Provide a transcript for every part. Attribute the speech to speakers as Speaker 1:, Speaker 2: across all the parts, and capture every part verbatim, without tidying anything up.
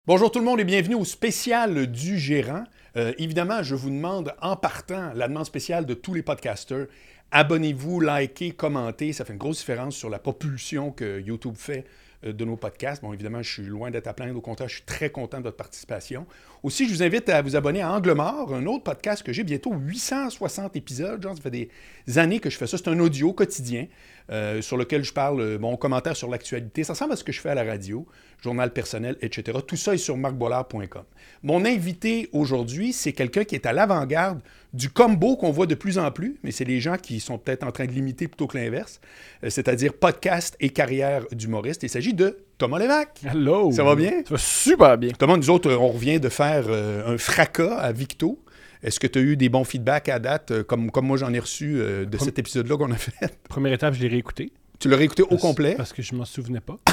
Speaker 1: Bonjour tout le monde et bienvenue au spécial du gérant. Euh, évidemment, je vous demande en partant la demande spéciale de tous les podcasters. Abonnez-vous, likez, commentez. Ça fait une grosse différence sur la propulsion que YouTube fait euh, de nos podcasts. Bon, évidemment, je suis loin d'être à plaindre. Au contraire, je suis très content de votre participation. Aussi, je vous invite à vous abonner à Angle Mort, un autre podcast que j'ai bientôt huit cent soixante épisodes. Genre, ça fait des années que je fais ça. C'est un audio quotidien euh, sur lequel je parle, euh, mon commentaire sur l'actualité. Ça ressemble à ce que je fais à la radio, journal personnel, et cetera. Tout ça est sur marc bollard point com. Mon invité aujourd'hui, c'est quelqu'un qui est à l'avant-garde du combo qu'on voit de plus en plus, mais c'est les gens qui sont peut-être en train de l'imiter plutôt que l'inverse, euh, c'est-à-dire podcast et carrière d'humoriste. Il s'agit de Thomas Lévesque.
Speaker 2: Hello!
Speaker 1: Ça va bien?
Speaker 2: Ça va super bien.
Speaker 1: Thomas, nous autres, on revient de faire euh, un fracas à Victo. Est-ce que tu as eu des bons feedbacks à date, euh, comme, comme moi j'en ai reçu euh, de Pre- cet épisode-là qu'on a fait?
Speaker 2: Première étape, je l'ai réécouté.
Speaker 1: Tu l'as réécouté
Speaker 2: parce,
Speaker 1: au complet?
Speaker 2: Parce que je m'en souvenais pas.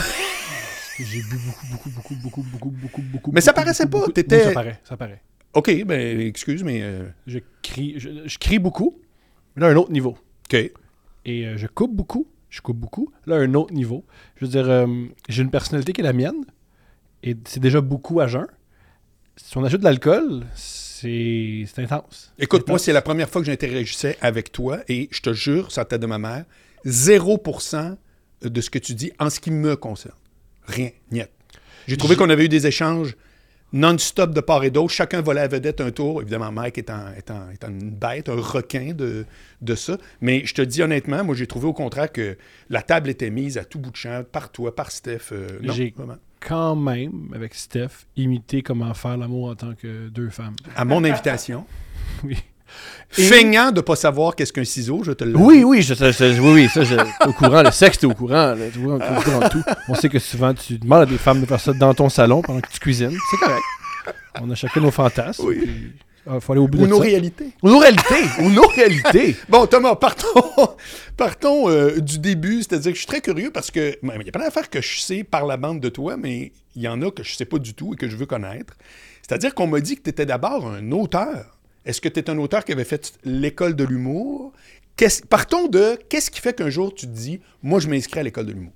Speaker 2: J'ai bu beaucoup, beaucoup, beaucoup, beaucoup, beaucoup, beaucoup, beaucoup.
Speaker 1: Mais ça
Speaker 2: beaucoup,
Speaker 1: paraissait
Speaker 2: beaucoup,
Speaker 1: pas.
Speaker 2: Beaucoup.
Speaker 1: T'étais...
Speaker 2: Oui, ça paraît, ça paraît.
Speaker 1: OK, ben excuse, mais... Euh...
Speaker 2: Je crie, je, je crie beaucoup, mais là, à un autre niveau.
Speaker 1: OK.
Speaker 2: Et euh, je coupe beaucoup, je coupe beaucoup, là, à un autre niveau. Je veux dire, euh, j'ai une personnalité qui est la mienne, et c'est déjà beaucoup à jeun. Si on ajoute de l'alcool, c'est, c'est intense.
Speaker 1: Écoute,
Speaker 2: c'est
Speaker 1: moi,
Speaker 2: intense.
Speaker 1: c'est la première fois que j'interagissais avec toi, et je te jure, sur la tête de ma mère, zéro pour cent de ce que tu dis en ce qui me concerne. Rien, niet. J'ai trouvé j'ai... qu'on avait eu des échanges non-stop de part et d'autre. Chacun volait à vedette un tour. Évidemment, Mike étant, étant, étant une bête, un requin de, de ça. Mais je te dis honnêtement, moi, j'ai trouvé au contraire que la table était mise à tout bout de champ, par toi, par Steph. Euh, non,
Speaker 2: j'ai
Speaker 1: vraiment.
Speaker 2: Quand même, avec Steph, imité comment faire l'amour en tant que deux femmes.
Speaker 1: À mon invitation.
Speaker 2: Oui.
Speaker 1: Et... Feignant de ne pas savoir qu'est-ce qu'un ciseau, je te le dis.
Speaker 2: Oui, oui, je, je, je, oui, oui, ça, je, t'es au courant. Le sexe, t'es au courant. Là, tu vois, t'es au courant de tout. On sait que souvent, tu demandes à des femmes de faire ça dans ton salon pendant que tu cuisines. C'est correct. On a chacun nos fantasmes.
Speaker 1: Oui.
Speaker 2: Il ah, faut aller au bout
Speaker 1: Ou
Speaker 2: de
Speaker 1: nos
Speaker 2: ça.
Speaker 1: réalités.
Speaker 2: Ou nos réalités. Ou nos réalités.
Speaker 1: Bon, Thomas, partons, partons euh, du début. C'est-à-dire que je suis très curieux parce que il y a plein d'affaires que je sais par la bande de toi, mais il y en a que je ne sais pas du tout et que je veux connaître. C'est-à-dire qu'on m'a dit que tu étais d'abord un auteur. Est-ce que tu es un auteur qui avait fait l'école de l'humour? Qu'est-ce... Partons de qu'est-ce qui fait qu'un jour tu te dis « Moi, je m'inscris à l'école de l'humour ».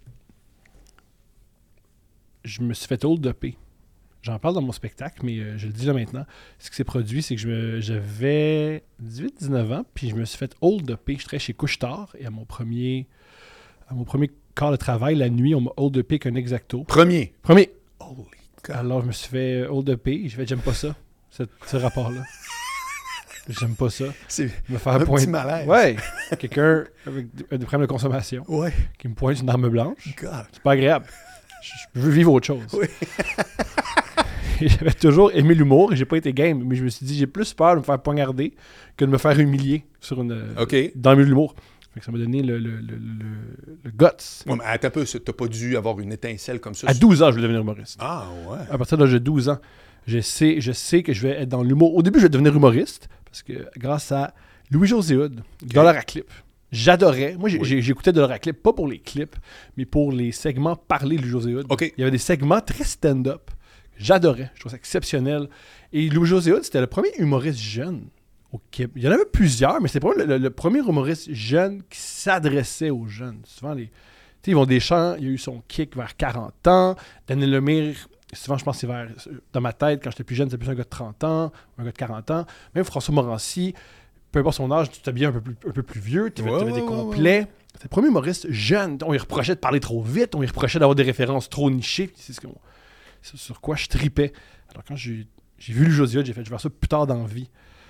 Speaker 2: Je me suis fait hold-upper. J'en parle dans mon spectacle, mais euh, je le dis là maintenant. Ce qui s'est produit, c'est que je me... j'avais dix-huit dix-neuf ans, puis je me suis fait hold-upper. Je travaillais chez Couche-Tard, et à mon premier à mon premier quart de travail, la nuit, on m'a hold-uppé avec un exacto.
Speaker 1: Premier?
Speaker 2: Premier.
Speaker 1: Holy God.
Speaker 2: Alors, je me suis fait hold-upper, j'ai fait « J'aime pas ça, ce, ce rapport-là. » J'aime pas ça.
Speaker 1: C'est
Speaker 2: me faire
Speaker 1: un
Speaker 2: point...
Speaker 1: petit malaise.
Speaker 2: Ouais. Quelqu'un avec des problèmes de consommation
Speaker 1: ouais.
Speaker 2: qui me pointe une arme blanche.
Speaker 1: God.
Speaker 2: C'est pas agréable. Je, je veux vivre autre chose.
Speaker 1: Oui.
Speaker 2: Et j'avais toujours aimé l'humour et j'ai pas été game. Mais je me suis dit, j'ai plus peur de me faire poignarder que de me faire humilier sur une,
Speaker 1: okay.
Speaker 2: dans le milieu de l'humour. Fait que ça m'a donné le, le, le, le, le guts.
Speaker 1: Ouais, mais attends un peu, t'as pas dû avoir une étincelle comme ça.
Speaker 2: À douze ans, je voulais devenir humoriste.
Speaker 1: Ah ouais.
Speaker 2: À partir de l'âge de douze ans, je sais, je sais que je vais être dans l'humour. Au début, je vais devenir humoriste. Parce que grâce à Louis-José Hood, okay. Dollar à clip, j'adorais. Moi, j'ai, oui. j'écoutais Dollar à clip, pas pour les clips, mais pour les segments parlés de Louis-José Hood.
Speaker 1: Okay.
Speaker 2: Il y avait des segments très stand-up. J'adorais. Je trouvais ça exceptionnel. Et Louis-José Hood, c'était le premier humoriste jeune au Québec. Il y en avait plusieurs, mais c'était le, le, le premier humoriste jeune qui s'adressait aux jeunes. Souvent, les, ils vont des champs. Il y a eu son kick vers quarante ans. Daniel Lemire... Souvent, je pense que c'est vers... Dans ma tête, quand j'étais plus jeune, c'était plus un gars de trente ans, un gars de quarante ans. Même François Morancy, peu importe son âge, tu t'habilles un peu plus, un peu plus vieux, tu avais ouais, ouais, des complets. Ouais. C'était le premier humoriste jeune. On lui reprochait de parler trop vite, on lui reprochait d'avoir des références trop nichées. C'est, ce qu'on... c'est sur quoi je tripais. Alors quand j'ai, j'ai vu le Josiah, j'ai fait, je vais faire ça plus tard dans la vie.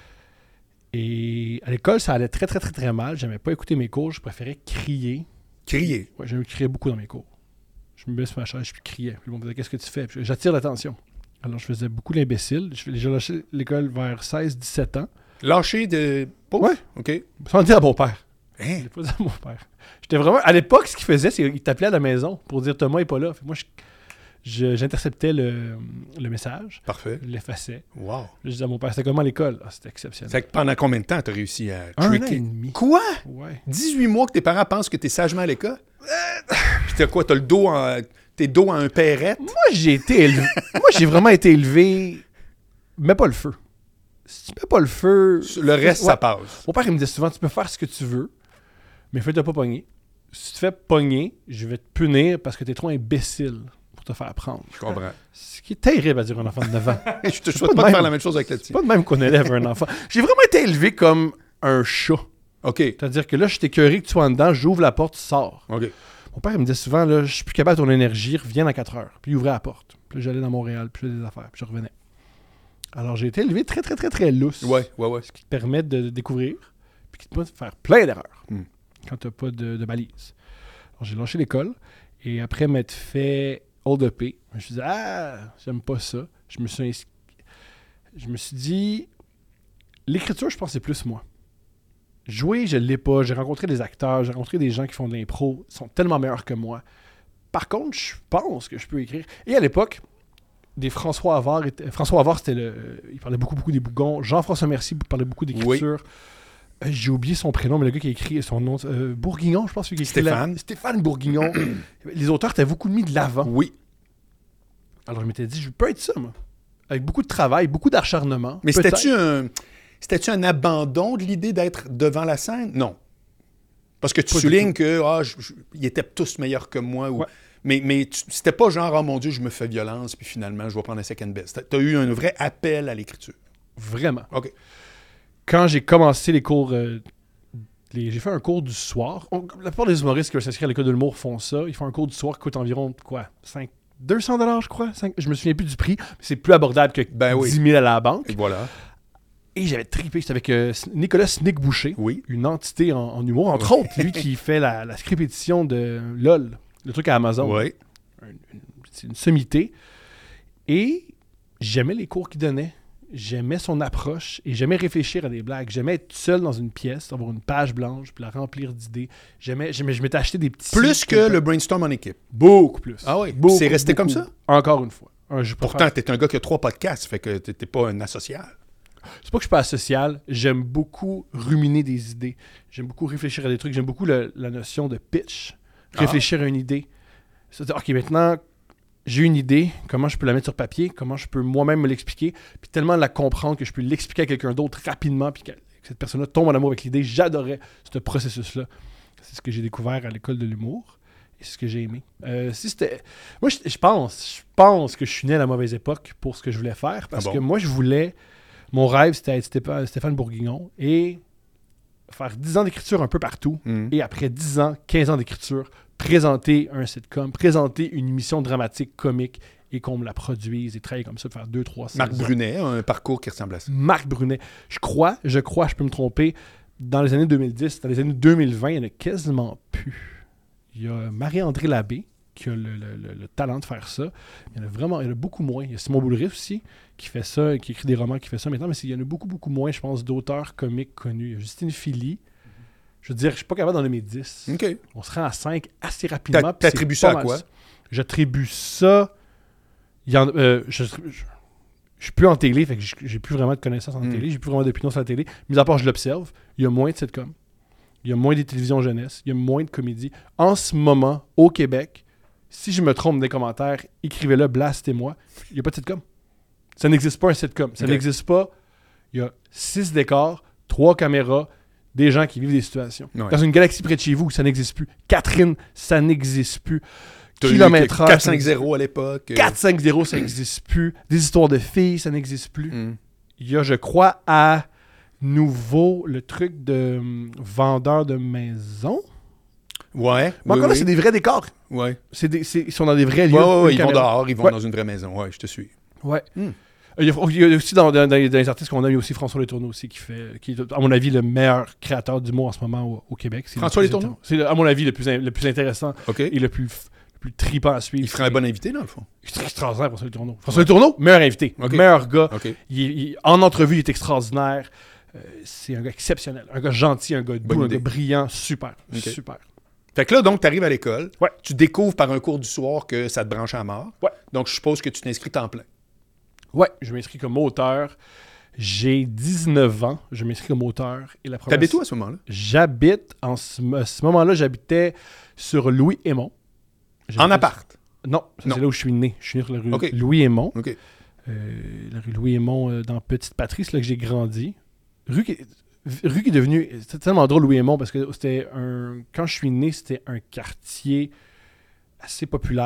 Speaker 2: Et à l'école, ça allait très, très, très, très mal. J'aimais pas écouter mes cours, je préférais crier.
Speaker 1: Crier?
Speaker 2: Ouais, j'aimais crier beaucoup dans mes cours. Je me mets sur ma chaise, je criais. Puis on me disait, qu'est-ce que tu fais? Puis j'attire l'attention. Alors, je faisais beaucoup l'imbécile. J'ai lâché l'école vers seize dix-sept ans.
Speaker 1: Lâché de... Pauvre?
Speaker 2: Ouais.
Speaker 1: OK.
Speaker 2: Sans dire à mon père.
Speaker 1: Hein?
Speaker 2: Je l'ai pas dit à mon père. J'étais vraiment... À l'époque, ce qu'il faisait, c'est qu'il t'appelait à la maison pour dire, Thomas n'est pas là. Fait moi, je... Je... j'interceptais le... le message.
Speaker 1: Parfait.
Speaker 2: Je l'effaçais.
Speaker 1: Wow.
Speaker 2: Je disais à mon père, c'était comment à l'école? Ah, c'était exceptionnel.
Speaker 1: Fait que pendant combien de temps t'as réussi à...
Speaker 2: Un
Speaker 1: tricker?
Speaker 2: an et demi.
Speaker 1: Quoi?
Speaker 2: Ouais.
Speaker 1: dix-huit mois que tes parents pensent que t'es sagement à l'école? Puis t'as quoi? T'as le dos en... T'es dos à un perrette?
Speaker 2: Moi, j'ai été élevé... Moi, j'ai vraiment été élevé... Mets pas le feu. Si tu mets pas le feu...
Speaker 1: Le reste,
Speaker 2: ouais.
Speaker 1: ça passe.
Speaker 2: Mon père, il me disait souvent, tu peux faire ce que tu veux, mais fais-toi pas pogner. Si tu te fais pogner, je vais te punir parce que t'es trop imbécile pour te faire prendre.
Speaker 1: Je comprends.
Speaker 2: Ce qui est terrible à dire à un enfant de neuf ans.
Speaker 1: Je te
Speaker 2: C'est
Speaker 1: souhaite
Speaker 2: pas
Speaker 1: pas
Speaker 2: de
Speaker 1: de
Speaker 2: même.
Speaker 1: faire la même chose avec le
Speaker 2: C'est
Speaker 1: tien.
Speaker 2: pas de même qu'on élève un enfant. J'ai vraiment été élevé comme un chat.
Speaker 1: OK.
Speaker 2: C'est-à-dire que là, je suis écœuré que tu sois en dedans, j'ouvre la porte, tu sors.
Speaker 1: OK.
Speaker 2: Mon père il me disait souvent, là, je suis plus capable de ton énergie, reviens dans quatre heures. Puis il ouvrait la porte. Puis là, j'allais dans Montréal, puis je faisais des affaires, puis je revenais. Alors j'ai été élevé très, très, très, très lousse.
Speaker 1: Ouais, ouais, ouais.
Speaker 2: Ce qui te permet de découvrir, puis qui te permet de faire plein d'erreurs
Speaker 1: Mm.
Speaker 2: quand tu n'as pas de, de balise. Alors j'ai lâché l'école, et après m'être fait hold up, je me suis dit, ah, j'aime pas ça. Je me suis inscrit. Je me suis dit, l'écriture, je pense que c'est plus moi. Jouer, je l'ai pas. J'ai rencontré des acteurs, j'ai rencontré des gens qui font de l'impro, ils sont tellement meilleurs que moi. Par contre, je pense que je peux écrire. Et à l'époque, des François Havard, étaient- François Havard, c'était le, il parlait beaucoup, beaucoup des bougons. Jean-François Mercier parlait beaucoup d'écriture. Euh, J'ai oublié son prénom, mais le gars qui a écrit son nom, euh, Bourguignon, je pense. Celui qui a écrit
Speaker 1: Stéphane.
Speaker 2: la- Stéphane Bourguignon. Les auteurs t'avaient beaucoup mis de l'avant.
Speaker 1: Oui.
Speaker 2: Alors je m'étais dit, je peux être ça, moi. Avec beaucoup de travail, beaucoup d'acharnement.
Speaker 1: Mais
Speaker 2: peut-être.
Speaker 1: c'était-tu un, c'était-tu un abandon de l'idée d'être devant la scène? Non. Parce que tu
Speaker 2: Pas du
Speaker 1: soulignes que ah, je- je- ils étaient tous meilleurs que moi. Ou...
Speaker 2: Ouais.
Speaker 1: Mais, mais tu- c'était pas genre, oh mon Dieu, je me fais violence, puis finalement, je vais prendre un second best. Tu as eu un vrai appel à l'écriture.
Speaker 2: Vraiment.
Speaker 1: OK.
Speaker 2: Quand j'ai commencé les cours, euh, les- j'ai fait un cours du soir. On- la plupart des humoristes qui veulent s'inscrire à l'école de l'humour font ça. Ils font un cours du soir qui coûte environ, quoi, cinq, deux cents dollars, je crois. cinq je me souviens plus du prix. Mais c'est plus abordable que
Speaker 1: Ben oui.
Speaker 2: dix mille à la banque.
Speaker 1: Et voilà.
Speaker 2: Et j'avais trippé. C'était avec euh, Nicolas Snick Boucher,
Speaker 1: Oui.
Speaker 2: une entité en, en humour, entre autres. Lui qui fait la, la script édition de LOL, le truc à Amazon.
Speaker 1: Oui.
Speaker 2: Un- une- c'est une sommité. Et j'aimais les cours qu'il donnait. J'aimais son approche et j'aimais réfléchir à des blagues. J'aimais être seul dans une pièce, avoir une page blanche, puis la remplir d'idées. J'aimais, j'aimais, je m'étais acheté des petits...
Speaker 1: Plus que le brainstorm en équipe.
Speaker 2: Beaucoup plus.
Speaker 1: Ah oui?
Speaker 2: Beaucoup,
Speaker 1: C'est resté
Speaker 2: beaucoup.
Speaker 1: comme ça?
Speaker 2: Encore une fois. Un- je
Speaker 1: Pourtant,
Speaker 2: préfère-
Speaker 1: t'es un gars qui a trois podcasts, fait que t'es t'es pas un asocial.
Speaker 2: c'est pas que je suis pas asocial. J'aime beaucoup ruminer des idées. J'aime beaucoup réfléchir à des trucs. J'aime beaucoup le- la notion de pitch. Réfléchir à une idée. C'est-à-dire, OK, maintenant... j'ai une idée, comment je peux la mettre sur papier, comment je peux moi-même me l'expliquer, puis tellement la comprendre que je peux l'expliquer à quelqu'un d'autre rapidement, puis que cette personne-là tombe en amour avec l'idée. J'adorais ce processus-là. C'est ce que j'ai découvert à l'école de l'humour, et c'est ce que j'ai aimé. Euh, si c'était... Moi, je, je pense, je pense que je suis né à la mauvaise époque pour ce que je voulais faire, parce
Speaker 1: Ah bon?
Speaker 2: que moi, je voulais... Mon rêve, c'était être Stéphane, Stéphane Bourguignon, et faire dix ans d'écriture un peu partout,
Speaker 1: Mhm.
Speaker 2: et après dix ans, quinze ans d'écriture, présenter un sitcom, présenter une émission dramatique comique et qu'on me la produise et travailler comme ça, de faire deux, trois
Speaker 1: Marc
Speaker 2: saisons.
Speaker 1: Brunet a un parcours qui ressemble à ça.
Speaker 2: Marc Brunet. Je crois, je crois, je peux me tromper, dans les années deux mille dix, dans les années deux mille vingt, il n'y en a quasiment plus. Il y a Marie-André Labbé qui a le, le- le- le talent de faire ça. Il y en a vraiment, il y en a beaucoup moins. Il y a Simon Boulris aussi qui fait ça, qui écrit des romans, qui fait ça maintenant, mais c'est- il y en a beaucoup, beaucoup moins, je pense, d'auteurs comiques connus. Il y a Justine Philly. Je veux dire, je suis pas capable d'en nommer dix.
Speaker 1: OK.
Speaker 2: On se rend à cinq assez rapidement.
Speaker 1: T'a-
Speaker 2: puis c'est
Speaker 1: t'attribues
Speaker 2: pas
Speaker 1: ça à
Speaker 2: mal
Speaker 1: quoi?
Speaker 2: J'attribue ça... Il y en, euh, je, je, je suis plus en télé, fait que j'ai j'ai plus vraiment de connaissances en
Speaker 1: Mm.
Speaker 2: télé, j'ai plus vraiment d'opinion sur la télé. Mis à part, je l'observe. Il y a moins de sitcoms. Il y a moins des télévisions jeunesse. Il y a moins de comédies. En ce moment, au Québec, si je me trompe dans les commentaires, écrivez-le, blastez-moi. Il n'y a pas de sitcom. Ça n'existe pas un sitcom. Ça
Speaker 1: Ok.
Speaker 2: n'existe pas. Il y a six décors, trois caméras, des gens qui vivent des situations.
Speaker 1: Ouais.
Speaker 2: Dans une galaxie près de chez vous, ça n'existe plus. Catherine, ça n'existe plus.
Speaker 1: T'as eu
Speaker 2: Kilomètre heure,
Speaker 1: quatre
Speaker 2: ça
Speaker 1: cinq
Speaker 2: n'existe
Speaker 1: zéro à l'époque. euh.
Speaker 2: quatre cinq zéro, ça n'existe plus. Des histoires de filles, ça n'existe plus.
Speaker 1: Mm.
Speaker 2: Il y a, je crois, à nouveau le truc de hum, vendeur de maison.
Speaker 1: Ouais.
Speaker 2: Mais
Speaker 1: oui,
Speaker 2: encore là,
Speaker 1: oui.
Speaker 2: c'est des vrais décors.
Speaker 1: Ouais.
Speaker 2: C'est des, c'est- ils sont dans des vrais lieux.
Speaker 1: Ouais, ouais, ouais,
Speaker 2: une
Speaker 1: ils vont
Speaker 2: caméra.
Speaker 1: dehors, ils vont
Speaker 2: Ouais.
Speaker 1: dans une vraie maison. Ouais, je te suis.
Speaker 2: Ouais.
Speaker 1: Hmm.
Speaker 2: Il, y a, il y a aussi dans, dans- dans les, dans les artistes qu'on a, il y a aussi François Letourneau aussi qui fait, qui est, à mon avis, le meilleur créateur d'humour en ce moment au, au Québec. C'est le
Speaker 1: François
Speaker 2: plus
Speaker 1: Letourneau?
Speaker 2: intéressant. C'est, à mon avis, le plus, in- le plus intéressant
Speaker 1: OK.
Speaker 2: et le plus, le plus tripant à suivre.
Speaker 1: Il ferait un bon invité, dans le fond.
Speaker 2: C'est extraordinaire, François Letourneau. François Letourneau, meilleur invité.
Speaker 1: Ok.
Speaker 2: Meilleur gars.
Speaker 1: OK.
Speaker 2: Il, il- en entrevue, il est extraordinaire. Euh, c'est un gars exceptionnel. Un gars gentil, un gars
Speaker 1: Bonne
Speaker 2: doux, un
Speaker 1: idée.
Speaker 2: gars brillant. Super.
Speaker 1: Ok.
Speaker 2: Super.
Speaker 1: Fait que là, donc, tu arrives à l'école.
Speaker 2: Ouais.
Speaker 1: Tu découvres par un cours du soir que ça te branche à mort.
Speaker 2: Ouais.
Speaker 1: Donc, je suppose que tu t'inscris temps plein.
Speaker 2: Ouais, je m'inscris comme auteur. J'ai dix-neuf ans. Je m'inscris comme auteur. Et la première...
Speaker 1: T'habites où à ce moment-là?
Speaker 2: J'habite, en ce, à ce moment-là, j'habitais sur Louis-Aymon.
Speaker 1: En
Speaker 2: J'habitais-
Speaker 1: appart.
Speaker 2: Non, ça,
Speaker 1: Non.
Speaker 2: c'est là où je suis né. Je suis né sur la rue
Speaker 1: Ok.
Speaker 2: Louis-Aymon.
Speaker 1: OK.
Speaker 2: Euh, la rue Louis-Aymon, euh, dans Petite Patrie, c'est là que j'ai grandi. Rue qui, rue qui est devenue... C'était tellement drôle, Louis-Aymon, parce que c'était un... Quand je suis né, c'était un quartier assez populaire.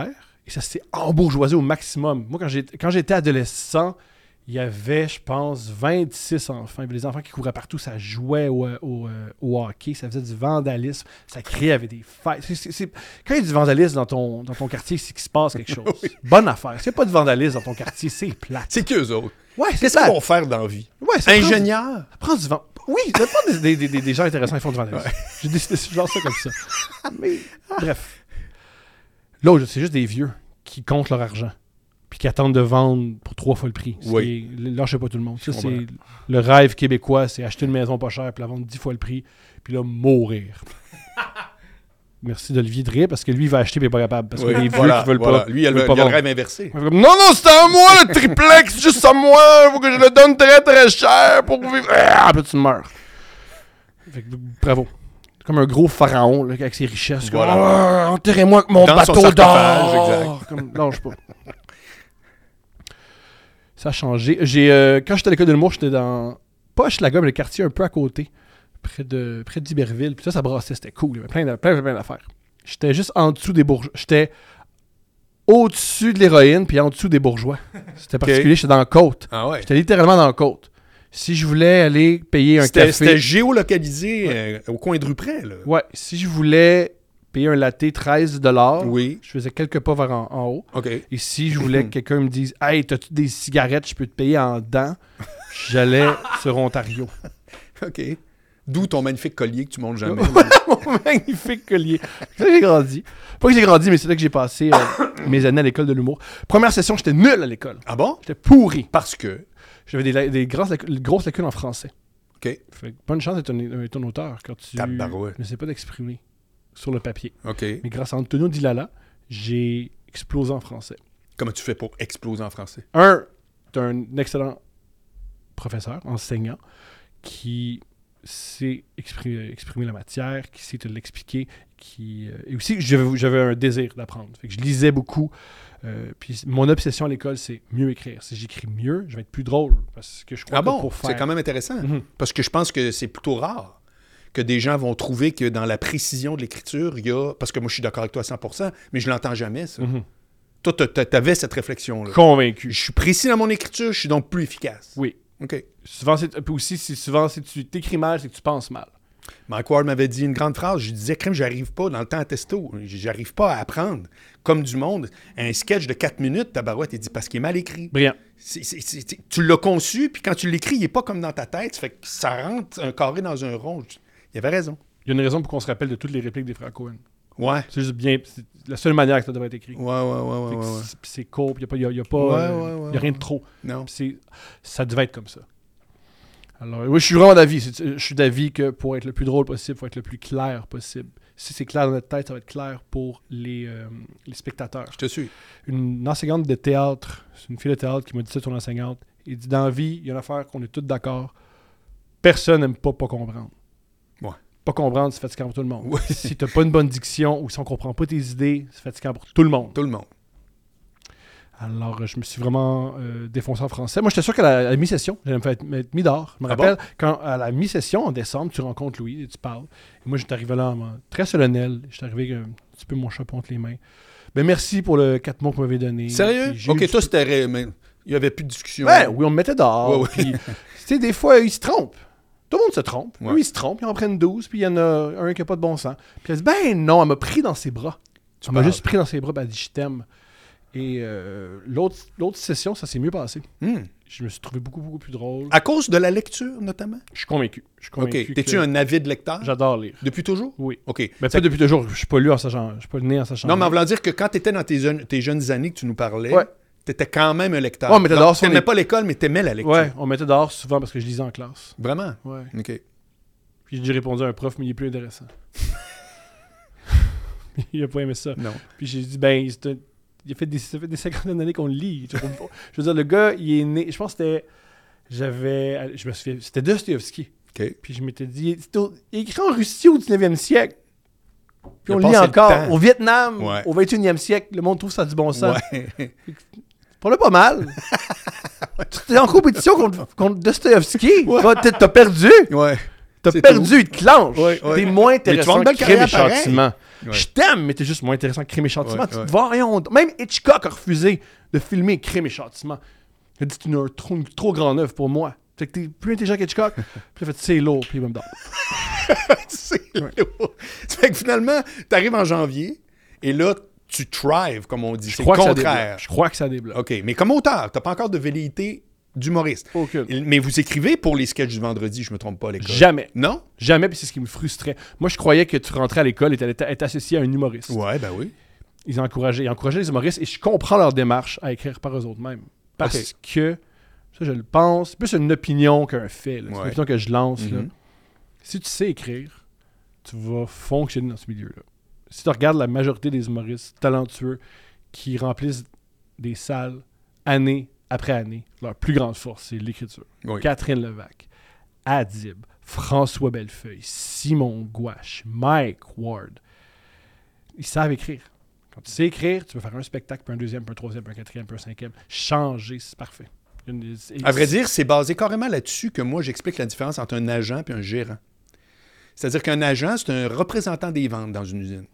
Speaker 2: Et ça s'est embourgeoisé au maximum. Moi, quand, j'ai, quand j'étais adolescent, il y avait, je pense, vingt-six enfants. Il y avait des enfants qui couraient partout, ça jouait au, au, au hockey, ça faisait du vandalisme, ça créait avec des fêtes. C'est, c'est, c'est... Quand il y a du vandalisme dans ton, dans ton quartier, c'est qu'il se passe quelque chose. Oui. Bonne affaire. S'il n'y a pas de vandalisme dans ton quartier, c'est plate.
Speaker 1: C'est qu'eux autres.
Speaker 2: Ouais, c'est
Speaker 1: Qu'est-ce qu'ils vont faire dans la vie?
Speaker 2: Ouais,
Speaker 1: ingénieur?
Speaker 2: Ça prend du vent. Oui, ça prend des, des, des, des gens intéressants qui font du vandalisme. Ouais. J'ai décidé de genre ça comme ça. Mais, bref. L'autre, c'est juste des vieux qui comptent leur argent. Puis qui attendent de vendre pour trois fois le prix.
Speaker 1: Oui.
Speaker 2: Lâchez pas tout le monde. Ça, c'est le rêve québécois, c'est acheter une maison pas chère, puis la vendre dix fois le prix, puis là, mourir. Merci d'Olivier de rire, parce que lui, il va acheter, puis il n'est pas capable. Parce oui, que les vieux
Speaker 1: voilà,
Speaker 2: qui veulent
Speaker 1: voilà.
Speaker 2: pas.
Speaker 1: Lui, il a le,
Speaker 2: pas
Speaker 1: il a le rêve inversé.
Speaker 2: Non, non, c'est à moi, le triplex, juste à moi. Il faut que je le donne très, très cher pour vivre. Ah, puis tu meurs. Fait que, bravo. Comme un gros pharaon là, avec ses richesses. Voilà. Comme, oh, enterrez-moi avec mon
Speaker 1: dans
Speaker 2: bateau d'or.
Speaker 1: Exact.
Speaker 2: Comme, non, je sais pas. Ça a changé. J'ai, euh, quand j'étais à l'école de l'humour, j'étais dans... Pas Hochelaga, mais le quartier un peu à côté. Près de près d'Iberville. Puis ça, ça brassait. C'était cool. Il y avait plein, de, plein, plein d'affaires. J'étais juste en dessous des bourgeois. J'étais au-dessus de l'héroïne puis en dessous des bourgeois. C'était particulier. Okay. J'étais dans la côte.
Speaker 1: Ah ouais.
Speaker 2: J'étais littéralement dans la côte. Si je voulais aller payer un
Speaker 1: c'était,
Speaker 2: café...
Speaker 1: C'était géolocalisé ouais. euh, au coin de rue près, là.
Speaker 2: Ouais. Si je voulais payer un latte treize dollars,
Speaker 1: oui.
Speaker 2: je faisais quelques pas vers en, en haut.
Speaker 1: OK.
Speaker 2: Et si je voulais que quelqu'un me dise « Hey, t'as-tu des cigarettes, je peux te payer en dedans? » J'allais sur Ontario.
Speaker 1: OK. D'où ton magnifique collier que tu montes jamais.
Speaker 2: Mon magnifique collier. C'est là que j'ai grandi. Pas que j'ai grandi, mais c'est là que j'ai passé euh, mes années à l'école de l'humour. Première session, j'étais nul à l'école.
Speaker 1: Ah bon?
Speaker 2: J'étais pourri.
Speaker 1: Parce que?
Speaker 2: J'avais des, des grosses, grosses lacunes en français.
Speaker 1: OK.
Speaker 2: Fait que bonne chance d'être un, un, un auteur quand tu
Speaker 1: Tabarouette.
Speaker 2: ne sais pas t'exprimer sur le papier.
Speaker 1: OK.
Speaker 2: Mais grâce à Antonio Dilala, j'ai explosé en français.
Speaker 1: Comment tu fais pour exploser en français?
Speaker 2: Un, tu as un excellent professeur, enseignant, qui sait exprimer, exprimer la matière, qui sait te l'expliquer, qui euh, et aussi j'avais, j'avais un désir d'apprendre. Fait que je lisais beaucoup. Euh, puis mon obsession à l'école, c'est mieux écrire. Si j'écris mieux, je vais être plus drôle. Parce que je crois
Speaker 1: ah
Speaker 2: pas
Speaker 1: bon?
Speaker 2: pour faire...
Speaker 1: C'est quand même intéressant.
Speaker 2: Mm-hmm.
Speaker 1: Parce que je pense que c'est plutôt rare que des gens vont trouver que dans la précision de l'écriture, il y a... Parce que moi, je suis d'accord avec toi à cent pour cent, mais je l'entends jamais, ça.
Speaker 2: Mm-hmm.
Speaker 1: Toi, t'avais cette réflexion-là.
Speaker 2: Convaincu.
Speaker 1: Je suis précis dans mon écriture, je suis donc plus efficace.
Speaker 2: Oui.
Speaker 1: OK.
Speaker 2: Souvent, c'est... Puis aussi, c'est souvent, si tu t'écris mal, c'est que tu penses mal.
Speaker 1: Mike Ward m'avait dit une grande phrase. Je disais, crème, j'arrive pas dans le temps à testo. J'arrive pas à apprendre comme du monde. Un sketch de quatre minutes, tabarouette, il dit parce qu'il est mal écrit.
Speaker 2: Brillant.
Speaker 1: C'est, c'est, c'est, c'est, tu l'as conçu, puis quand tu l'écris, il n'est pas comme dans ta tête. Ça fait que ça rentre un carré dans un rond. Il avait raison.
Speaker 2: Il y a une raison pour qu'on se rappelle de toutes les répliques des frères Cohen.
Speaker 1: Ouais.
Speaker 2: C'est juste bien. C'est la seule manière que ça devrait être écrit.
Speaker 1: Ouais, ouais, ouais, ouais. ouais, ouais.
Speaker 2: C'est, c'est court, il n'y a pas, y a, y a pas,
Speaker 1: ouais,
Speaker 2: euh,
Speaker 1: ouais, ouais,
Speaker 2: y a rien
Speaker 1: ouais.
Speaker 2: de trop.
Speaker 1: Non.
Speaker 2: C'est, ça devait être comme ça. Alors, oui, je suis vraiment d'avis. Je suis d'avis que pour être le plus drôle possible, il faut être le plus clair possible. Si c'est clair dans notre tête, ça va être clair pour les, euh, les spectateurs.
Speaker 1: Je te suis.
Speaker 2: Une enseignante de théâtre, c'est une fille de théâtre qui m'a dit ça, son enseignante. Elle dit, dans la vie, il y a une affaire qu'on est tous d'accord. Personne n'aime pas pas comprendre.
Speaker 1: Ouais.
Speaker 2: Pas comprendre, c'est fatigant pour tout le monde.
Speaker 1: Ouais.
Speaker 2: Si t'as pas une bonne diction ou si on comprend pas tes idées, c'est fatigant pour tout le monde.
Speaker 1: Tout le monde.
Speaker 2: Alors, je me suis vraiment euh, défoncé en français. Moi, j'étais sûr qu'à la, à la mi-session, j'allais me faire être mis dehors. Je me
Speaker 1: ah
Speaker 2: rappelle,
Speaker 1: bon?
Speaker 2: quand à la mi-session, en décembre, tu rencontres Louis et tu parles. Et moi, j'étais arrivé là en, très solennel. J'étais arrivé avec un petit peu mon chapeau entre les mains. Ben, merci pour le quatre mots que vous m'avez donné.
Speaker 1: Sérieux? OK,
Speaker 2: eu...
Speaker 1: toi, c'était... Ré... Mais il n'y avait plus de discussion.
Speaker 2: Ben, oui, on me mettait dehors. Ouais, ouais. Puis, tu sais, des fois, ils se trompent. Tout le monde se trompe.
Speaker 1: Ouais.
Speaker 2: Lui, il se trompe, ils en prennent douze, puis il y en a un qui n'a pas de bon sens. Puis elle dit, ben non, elle m'a pris dans ses bras. Tu elle m'a juste pris dans ses bras, ben elle dit, je t'aime. Et euh, l'autre, l'autre session, ça s'est mieux passé.
Speaker 1: Mm.
Speaker 2: Je me suis trouvé beaucoup, beaucoup plus drôle.
Speaker 1: À cause de la lecture, notamment?
Speaker 2: Je suis convaincu. Je suis convaincu.
Speaker 1: OK. T'es-tu un avide lecteur?
Speaker 2: J'adore lire.
Speaker 1: Depuis toujours?
Speaker 2: Oui.
Speaker 1: OK.
Speaker 2: Mais pas depuis toujours. Je suis pas lu en sachant. Je suis pas né en sachant.
Speaker 1: Non, mais en voulant dire que quand t'étais dans tes, jeunes, tes jeunes années que tu nous parlais, ouais. t'étais quand même un lecteur.
Speaker 2: Ouais, mais t'aimais
Speaker 1: les... pas l'école, mais t'aimais la lecture.
Speaker 2: Ouais, on mettait dehors souvent parce que je lisais en classe.
Speaker 1: Vraiment?
Speaker 2: Ouais.
Speaker 1: OK.
Speaker 2: Puis j'ai répondu à un prof, mais il est plus intéressant. Il a pas aimé ça.
Speaker 1: Non.
Speaker 2: Puis j'ai dit, ben, c'est un... il a fait des, ça fait des cinquantaines d'années qu'on le lit. Je veux dire, le gars, il est né. Je pense que c'était. J'avais. Je me souviens. C'était Dostoïevski.
Speaker 1: OK.
Speaker 2: Puis je m'étais dit, il est écrit en Russie au dix-neuvième siècle. Puis on le lit encore.
Speaker 1: Le
Speaker 2: au Vietnam,
Speaker 1: ouais.
Speaker 2: au vingt et unième siècle, le monde trouve ça a du bon sens.
Speaker 1: Ouais.
Speaker 2: Pour pas mal. Tu es en compétition contre, contre Dostoïevski.
Speaker 1: Ouais.
Speaker 2: T'as perdu.
Speaker 1: Ouais.
Speaker 2: T'as
Speaker 1: C'est
Speaker 2: perdu,
Speaker 1: tout.
Speaker 2: il te clenche.
Speaker 1: Ouais, ouais.
Speaker 2: T'es moins
Speaker 1: Mais tu vas
Speaker 2: intéressant
Speaker 1: avoir une belle
Speaker 2: que Crime et
Speaker 1: carrière
Speaker 2: Châtiment.
Speaker 1: pareil.
Speaker 2: Je t'aime, mais t'es juste moins intéressant que Crime et Châtiment.
Speaker 1: Ouais,
Speaker 2: tu
Speaker 1: ouais.
Speaker 2: te vois rien. Même Hitchcock a refusé de filmer Crime et Châtiment. Il a dit c'est une trop, une trop grande œuvre pour moi. Fait que t'es plus intelligent qu'Hitchcock. Puis il a fait c'est lourd, puis il va me donner.
Speaker 1: C'est lourd. Ça fait que finalement, t'arrives en janvier et là, tu thrives, comme on dit.
Speaker 2: Je
Speaker 1: C'est
Speaker 2: crois
Speaker 1: le
Speaker 2: que ça
Speaker 1: contraire.
Speaker 2: débloque. Je crois que ça débloque.
Speaker 1: OK, mais comme auteur, t'as pas encore de velléité d'humoriste.
Speaker 2: Aucune.
Speaker 1: Mais vous écrivez pour les sketchs du vendredi, je me trompe pas à l'école.
Speaker 2: Jamais.
Speaker 1: Non?
Speaker 2: Jamais, puis c'est ce qui me frustrait. Moi, je croyais que tu rentrais à l'école et tu allais être associé à un humoriste.
Speaker 1: Ouais, ben oui.
Speaker 2: Ils encourageaient, ils encourageaient les humoristes et je comprends leur démarche à écrire par eux autres mêmes. Parce
Speaker 1: Ok.
Speaker 2: que, ça je le pense, c'est plus une opinion qu'un fait. là. C'est
Speaker 1: Ouais.
Speaker 2: une opinion que je lance. là.
Speaker 1: Mhm.
Speaker 2: Si tu sais écrire, tu vas fonctionner dans ce milieu-là. Si tu regardes la majorité des humoristes talentueux qui remplissent des salles année après année, leur plus grande force, c'est l'écriture.
Speaker 1: Oui.
Speaker 2: Catherine Levac, Adib, François Bellefeuille, Simon Gouache, Mike Ward. Ils savent écrire. Quand tu sais écrire, tu peux faire un spectacle, puis un deuxième, puis un troisième, puis un quatrième, puis un cinquième. Changer, c'est parfait. Une des- et
Speaker 1: À vrai
Speaker 2: c'est-
Speaker 1: dire, c'est basé carrément là-dessus que moi, j'explique la différence entre un agent et un gérant. C'est-à-dire qu'un agent, c'est un représentant des ventes dans une usine.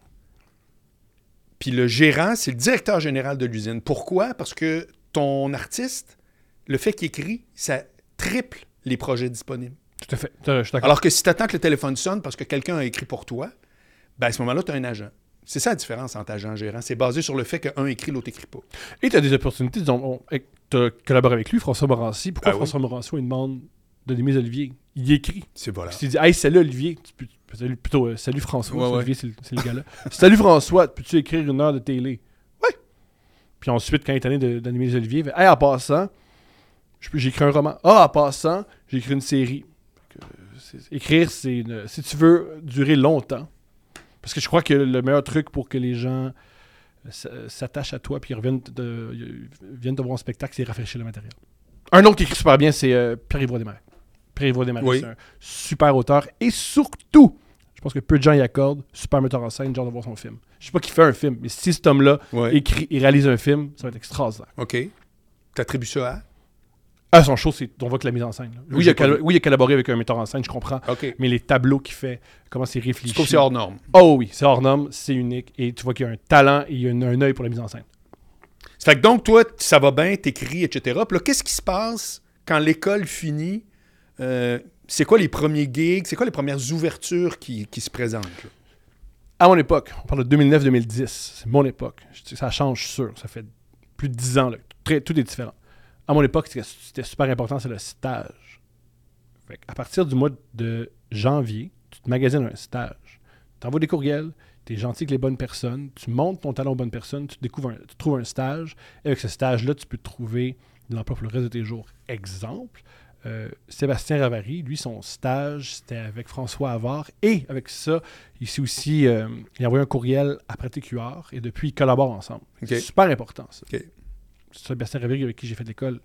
Speaker 1: Puis le gérant, c'est le directeur général de l'usine. Pourquoi? Parce que ton artiste, le fait qu'il écrit, ça triple les projets disponibles.
Speaker 2: Tout à fait. Je suis d'accord.
Speaker 1: Alors que si tu attends que le téléphone sonne parce que quelqu'un a écrit pour toi, ben à ce moment-là, tu as un agent. C'est ça la différence entre agent et gérant. C'est basé sur le fait qu'un écrit, l'autre écrit pas.
Speaker 2: Et tu as des opportunités. Disons, tu as collaboré avec lui, François Morancy. Pourquoi
Speaker 1: Ah oui.
Speaker 2: François Morancy, il demande de Denis Olivier? Il écrit.
Speaker 1: C'est voilà.
Speaker 2: Si tu dis, hey, salut Olivier, tu peux, salut, plutôt, euh, salut François,
Speaker 1: Ouais, ouais.
Speaker 2: Olivier, c'est le, c'est le gars-là. Salut François, peux-tu écrire une heure de télé? Ouais. Puis ensuite, quand il est tanné de- d'animer les Olivier, il fait, hey, en passant, je peux- j'ai écrit un roman. Ah, en passant, j'ai écrit une série. Fait que, euh, c'est- écrire, c'est une- si tu veux durer longtemps, parce que je crois que le meilleur truc pour que les gens euh, s- s'attachent à toi puis reviennent te, de- viennent te voir en spectacle, c'est rafraîchir le matériel. Un autre qui écrit super bien, c'est euh, Pierre-Yves Desmarais. Pierre-Yves Desmarais,
Speaker 1: Oui.
Speaker 2: c'est un super auteur. Et surtout, je pense que peu de gens y accordent, super metteur en scène, genre de voir son film. Je sais pas qui fait un film, mais si cet homme-là
Speaker 1: Ouais.
Speaker 2: écrit et réalise un film, ça va être extraordinaire.
Speaker 1: OK. T'attribues ça à?
Speaker 2: Ah, son show, c'est, on voit que la mise en scène. là. Oui, il
Speaker 1: J'ai
Speaker 2: a,
Speaker 1: pas
Speaker 2: col-
Speaker 1: vu.
Speaker 2: oui, il a collaboré avec un metteur en scène, je comprends.
Speaker 1: OK.
Speaker 2: Mais les tableaux qu'il fait, comment c'est
Speaker 1: Tu
Speaker 2: réfléchi.
Speaker 1: trouves que c'est hors norme?
Speaker 2: Oh oui, c'est hors norme, c'est unique. Et tu vois qu'il y a un talent et il y a un, un œil pour la mise en scène.
Speaker 1: Ça fait que donc, toi, ça va bien, t'écris, et cetera. Puis là, qu'est-ce qui se passe quand l'école finit? Euh, c'est quoi les premiers gigs? C'est quoi les premières ouvertures qui, qui se présentent? là?
Speaker 2: À mon époque, on parle de deux mille neuf deux mille dix, c'est mon époque. Je dis, ça change sûr, ça fait plus de dix ans, là. Très- tout est différent. À mon époque, c'était, c'était super important, c'est le stage. Fait à partir du mois de janvier, tu te magasines un stage. Tu envoies des courriels, tu es gentil avec les bonnes personnes, tu montes ton talent aux bonnes personnes, tu, découvres un- tu trouves un stage, et avec ce stage-là, tu peux te trouver de l'emploi pour le reste de tes jours. Exemple, euh, Sébastien Ravary, lui, son stage, c'était avec François Havard, et avec ça, il s'est aussi, euh, il a envoyé un courriel après T Q R, et depuis, ils collaborent ensemble.
Speaker 1: OK.
Speaker 2: C'est super important, ça.
Speaker 1: OK.
Speaker 2: Sébastien Ravary, avec qui j'ai fait l'école,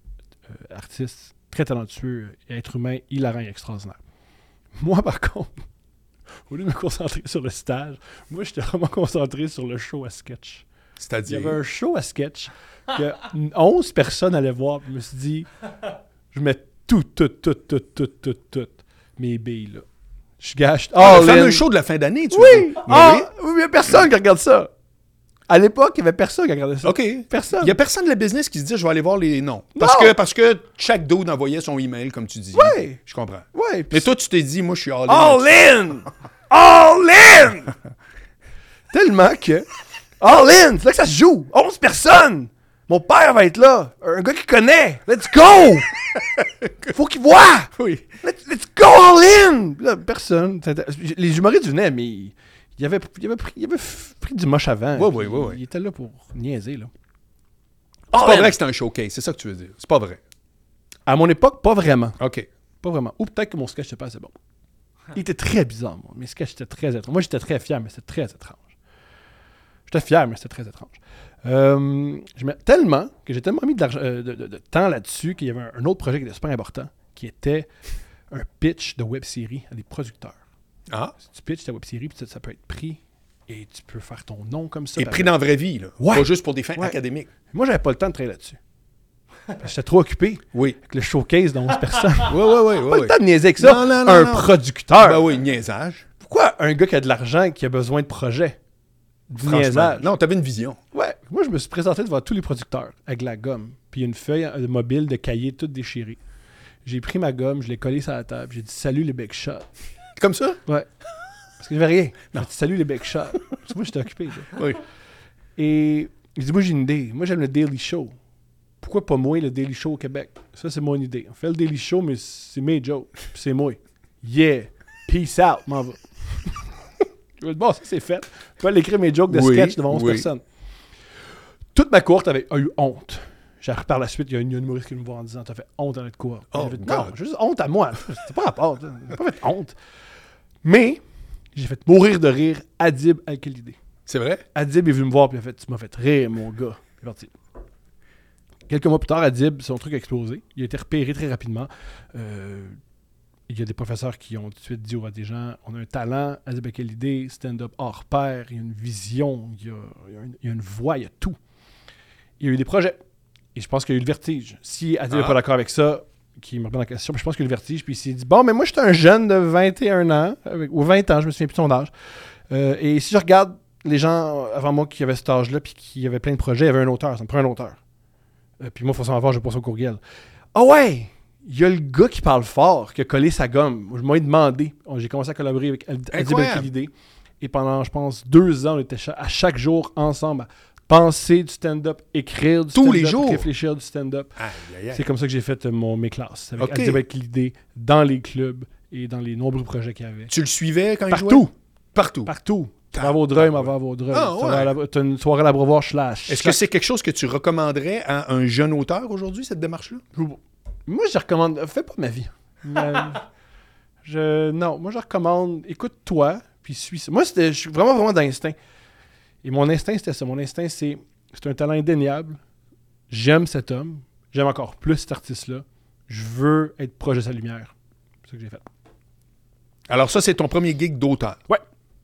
Speaker 2: euh, artiste, très talentueux, et être humain, hilarant et extraordinaire. Moi, par contre, au lieu de me concentrer sur le stage, moi, j'étais vraiment concentré sur le show à sketch. Il y
Speaker 1: C'est-à-dire?
Speaker 2: avait un show à sketch que onze personnes allaient voir. Puis je me suis dit, je mets tout, tout, tout, tout, tout, tout, tout, mes billes, là. Je gâche.
Speaker 1: Ah,
Speaker 2: all
Speaker 1: le fameux
Speaker 2: in.
Speaker 1: show de la fin d'année, tu veux
Speaker 2: Oui!
Speaker 1: dire?
Speaker 2: Ah, oui, il n'y a personne qui regarde ça. À l'époque, il n'y avait personne qui regardait ça.
Speaker 1: OK.
Speaker 2: Personne.
Speaker 1: Il n'y a personne de la business qui se dit je vais aller voir les noms. Parce
Speaker 2: Non.
Speaker 1: que, parce que chaque dude envoyait son email, comme tu dis.
Speaker 2: Ouais.
Speaker 1: Je comprends.
Speaker 2: Ouais,
Speaker 1: Mais toi, tu t'es dit, moi, je suis all in.
Speaker 2: all in! All in! Tellement que. All in! C'est là que ça se joue. onze personnes! Mon père va être là. Un gars qui connaît. Let's go! Faut qu'il voit!
Speaker 1: Oui.
Speaker 2: Let's, let's go all in! Là, personne. Les humoristes venaient, mais il il avait, il avait, pris, il avait f- pris du moche avant.
Speaker 1: Ouais,
Speaker 2: puis
Speaker 1: ouais, ouais, ouais.
Speaker 2: Il était là pour niaiser, là.
Speaker 1: C'est
Speaker 2: All
Speaker 1: pas
Speaker 2: in.
Speaker 1: vrai que c'est un showcase, c'est ça que tu veux dire. C'est pas vrai.
Speaker 2: À mon époque, pas vraiment.
Speaker 1: OK.
Speaker 2: Pas vraiment. Ou peut-être que mon sketch n'était pas assez bon. Il était très bizarre, moi. Mes sketchs étaient très étranges. Moi, j'étais très fier, mais c'était très étrange. J'étais fier, mais c'était très étrange. Euh, je mets tellement que j'ai tellement mis de, l'argent- euh, de, de- de temps là-dessus qu'il y avait un, un autre projet qui était super important, qui était un pitch de web-série à des producteurs.
Speaker 1: Ah.
Speaker 2: Si tu pitches ta web-série, puis ça, ça peut être pris et tu peux faire ton nom comme ça.
Speaker 1: Et
Speaker 2: Par-
Speaker 1: pris dans la vraie vie, là.
Speaker 2: Ouais.
Speaker 1: Pas juste pour des fins
Speaker 2: Ouais.
Speaker 1: académiques.
Speaker 2: Moi, j'avais pas le temps de travailler là-dessus. J'étais trop occupé
Speaker 1: Oui.
Speaker 2: avec le showcase de onze personnes.
Speaker 1: Oui, oui, oui.
Speaker 2: Pas
Speaker 1: oui,
Speaker 2: le temps de niaiser avec ça.
Speaker 1: Non, non, non,
Speaker 2: un
Speaker 1: non.
Speaker 2: producteur.
Speaker 1: Ben oui, niaisage.
Speaker 2: Pourquoi un gars qui a de l'argent qui a besoin de projets? Du
Speaker 1: Franchement.
Speaker 2: niaisage.
Speaker 1: Non, t'avais une vision.
Speaker 2: Ouais. Moi, je me suis présenté devant tous les producteurs avec la gomme. Puis une feuille euh, mobile de cahier toute déchirée. J'ai pris ma gomme, je l'ai collée sur la table. J'ai dit « Salut les big shots ».
Speaker 1: Comme ça?
Speaker 2: Ouais. Parce que j'avais rien. J'ai dit « Salut les big shots ». Parce que moi, j'étais occupé. Là.
Speaker 1: Oui.
Speaker 2: Et j'ai dit « Moi, j'ai une idée. Moi, j'aime le Daily Show. Pourquoi pas moi, le Daily Show au Québec? Ça, c'est mon idée. On fait le Daily Show, mais c'est mes jokes. Puis c'est moi. Yeah. Peace out. M'en va. » Bon, ça, c'est fait. Je peux aller écrire mes jokes de
Speaker 1: Oui,
Speaker 2: sketch devant onze
Speaker 1: oui.
Speaker 2: personnes. Toute ma cohorte avait a eu honte. J'ai appris par la suite, il y a une humoriste qui me voit en disant « T'as fait honte à notre cohorte.
Speaker 1: Oh,
Speaker 2: J'ai fait,
Speaker 1: God.
Speaker 2: non, j'ai juste honte à moi. C'était pas rapport. J'ai pas fait honte. Mais j'ai fait mourir de rire Adib Al-Khalidi.
Speaker 1: C'est vrai?
Speaker 2: Adib est venu me voir et il a fait « Tu m'as fait rire, mon gars. » Il est parti. Quelques mois plus tard, Adib, son truc a explosé. Il a été repéré très rapidement. Euh, il y a des professeurs qui ont tout de suite dit à des gens « On a un talent, Adib Al-Khalidi, stand-up hors pair, il y a une vision, il y a, il y a une, il y a une voix, il y a tout. » Il y a eu des projets. Et je pense qu'il y a eu le vertige. Si Adib n'est
Speaker 1: Ah.
Speaker 2: pas d'accord avec ça, qui me remet la question, je pense qu'il y a eu le vertige. Puis il s'est dit « Bon, mais moi, je suis un jeune de vingt et un ans, avec, ou vingt ans, je me souviens plus de son âge. Euh, et si je regarde les gens avant moi qui avaient cet âge-là, puis qui avaient plein de projets, il y avait un auteur, ça me prend un auteur. Euh, puis moi, il faut s'en avoir, je passe au courriel. Ah oh ouais! Il y a le gars qui parle fort, qui a collé sa gomme. Je m'ai demandé. J'ai commencé à collaborer avec Adib Al-Khalidi. Et pendant, je pense, deux ans, on était à chaque jour ensemble à penser du stand-up, écrire du
Speaker 1: Tous
Speaker 2: stand-up,
Speaker 1: les jours?
Speaker 2: réfléchir du stand-up.
Speaker 1: Aïe, aïe, aïe.
Speaker 2: C'est comme ça que j'ai fait euh, mon, mes classes. Avec
Speaker 1: Ok.
Speaker 2: Adib Al-Khalidi, dans les clubs et dans les nombreux projets qu'il y avait.
Speaker 1: Tu le suivais quand il jouait?
Speaker 2: Partout!
Speaker 1: Partout.
Speaker 2: Partout! Tu
Speaker 1: Ah,
Speaker 2: vas à Vaudreuil,
Speaker 1: ah,
Speaker 2: on
Speaker 1: ouais.
Speaker 2: va à Vaudreuil.
Speaker 1: Ah,
Speaker 2: Tu vas à
Speaker 1: ouais.
Speaker 2: la- t'as une soirée à l'Abreuvoir slash.
Speaker 1: Est-ce que c'est quelque chose que tu recommanderais à un jeune auteur aujourd'hui, cette démarche-là?
Speaker 2: Moi, je recommande. Fais pas ma vie. Mais, je, non, moi, je recommande. Écoute-toi, puis suis ça. Moi, c'était, je suis vraiment, vraiment d'instinct. Et mon instinct, c'était ça. Mon instinct, c'est. C'est un talent indéniable. J'aime cet homme. J'aime encore plus cet artiste-là. Je veux être proche de sa lumière. C'est ça que j'ai fait.
Speaker 1: Alors ça, c'est ton premier gig d'auteur.
Speaker 2: Ouais.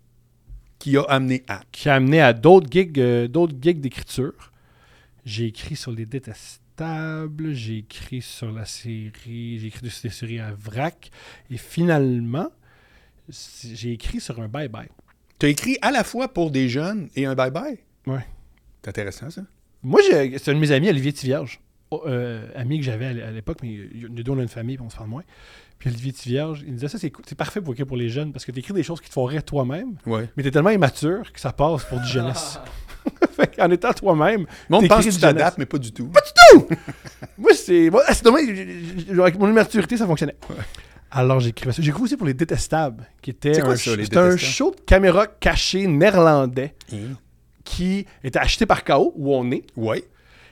Speaker 1: Qui a amené à...
Speaker 2: Qui a amené à d'autres gigs, euh, d'autres gigs d'écriture. J'ai écrit sur Les Détestables, j'ai écrit sur la série, j'ai écrit sur des séries à vrac, et finalement, c'est- j'ai écrit sur un bye-bye.
Speaker 1: Tu as écrit à la fois pour des jeunes et un bye-bye?
Speaker 2: Ouais.
Speaker 1: C'est intéressant, ça.
Speaker 2: Moi, j'ai- c'est un de mes amis, Olivier Tivierge, oh, euh, ami que j'avais à l- à l'époque, mais nous deux, on a une famille, puis on se parle moins. Puis Olivier Tivierge, il me disait ça, c'est, cou- c'est parfait pour, pour les jeunes, parce que tu écris des choses qui te font rire toi-même,
Speaker 1: Ouais.
Speaker 2: mais tu es tellement immature que ça passe pour du jeunesse. Fait qu'en étant toi-même,
Speaker 1: Bon, on
Speaker 2: t'écris
Speaker 1: pense que
Speaker 2: du
Speaker 1: tu
Speaker 2: jeunesse.
Speaker 1: t'adaptes, mais pas du tout.
Speaker 2: Moi, c'est. Moi, c'est dommage. j- j- Avec mon immaturité, ça fonctionnait. Alors, j'écrivais ça. J'ai écrit aussi pour Les Détestables, qui était
Speaker 1: C'est quoi
Speaker 2: un,
Speaker 1: ça, Les
Speaker 2: c'était un
Speaker 1: Détestables?
Speaker 2: show de caméra cachée néerlandais
Speaker 1: Hein?
Speaker 2: qui était acheté par K O, où on est.
Speaker 1: Ouais.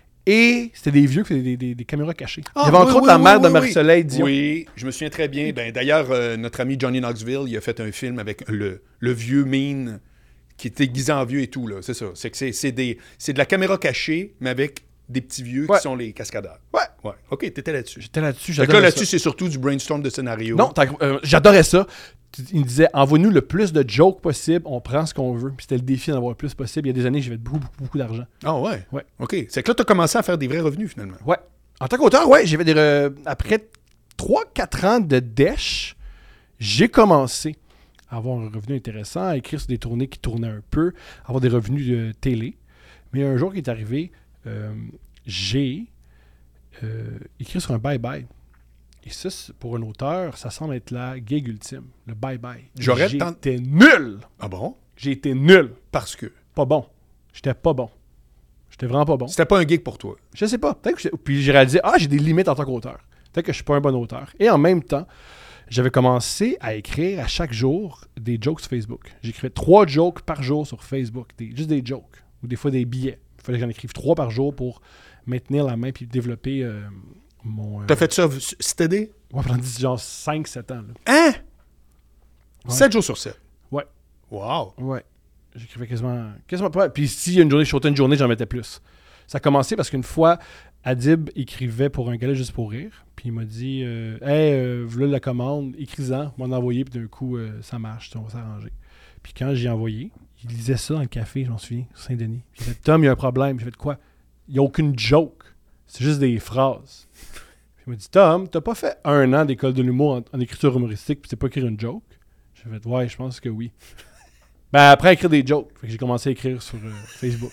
Speaker 2: Et c'était des vieux qui faisaient des, des- des caméras cachées.
Speaker 1: Ah,
Speaker 2: Il y avait entre
Speaker 1: oui,
Speaker 2: autres
Speaker 1: oui,
Speaker 2: la
Speaker 1: oui,
Speaker 2: mère
Speaker 1: oui,
Speaker 2: de
Speaker 1: oui.
Speaker 2: Marie-Soleil Dion.
Speaker 1: Oui, je me souviens très bien. Ben, d'ailleurs, euh, notre ami Johnny Knoxville, il a fait un film avec le, le vieux Mean qui était déguisé en vieux et tout. Là. C'est ça. C'est, que c'est, c'est, des, c'est de la caméra cachée, mais avec des petits vieux
Speaker 2: Ouais.
Speaker 1: qui sont les cascadeurs.
Speaker 2: Ouais.
Speaker 1: Ouais. OK, t'étais là-dessus.
Speaker 2: J'étais là-dessus.
Speaker 1: Fait que là,
Speaker 2: J'adorais
Speaker 1: là-dessus,
Speaker 2: ça.
Speaker 1: c'est surtout du brainstorm de scénario.
Speaker 2: Non, t'as- euh, j'adorais ça. Tu- Il me disait, envoie-nous le plus de jokes possible, on prend ce qu'on veut. Puis c'était le défi d'en avoir le plus possible. Il y a des années, j'avais beaucoup, beaucoup, beaucoup d'argent.
Speaker 1: Ah ouais?
Speaker 2: Ouais.
Speaker 1: OK. C'est que là, t'as commencé à faire des vrais revenus, finalement.
Speaker 2: Ouais. En tant qu'auteur, ouais, j'ai fait des. re- Après trois quatre ans de dèche, j'ai commencé à avoir un revenu intéressant, à écrire sur des tournées qui tournaient un peu, à avoir des revenus de télé. Mais un jour qui est arrivé, euh, j'ai euh, écrit sur un bye-bye. Et ça, c'est- pour un auteur, ça semble être la gig ultime, le bye-bye.
Speaker 1: J'aurais
Speaker 2: J'étais
Speaker 1: tant-
Speaker 2: nul!
Speaker 1: Ah bon?
Speaker 2: J'ai été nul!
Speaker 1: Parce que
Speaker 2: Pas bon. J'étais pas bon. J'étais vraiment pas bon.
Speaker 1: c'était pas un gig pour toi.
Speaker 2: Je sais pas. Peut-être que j'ai- Puis j'ai réalisé, ah, j'ai des limites en tant qu'auteur. Peut-être que je suis pas un bon auteur. Et en même temps, j'avais commencé à écrire à chaque jour des jokes sur Facebook. J'écrivais trois jokes par jour sur Facebook. Des, juste des jokes. Ou des fois des billets. Il fallait que j'en écrive trois par jour pour maintenir la main puis développer euh, mon... euh,
Speaker 1: T'as fait ça steady?
Speaker 2: Ouais, pendant dix, genre cinq sept ans. Là.
Speaker 1: Hein?
Speaker 2: Ouais.
Speaker 1: sept jours sur sept.
Speaker 2: Ouais.
Speaker 1: Wow.
Speaker 2: Ouais. J'écrivais quasiment, quasiment pas. Puis s'il y a une journée, je sautais une journée, j'en mettais plus. Ça a commencé parce qu'une fois, Adib écrivait pour un gala juste pour rire. Puis il m'a dit euh, Hey, euh, voilà la commande, écris-en, m'en envoyer, puis d'un coup, euh, ça marche, on va s'arranger. Puis quand j'ai envoyé, il lisait ça dans le café, je m'en souviens, sur Saint-Denis. Puis il a fait Tom, il y a un problème. J'ai fait quoi? Il n'y a aucune joke. C'est juste des phrases. Puis il m'a dit, Tom, t'as pas fait un an d'école de l'humour en, en écriture humoristique, puis c'est pas écrire une joke? J'ai fait, ouais, je pense que oui. Ben, après, écrire des jokes. Fait que j'ai commencé à écrire sur euh, Facebook.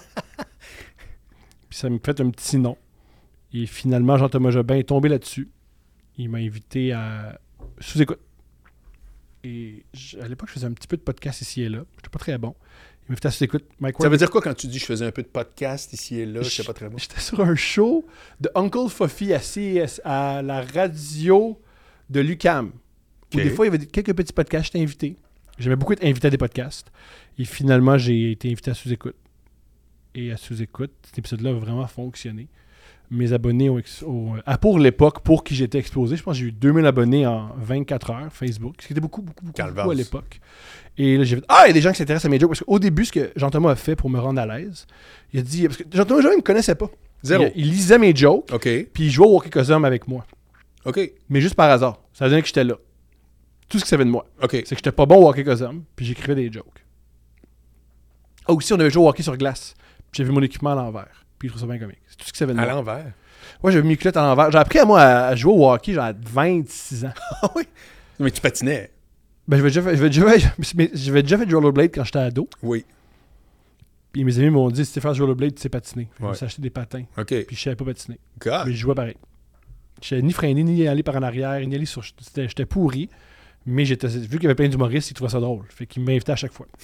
Speaker 2: Puis ça m'a fait un petit nom. Et finalement, Jean-Thomas Jobin est tombé là-dessus. Il m'a invité à sous-écoute. Et je, à l'époque, je faisais un petit peu de podcast ici et là. J'étais pas très bon. Il m'a invité à sous-écoute. Mike
Speaker 1: Ça
Speaker 2: Ward,
Speaker 1: veut dire quoi quand tu dis je faisais un peu de podcast ici et là? Je sais pas très bon.
Speaker 2: J'étais sur un show de Uncle Fofi à C S, à la radio de l'U Q A M. Où
Speaker 1: Ok.
Speaker 2: des fois, il y avait quelques petits podcasts. J'étais invité. J'aimais beaucoup être invité à des podcasts. Et finalement, j'ai été invité à sous-écoute. Et à sous-écoute, cet épisode-là a vraiment fonctionné. Mes abonnés ont, ex- ont à pour l'époque, pour qui j'étais explosé, je pense que j'ai eu deux mille abonnés en vingt-quatre heures Facebook, ce qui était beaucoup, beaucoup, beaucoup,
Speaker 1: Calvasse.
Speaker 2: beaucoup à l'époque. Et là, j'ai fait, ah, il y a des gens qui s'intéressent à mes jokes, parce qu'au début, ce que Jean-Thomas a fait pour me rendre à l'aise, il a dit, parce que Jean-Thomas, il me connaissait pas.
Speaker 1: Zéro.
Speaker 2: Il, il lisait mes jokes,
Speaker 1: OK.
Speaker 2: puis il jouait au Walkie Cosum avec moi.
Speaker 1: OK.
Speaker 2: Mais juste par hasard. Ça donnait que j'étais là. Tout ce qu'il savait de moi,
Speaker 1: OK.
Speaker 2: c'est que j'étais pas bon au Walkie Cosum, puis j'écrivais des jokes. Ah, aussi, on avait joué au hockey sur glace. Puis j'avais mon équipement à l'envers. Puis je trouvais ça bien comique. C'est tout ce qu'il savait de
Speaker 1: À
Speaker 2: moi.
Speaker 1: l'envers.
Speaker 2: Ouais, j'avais mis mes culottes à l'envers. J'ai appris à moi à, à jouer au hockey genre à vingt-six ans.
Speaker 1: Ah oui? Mais tu patinais.
Speaker 2: Ben, j'avais déjà fait, j'avais déjà fait, mais j'avais déjà fait du rollerblade quand j'étais ado.
Speaker 1: Oui.
Speaker 2: Puis mes amis m'ont dit, si tu sais faire du rollerblade, tu sais patiner. Fait que Je me
Speaker 1: Ouais.
Speaker 2: suis acheté des patins.
Speaker 1: OK.
Speaker 2: Puis je savais pas patiner.
Speaker 1: God.
Speaker 2: Mais je jouais pareil. Je savais ni freiner, ni aller par en arrière, ni aller sur... C'était, j'étais pourri. Mais j'étais, vu qu'il y avait plein d'humoristes, ils trouvaient ça drôle. Fait qu'ils m'invitaient à chaque fois.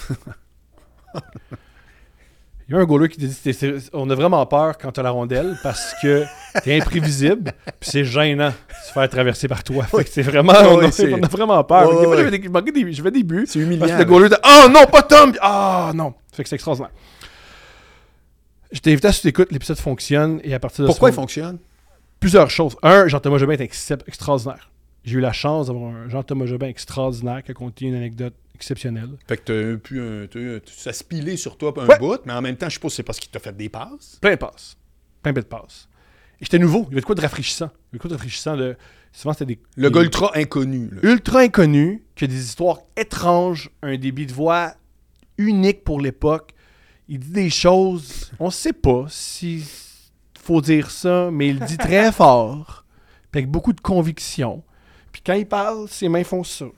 Speaker 2: Il y a un goaler qui dit c'est, c'est, on a vraiment peur quand t'as la rondelle parce que t'es imprévisible puis c'est gênant de se faire traverser par toi. Fait que c'est vraiment,
Speaker 1: Ouais,
Speaker 2: on, a,
Speaker 1: c'est-
Speaker 2: on a vraiment peur.
Speaker 1: Ouais,
Speaker 2: Fait que des fois,
Speaker 1: ouais.
Speaker 2: j'avais des, je manquais des, je fais des buts.
Speaker 1: C'est humiliant.
Speaker 2: Parce que le
Speaker 1: là.
Speaker 2: goaler dit oh non, pas Tom! Ah non! Fait que c'est extraordinaire. J'étais invité à ce écoute, l'épisode fonctionne et à partir de
Speaker 1: Pourquoi il
Speaker 2: ce moment,
Speaker 1: fonctionne?
Speaker 2: plusieurs choses. Un, Jean-Thomas Jobin est excep- extraordinaire. J'ai eu la chance d'avoir un Jean-Thomas Jobin extraordinaire qui a conté une anecdote exceptionnelle.
Speaker 1: Fait que t'as eu pu un, t'as eu- ça se pilait sur toi un
Speaker 2: Ouais.
Speaker 1: bout, mais en même temps, je suppose que c'est parce qu'il t'a fait des passes.
Speaker 2: Plein de passes. Plein de passes. Et j'étais nouveau. Il y avait de quoi de rafraîchissant. Il y avait de quoi de rafraîchissant. De... Souvent, c'était des...
Speaker 1: Le
Speaker 2: des-
Speaker 1: gars ultra inconnu. Là.
Speaker 2: ultra inconnu, qui a des histoires étranges, un débit de voix unique pour l'époque. Il dit des choses, on sait pas si faut dire ça, mais il dit très fort, puis avec beaucoup de conviction. Puis quand il parle, ses mains font ça.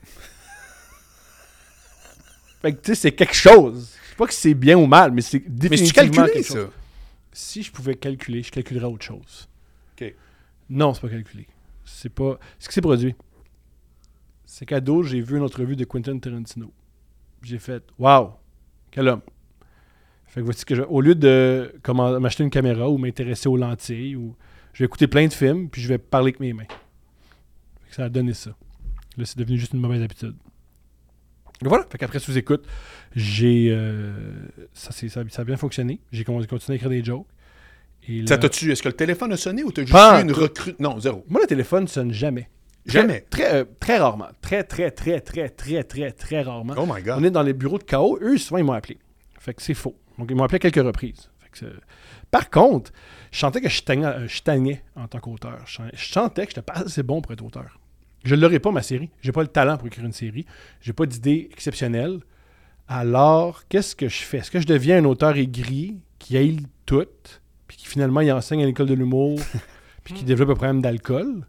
Speaker 2: Fait que tu sais, c'est quelque chose. Je sais pas que c'est bien ou mal, mais c'est
Speaker 1: Mais
Speaker 2: définitivement
Speaker 1: c'est calculé,
Speaker 2: quelque
Speaker 1: ça.
Speaker 2: chose. Si je pouvais calculer, je calculerais autre chose.
Speaker 1: OK.
Speaker 2: Non, c'est pas calculé. C'est pas. Ce qui s'est produit, c'est qu'à dos, j'ai vu une entrevue de Quentin Tarantino. J'ai fait waouh, quel homme. Fait que voici que je, au lieu de comment, m'acheter une caméra ou m'intéresser aux lentilles, ou je vais écouter plein de films, puis je vais parler avec mes mains. Fait que ça a donné ça. Là, c'est devenu juste une mauvaise habitude. Et voilà. Fait qu'après sous-écoute, j'ai. euh, ça, c'est, ça, ça a bien fonctionné. J'ai con- continué à écrire des jokes. Et
Speaker 1: Ça
Speaker 2: là-
Speaker 1: t'a-tu, est-ce que le téléphone a sonné ou t'as juste
Speaker 2: Pas
Speaker 1: eu une
Speaker 2: tout.
Speaker 1: recrue? Non, zéro.
Speaker 2: Moi, le téléphone sonne jamais. Très-
Speaker 1: Jamais.
Speaker 2: Très, euh, très rarement. Très, très, très, très, très, très, très rarement.
Speaker 1: Oh my God.
Speaker 2: On est dans les bureaux de K O. Eux, souvent, ils m'ont appelé. Fait que c'est faux. Donc, ils m'ont appelé à quelques reprises. Fait que c'est- Par contre, je sentais que je stagnais, euh, je stagnais en tant qu'auteur. Je sen- je sentais que j'étais pas assez bon pour être auteur. Je ne l'aurais pas, ma série. J'ai pas le talent pour écrire une série. J'ai pas d'idée exceptionnelle. Alors, qu'est-ce que je fais? Est-ce que je deviens un auteur aigri qui haït tout, puis qui finalement il enseigne à l'école de l'humour, puis qui développe un problème d'alcool?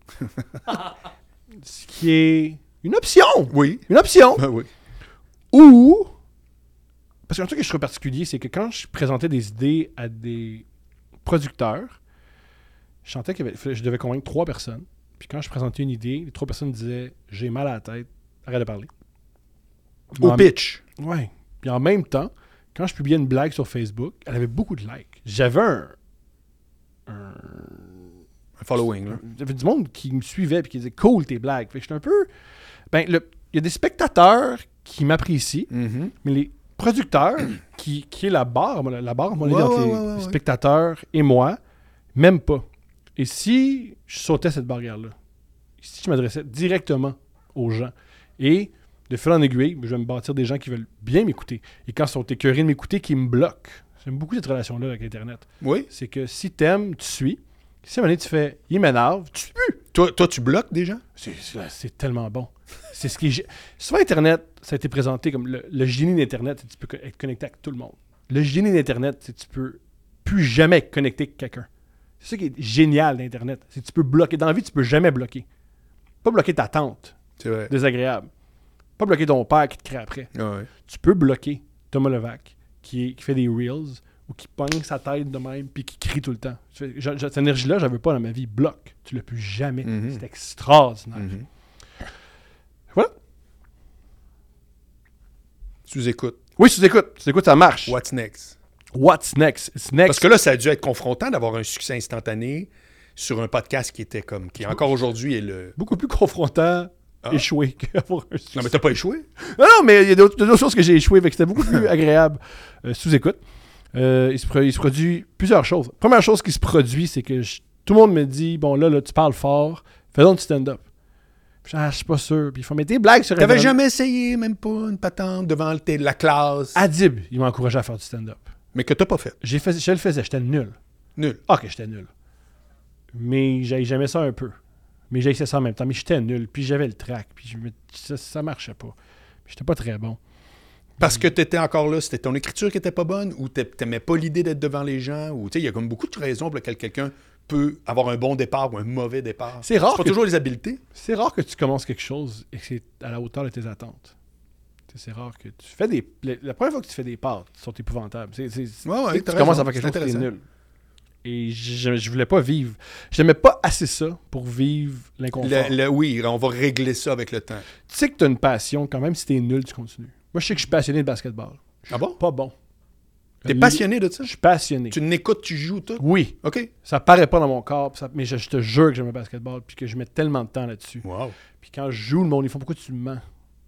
Speaker 2: Ce qui est une option!
Speaker 1: Oui.
Speaker 2: Une option!
Speaker 1: Ben oui.
Speaker 2: Ou, parce qu'un truc que je trouve particulier, c'est que quand je présentais des idées à des producteurs, je sentais que je devais convaincre trois personnes. Puis quand je présentais une idée, les trois personnes disaient « J'ai mal à la tête, arrête de parler. »
Speaker 1: Au
Speaker 2: En-
Speaker 1: pitch.
Speaker 2: Ouais. Puis en même temps, quand je publiais une blague sur Facebook, elle avait beaucoup de likes. J'avais un... un
Speaker 1: Un following, là.
Speaker 2: J'avais du monde qui me suivait et qui disait « Cool tes blagues. » Fait que j'étais un peu... Ben, le- il y a des spectateurs qui m'apprécient,
Speaker 1: Mhm.
Speaker 2: mais les producteurs, qui, qui est la barre, moi, la barre, moi,
Speaker 1: Ouais,
Speaker 2: entre
Speaker 1: ouais,
Speaker 2: les
Speaker 1: ouais, ouais, ouais.
Speaker 2: spectateurs et moi, même pas. Et si je sautais cette barrière-là, si je m'adressais directement aux gens, et de fil en aiguille, je vais me bâtir des gens qui veulent bien m'écouter, et quand ils sont écœurés de m'écouter, qui me bloquent. J'aime beaucoup cette relation-là avec Internet.
Speaker 1: Oui.
Speaker 2: C'est que si t'aimes, tu suis. Si à un moment donné, tu fais « il m'énerve », tu suis plus.
Speaker 1: Toi, toi, tu bloques des gens?
Speaker 2: C'est, c'est, c'est tellement bon. C'est ce qui est gé- Souvent, Internet, ça a été présenté comme le, le génie d'Internet, c'est que tu peux co- être connecté avec tout le monde. Le génie d'Internet, c'est que tu peux plus jamais être connecté avec quelqu'un. C'est ça qui est génial d'Internet. C'est que tu peux bloquer. Dans la vie, tu peux jamais bloquer. Pas bloquer ta tante.
Speaker 1: C'est vrai.
Speaker 2: Désagréable. Pas bloquer ton père qui te crée après.
Speaker 1: Ah ouais.
Speaker 2: Tu peux bloquer Thomas Levac qui, est- qui fait des reels ou qui pogne sa tête de même puis qui crie tout le temps. Tu fais, je- je- cette énergie-là, je ne veux pas dans ma vie. Bloque. Tu l'as plus jamais.
Speaker 1: Mhm.
Speaker 2: C'est extraordinaire.
Speaker 1: Mhm.
Speaker 2: Voilà.
Speaker 1: Tu nous écoutes.
Speaker 2: Oui, tu écoutes. Tu écoutes, ça marche.
Speaker 1: What's next?
Speaker 2: What's next? It's next.
Speaker 1: Parce que là, ça a dû être confrontant d'avoir un succès instantané sur un podcast qui était comme, qui encore aujourd'hui est le...
Speaker 2: Beaucoup plus confrontant,
Speaker 1: Ah.
Speaker 2: échoué qu'avoir un succès.
Speaker 1: Non, mais t'as pas échoué?
Speaker 2: Non, non, mais il y a d'autres, d'autres choses que j'ai échoué, fait que c'était beaucoup plus agréable. Euh, sous-écoute. Euh, il, se pro- il se produit plusieurs choses. Première chose qui se produit, c'est que je- tout le monde me dit, bon là, là tu parles fort, fais donc du stand-up. Puis, ah, je suis pas sûr. Puis il faut mettre des blagues sur
Speaker 1: T'avais
Speaker 2: Internet.
Speaker 1: jamais essayé, même pas une patente devant le- tes- la classe,
Speaker 2: Adib, il m'a encouragé à faire du stand-up.
Speaker 1: mais que t'as pas fait.
Speaker 2: J'ai fait, je le faisais, j'étais nul.
Speaker 1: Nul.
Speaker 2: Ah, que j'étais nul. Mais j'ai- j'aimais ça un peu. Mais j'ai essayé ça en même temps. Mais j'étais nul. Puis j'avais le trac. Puis je me, ça, ça marchait pas. Puis j'étais pas très bon.
Speaker 1: Parce que t'étais encore là, c'était ton écriture qui était pas bonne ou t'a- t'aimais pas l'idée d'être devant les gens ou tu sais, il y a comme beaucoup de raisons pour lesquelles quelqu'un peut avoir un bon départ ou un mauvais départ.
Speaker 2: C'est rare
Speaker 1: C'est pas
Speaker 2: que-
Speaker 1: toujours les habiletés.
Speaker 2: C'est rare que tu commences quelque chose et que c'est à la hauteur de tes attentes. Tu sais, c'est rare que tu fais des... La la première fois que tu fais des pâtes, ils sont épouvantables. C'est, c'est,
Speaker 1: Ouais, ouais,
Speaker 2: tu sais,
Speaker 1: t'as
Speaker 2: tu commences
Speaker 1: raison,
Speaker 2: à faire quelque
Speaker 1: c'est
Speaker 2: chose qui est
Speaker 1: intéressant.
Speaker 2: nul. Et je, je voulais pas vivre. Je n'aimais pas assez ça pour vivre l'inconfort.
Speaker 1: Le- le- oui, on va régler ça avec le temps.
Speaker 2: Tu sais que tu as une passion, quand même, si t'es nul, tu continues. Moi, je sais que je suis passionné de basketball. Je suis
Speaker 1: Ah bon?
Speaker 2: pas bon.
Speaker 1: T'es
Speaker 2: Le-
Speaker 1: passionné de ça?
Speaker 2: Je suis passionné.
Speaker 1: Tu n'écoutes, tu joues tout?
Speaker 2: Oui.
Speaker 1: OK.
Speaker 2: Ça paraît pas dans mon corps, puis ça- mais je, je te jure que j'aime le basketball, puis que je mets tellement de temps là-dessus.
Speaker 1: Wow.
Speaker 2: Puis quand je joue, le monde, ils font pourquoi tu me mens?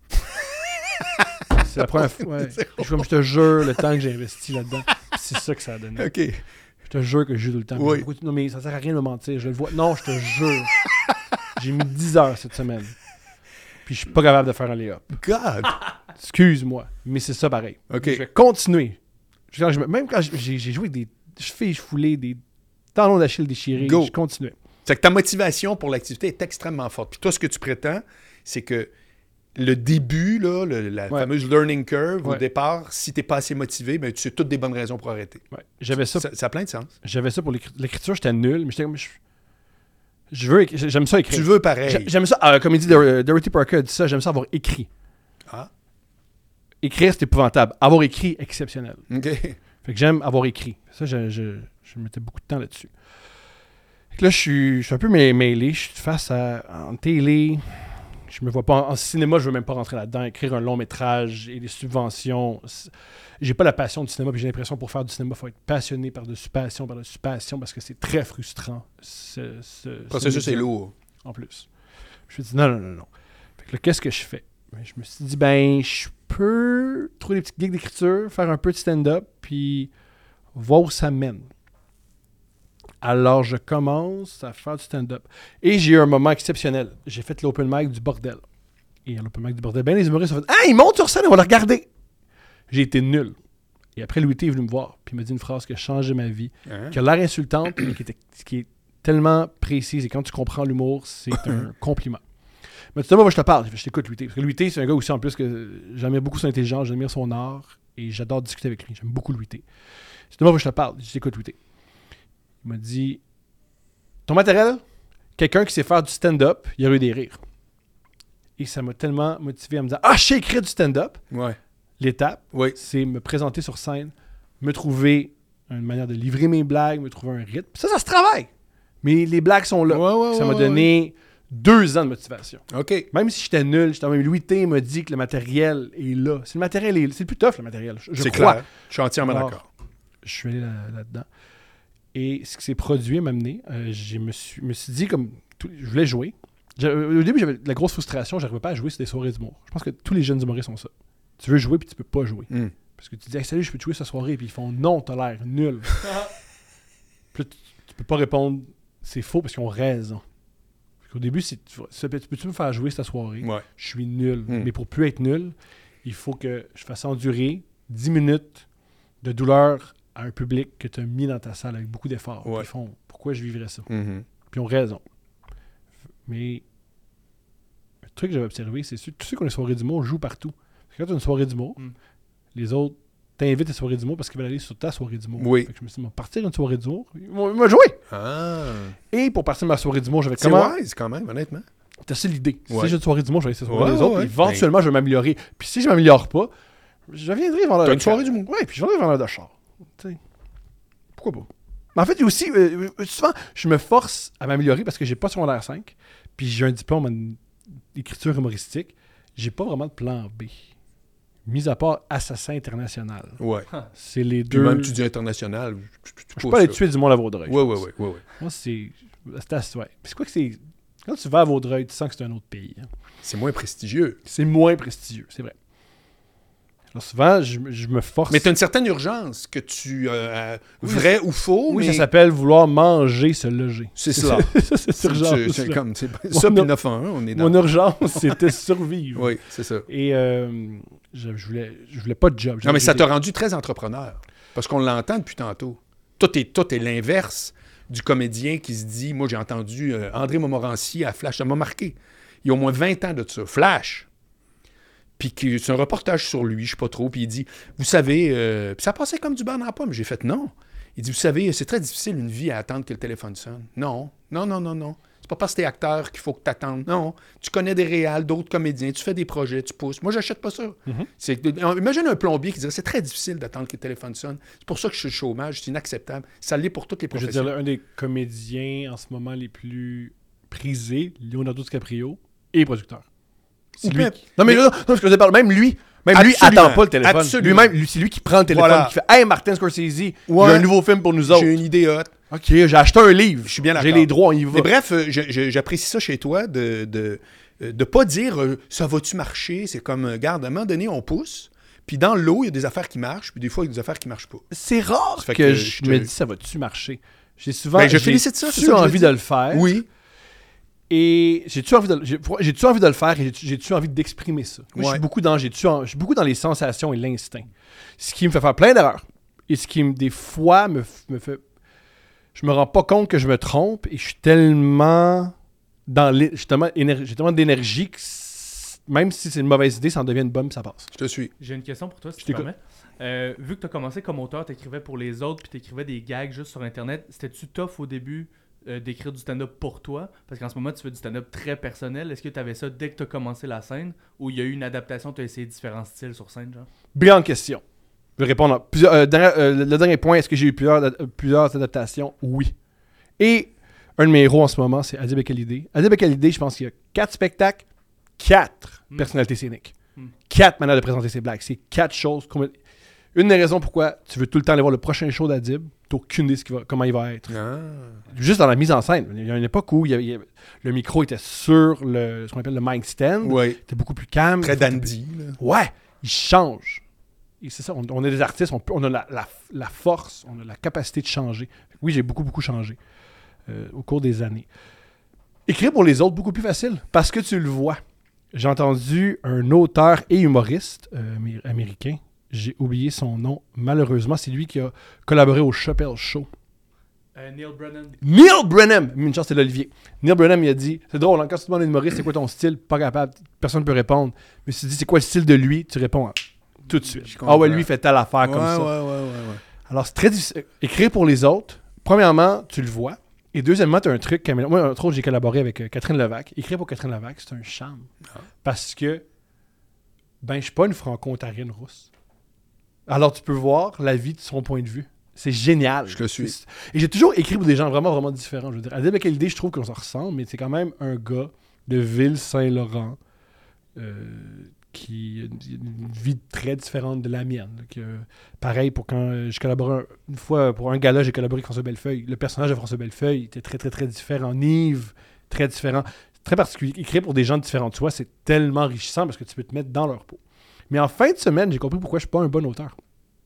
Speaker 2: C'est la première fois. Ouais. Puis je, je te jure, le temps que j'ai investi là-dedans, c'est ça que ça a donné.
Speaker 1: OK.
Speaker 2: Je te jure que je joue tout le temps.
Speaker 1: Oui.
Speaker 2: Pourquoi tu- Non, mais ça sert à rien de me mentir, je le vois. Non, je te jure. J'ai mis dix heures cette semaine. Puis je suis pas capable de faire un lay-up.
Speaker 1: God!
Speaker 2: Excuse-moi, mais c'est ça pareil.
Speaker 1: OK.
Speaker 2: Je vais continuer. Quand je me- même quand j'ai j'ai joué avec des chevilles foulées, des tendons d'Achille déchirés,
Speaker 1: Go.
Speaker 2: je continuais.
Speaker 1: C'est que ta motivation pour l'activité est extrêmement forte. Puis toi, ce que tu prétends, c'est que le début, là, le- la
Speaker 2: Ouais.
Speaker 1: fameuse learning curve, au
Speaker 2: Ouais.
Speaker 1: départ, si t'es pas assez motivé, ben, tu sais toutes des bonnes raisons pour arrêter.
Speaker 2: Ouais. J'avais ça,
Speaker 1: Ça, ça a plein de sens.
Speaker 2: j'avais ça pour l'écri- l'écriture, j'étais nul, mais j'étais comme... Je, je veux, écri- j'aime ça écrire.
Speaker 1: Tu veux pareil.
Speaker 2: J'ai- J'aime ça, euh, comme il dit Dor- Dorothy Parker, a dit ça, j'aime ça avoir écrit.
Speaker 1: Ah,
Speaker 2: Écrire, c'est épouvantable. Avoir écrit, exceptionnel.
Speaker 1: OK.
Speaker 2: Fait que j'aime avoir écrit. Ça, je, je, je mettais beaucoup de temps là-dessus. Fait que là, je suis, je suis un peu mê- mêlé. Je suis face à en télé. Je me vois pas en, en cinéma, je veux même pas rentrer là-dedans. Écrire un long métrage et des subventions. C'est- J'ai pas la passion du cinéma, puis j'ai l'impression pour faire du cinéma, il faut être passionné par-dessus passion, par-dessus passion, parce que c'est très frustrant. Ce, ce,
Speaker 1: Le processus
Speaker 2: ce
Speaker 1: est
Speaker 2: médium,
Speaker 1: lourd.
Speaker 2: en plus. Je me suis dit non, non, non, non. Fait que là, qu'est-ce que je fais? Ben, je me suis dit, ben, je peux trouver des petites gigs d'écriture, faire un peu de stand-up, puis voir où ça mène. Alors, je commence à faire du stand-up. Et j'ai eu un moment exceptionnel. J'ai fait l'open mic du bordel. Et à l'open mic du bordel, ben, les humoristes ont fait « Ah, ils montent sur scène, on va le regarder! » J'ai été nul. Et après, Louis T est venu me voir, puis il m'a dit une phrase qui a changé ma vie,
Speaker 1: Hein?
Speaker 2: qui a l'air insultante, mais qui, était, qui est tellement précise. Et quand tu comprends l'humour, c'est un compliment. Mais tu sais, moi, je te parle, je t'écoute, Louis T. Parce que Louis T, c'est un gars aussi, en plus, que j'admire beaucoup son intelligence, j'admire son art, et j'adore discuter avec lui. J'aime beaucoup Louis T. C'est moi, je te parle, je t'écoute, Louis T. Il m'a dit, ton matériel, quelqu'un qui sait faire du stand-up, il y aurait eu des rires. Et ça m'a tellement motivé à me dire, ah, je sais écrire du stand-up.
Speaker 1: Ouais.
Speaker 2: L'étape,
Speaker 1: Oui.
Speaker 2: c'est me présenter sur scène, me trouver une manière de livrer mes blagues, me trouver un rythme. Ça, ça se travaille. Mais les blagues sont là.
Speaker 1: Ouais, ouais,
Speaker 2: ça m'a
Speaker 1: ouais,
Speaker 2: donné deux ans de motivation.
Speaker 1: OK.
Speaker 2: Même si j'étais nul, j'étais même Louis T m'a dit que le matériel est là. C'est le matériel est, c'est le plus tough, le matériel. Je, je
Speaker 1: C'est
Speaker 2: crois.
Speaker 1: clair. Je suis entièrement
Speaker 2: Alors,
Speaker 1: d'accord.
Speaker 2: Je suis allé là- là-dedans. Et ce qui s'est produit m'a amené, euh, je me suis, me suis dit comme tout- je voulais jouer. J'ai- Au début, j'avais de la grosse frustration, j'arrivais pas à jouer sur des soirées d'humour. Je pense que tous les jeunes humoristes sont ça. Tu veux jouer puis tu peux pas jouer.
Speaker 1: Hmm.
Speaker 2: Parce que tu dis hey, salut, je peux te jouer cette soirée, puis ils font non, t'as l'air nul. Puis là, tu, tu peux pas répondre c'est faux parce qu'ils ont raison. Au début, c'est tu tu peux-tu me faire jouer cette soirée?
Speaker 1: Ouais.
Speaker 2: Je suis nul.
Speaker 1: Hmm.
Speaker 2: Mais pour plus être nul, il faut que je fasse endurer dix minutes de douleur à un public que tu as mis dans ta salle avec beaucoup d'efforts.
Speaker 1: Ouais.
Speaker 2: Ils font pourquoi je vivrais ça?
Speaker 1: Mhm.
Speaker 2: Puis ils ont raison. Mais le truc que j'avais observé, c'est que tous ceux qui ont une soirée d'humour jouent partout. Parce que quand tu as une soirée d'humour,
Speaker 3: Mm.
Speaker 2: les autres t'invitent à la soirée d'humour parce qu'ils veulent aller sur ta soirée d'humour.
Speaker 1: Oui.
Speaker 2: Fait que je me suis dit, partir à une soirée d'humour. Ils m'ont joué.
Speaker 1: Ah.
Speaker 2: Et pour partir de ma soirée d'humour, j'avais
Speaker 1: C'est
Speaker 2: comment.
Speaker 1: wise quand même, honnêtement.
Speaker 2: T'as ça l'idée.
Speaker 1: Ouais.
Speaker 2: Si j'ai une soirée d'humour, je vais aller sur la soirée
Speaker 1: Ouais,
Speaker 2: des autres.
Speaker 1: ouais,
Speaker 2: Et éventuellement, je vais m'améliorer. Puis si je m'améliore pas, je viendrai vendeur
Speaker 1: T'as
Speaker 2: de
Speaker 1: une soirée d'humour.
Speaker 2: Ouais, puis je viendrai vendeur de char. Tu sais. Pourquoi pas? Mais en fait, il y a aussi, euh, souvent, je me force à m'améliorer parce que j'ai pas secondaire cinq, puis j'ai un diplôme en écriture humoristique. J'ai pas vraiment de plan B. Mis à part Assassin International.
Speaker 1: Ouais.
Speaker 2: C'est les
Speaker 1: Puis
Speaker 2: deux.
Speaker 1: même tu dis international.
Speaker 2: Je peux pas aller tuer du monde à Vaudreuil.
Speaker 1: Ouais, ouais, ouais, ouais, ouais.
Speaker 2: Moi, c'est. C'est assez- ouais. Puis c'est quoi que c'est. Quand tu vas à Vaudreuil, tu sens que c'est un autre pays. hein.
Speaker 1: C'est moins prestigieux.
Speaker 2: C'est moins prestigieux, c'est vrai. Alors souvent, je, me- je me force.
Speaker 1: Mais tu as une certaine urgence que tu. Euh,
Speaker 2: Oui,
Speaker 1: vrai ou faux,
Speaker 2: Oui,
Speaker 1: mais.
Speaker 2: ça s'appelle vouloir manger, se loger.
Speaker 1: C'est cela.
Speaker 2: ça, c'est
Speaker 1: C'est
Speaker 2: urgence.
Speaker 1: c'est- c'est
Speaker 2: là.
Speaker 1: comme. C'est
Speaker 2: Mon
Speaker 1: ça, puis
Speaker 2: ur-
Speaker 1: neuf un un, on est dans.
Speaker 2: Mon urgence, c'était survivre.
Speaker 1: Oui, c'est ça.
Speaker 2: Et euh, je, je, voulais, je voulais pas de job.
Speaker 1: Non, mais ça
Speaker 2: J'étais-
Speaker 1: t'a rendu très entrepreneur. Parce qu'on l'entend depuis tantôt. Tout est, tout est l'inverse du comédien qui se dit. Moi, j'ai entendu euh, André Montmorency à Flash. Ça m'a marqué. Il y a au moins vingt ans de ça. Flash. Puis qui- c'est un reportage sur lui, je sais pas trop. Puis il dit, vous savez, euh, puis ça passait comme du beurre dans la pomme. J'ai fait non. Il dit, vous savez, c'est très difficile une vie à attendre que le téléphone sonne. Non, non, non, non, non. C'est pas parce que t'es acteur qu'il faut que t'attendes. Non, tu connais des réals, d'autres comédiens, tu fais des projets, tu pousses. Moi, j'achète pas ça.
Speaker 2: Mhm.
Speaker 1: C'est, imagine un plombier qui dirait, c'est très difficile d'attendre que le téléphone sonne. C'est pour ça que je suis au chômage, c'est inacceptable. Ça l'est pour toutes les
Speaker 2: Je veux
Speaker 1: professions.
Speaker 2: dire, un des comédiens en ce moment les plus prisés, Leonardo DiCaprio, et producteur. C'est
Speaker 1: Ou
Speaker 2: lui.
Speaker 1: peu-
Speaker 2: qui- Non, mais,
Speaker 1: mais-
Speaker 2: là, non, ce que je parle, même lui, même lui
Speaker 1: Absolument.
Speaker 2: attend pas le téléphone.
Speaker 1: Absolument.
Speaker 2: Lui-même, lui, c'est lui qui prend le téléphone,
Speaker 1: Voilà.
Speaker 2: qui fait Hey, Martin Scorsese, il y
Speaker 1: Ouais.
Speaker 2: a un nouveau film pour nous autres.
Speaker 1: J'ai une idée hot.
Speaker 2: Ok, j'ai acheté un livre.
Speaker 1: Je suis bien
Speaker 2: J'ai
Speaker 1: d'accord.
Speaker 2: les droits, on y va.
Speaker 1: Mais bref, euh, je- je- j'apprécie ça chez toi de de, euh, de pas dire euh, ça va-tu marcher. C'est comme, euh, garde, à un moment donné, on pousse. Puis dans l'eau, il y a des affaires qui marchent, puis des fois, il y a des affaires qui marchent pas.
Speaker 2: C'est rare
Speaker 1: Ça fait
Speaker 2: que,
Speaker 1: que
Speaker 2: je
Speaker 1: je te-
Speaker 2: me dis ça va-tu marcher. J'ai souvent
Speaker 1: Ben, je
Speaker 2: j'ai
Speaker 1: félicite ça, c'est
Speaker 2: tu
Speaker 1: ça que je
Speaker 2: envie
Speaker 1: dis.
Speaker 2: de le faire.
Speaker 1: Oui.
Speaker 2: Et j'ai-tu envie de j'ai- j'ai-tu envie de le faire et j'ai- j'ai-tu envie d'exprimer ça. Moi, je
Speaker 1: Ouais.
Speaker 2: suis beaucoup dans j'ai-tu en- je suis beaucoup dans les sensations et l'instinct. Ce qui me fait faire plein d'erreurs et ce qui me- des fois me, f- me fait je me rends pas compte que je me trompe et je suis tellement dans l'é- j'ai tellement, éner- j'ai tellement d'énergie que c- même si c'est une mauvaise idée, ça en devient une bonne, ça passe.
Speaker 1: Je te suis.
Speaker 3: J'ai une question pour toi, si
Speaker 2: Je
Speaker 3: tu
Speaker 2: t'écoute.
Speaker 3: permets. Euh, vu que tu as commencé comme auteur, tu écrivais pour les autres, puis tu écrivais des gags juste sur Internet, c'était-tu tough au début euh, d'écrire du stand-up pour toi? Parce qu'en ce moment, tu fais du stand-up très personnel. Est-ce que tu avais ça dès que tu as commencé la scène, ou il y a eu une adaptation, tu as essayé différents styles sur scène, genre?
Speaker 2: Brillante question. Je vais répondre. à plusieurs- euh, dernière- euh, le, le dernier point, est-ce que j'ai eu plusieurs, euh, plusieurs adaptations? Oui. Et un de mes héros en ce moment, c'est Adib Khalidé. Adib Khalidé, je pense qu'il y a quatre spectacles, quatre
Speaker 3: Mm.
Speaker 2: personnalités scéniques.
Speaker 3: Mm.
Speaker 2: Quatre manières de présenter ses blagues. C'est quatre choses. complè- Une des raisons pourquoi tu veux tout le temps aller voir le prochain show d'Adib, t'as aucune idée ce qu'il va- comment il va être.
Speaker 1: Ah.
Speaker 2: Juste dans la mise en scène. Il y a une époque où il y avait- il y avait- le micro était sur le, ce qu'on appelle le mic stand.
Speaker 1: Oui.
Speaker 2: Il était beaucoup plus calme.
Speaker 1: Très
Speaker 2: Il était-
Speaker 1: dandy. là.
Speaker 2: Ouais, il change. Et c'est ça, on, on est des artistes, on, peut- on a la, la- la force, on a la capacité de changer. Oui, j'ai beaucoup, beaucoup changé euh, au cours des années. Écrire pour les autres, beaucoup plus facile, parce que tu le vois. J'ai entendu un auteur et humoriste euh, amé- américain, j'ai oublié son nom, malheureusement, c'est lui qui a collaboré au Chappelle Show.
Speaker 3: Euh, Neil Brennan.
Speaker 2: Neil Brennan! Une chance, c'est l'Olivier. Neil Brennan, il a dit, c'est drôle, hein, quand tu te demandes à un humoriste, c'est quoi ton style? Pas capable, personne ne peut répondre. Mais si tu dis, c'est quoi le style de lui? Tu réponds hein, tout de suite.
Speaker 1: Je
Speaker 2: Ah ouais,
Speaker 1: comprends.
Speaker 2: lui, il fait telle affaire
Speaker 1: Ouais,
Speaker 2: comme ça.
Speaker 1: ouais, ouais, ouais, ouais.
Speaker 2: Alors, c'est très difficile. Écrire pour les autres, premièrement, tu le vois. Et deuxièmement, tu as un truc. Camilla- Moi, entre autres, j'ai collaboré avec euh, Catherine Levac. Écrire pour Catherine Levac, c'est un charme.
Speaker 1: Ah.
Speaker 2: Parce que, ben, je suis pas une franco-ontarienne rousse. Alors, tu peux voir la vie de son point de vue. C'est génial.
Speaker 1: Je le suis.
Speaker 2: C'est- Et j'ai toujours écrit pour des gens vraiment, vraiment différents. Je veux dire, Adib Khalidé, je trouve qu'on s'en ressemble, mais c'est quand même un gars de Ville-Saint-Laurent euh, qui a une, une vie très différente de la mienne. Donc, euh, pareil, pour quand euh, je collaborais un- une fois pour un gala, j'ai collaboré avec François Bellefeuille. Le personnage de François Bellefeuille était très, très, très différent. Yves, très différent. Très particulier. Écrire pour des gens différents de soi, c'est tellement enrichissant parce que tu peux te mettre dans leur peau. Mais en fin de semaine, j'ai compris pourquoi je suis pas un bon auteur.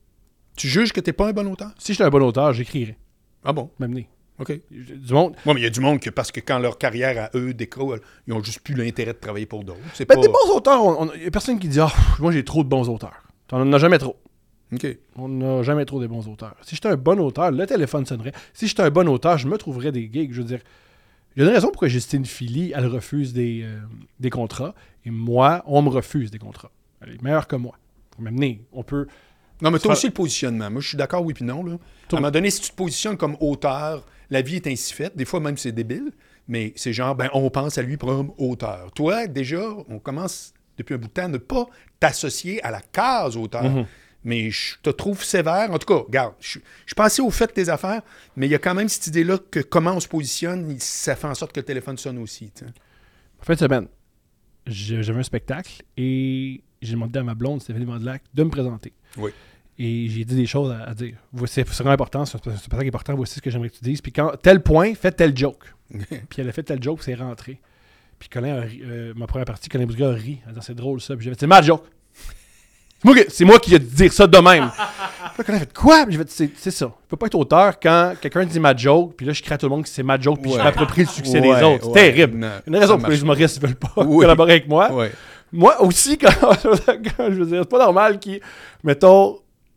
Speaker 1: Tu juges que t'es pas un bon auteur?
Speaker 2: Si j'étais un bon auteur, j'écrirais.
Speaker 1: Ah bon?
Speaker 2: M'amener.
Speaker 1: OK.
Speaker 2: Du monde.
Speaker 1: Oui, mais il y a du monde que, parce que quand leur carrière à eux décolle, ils ont juste plus l'intérêt de travailler pour d'autres. C'est
Speaker 2: Ben,
Speaker 1: pas...
Speaker 2: des bons auteurs, il n'y a personne qui dit ah, moi j'ai trop de bons auteurs. On n'en a jamais trop.
Speaker 1: OK.
Speaker 2: On n'a jamais trop de bons auteurs. Si j'étais un bon auteur, le téléphone sonnerait. Si j'étais un bon auteur, je me trouverais des gigs. Je veux dire, il y a une raison pourquoi Justine Philly, elle refuse des, euh, des contrats. Et moi, on me refuse des contrats. Elle est meilleure que moi. Faut m'amener. On peut.
Speaker 1: Non, mais toi
Speaker 2: Ça-
Speaker 1: aussi, le positionnement. Moi, je suis d'accord, oui puis non. Là. À un moment donné, si tu te positionnes comme auteur, la vie est ainsi faite. Des fois, même, c'est débile. Mais c'est genre, ben, on pense à lui comme auteur. Toi, déjà, on commence depuis un bout de temps à ne pas t'associer à la case auteur.
Speaker 2: Mhm.
Speaker 1: Mais je te trouve sévère. En tout cas, regarde, je je suis pas assez au fait de tes affaires, mais il y a quand même cette idée-là que comment on se positionne, ça fait en sorte que le téléphone sonne aussi. tu sais.
Speaker 2: Fin de semaine, j'ai- j'avais un spectacle et j'ai demandé à ma blonde, Stéphanie Mandelac, de me présenter.
Speaker 1: Oui.
Speaker 2: Et j'ai dit des choses à, à dire. Voici, c'est vraiment important, c'est un spectacle important, voici ce que j'aimerais que tu dises. Puis quand tel point, fais tel joke. Puis elle a fait tel joke, puis c'est rentré. Puis Colin a ri, euh, ma première partie, Colin Bousga a ri. Elle a dit, c'est drôle ça. Puis j'ai fait, c'est ma joke. C'est moi, qui- c'est moi qui ai dit dire ça de même. Puis là, Colin a fait, quoi? Puis j'ai fait, c'est, c'est ça. Je peux pas être auteur quand quelqu'un dit ma joke, puis là, je crée à tout le monde que c'est ma joke, puis je
Speaker 1: Ouais.
Speaker 2: m'approprie le succès
Speaker 1: Ouais,
Speaker 2: des autres. C'est
Speaker 1: ouais.
Speaker 2: terrible.
Speaker 1: Non,
Speaker 2: Il y a une raison
Speaker 1: ça
Speaker 2: pour les
Speaker 1: marche
Speaker 2: humoristes ne veulent pas
Speaker 1: Oui.
Speaker 2: collaborer avec moi.
Speaker 1: Ouais.
Speaker 2: Moi aussi, quand, quand je veux dire, c'est pas normal qu'il, mettons,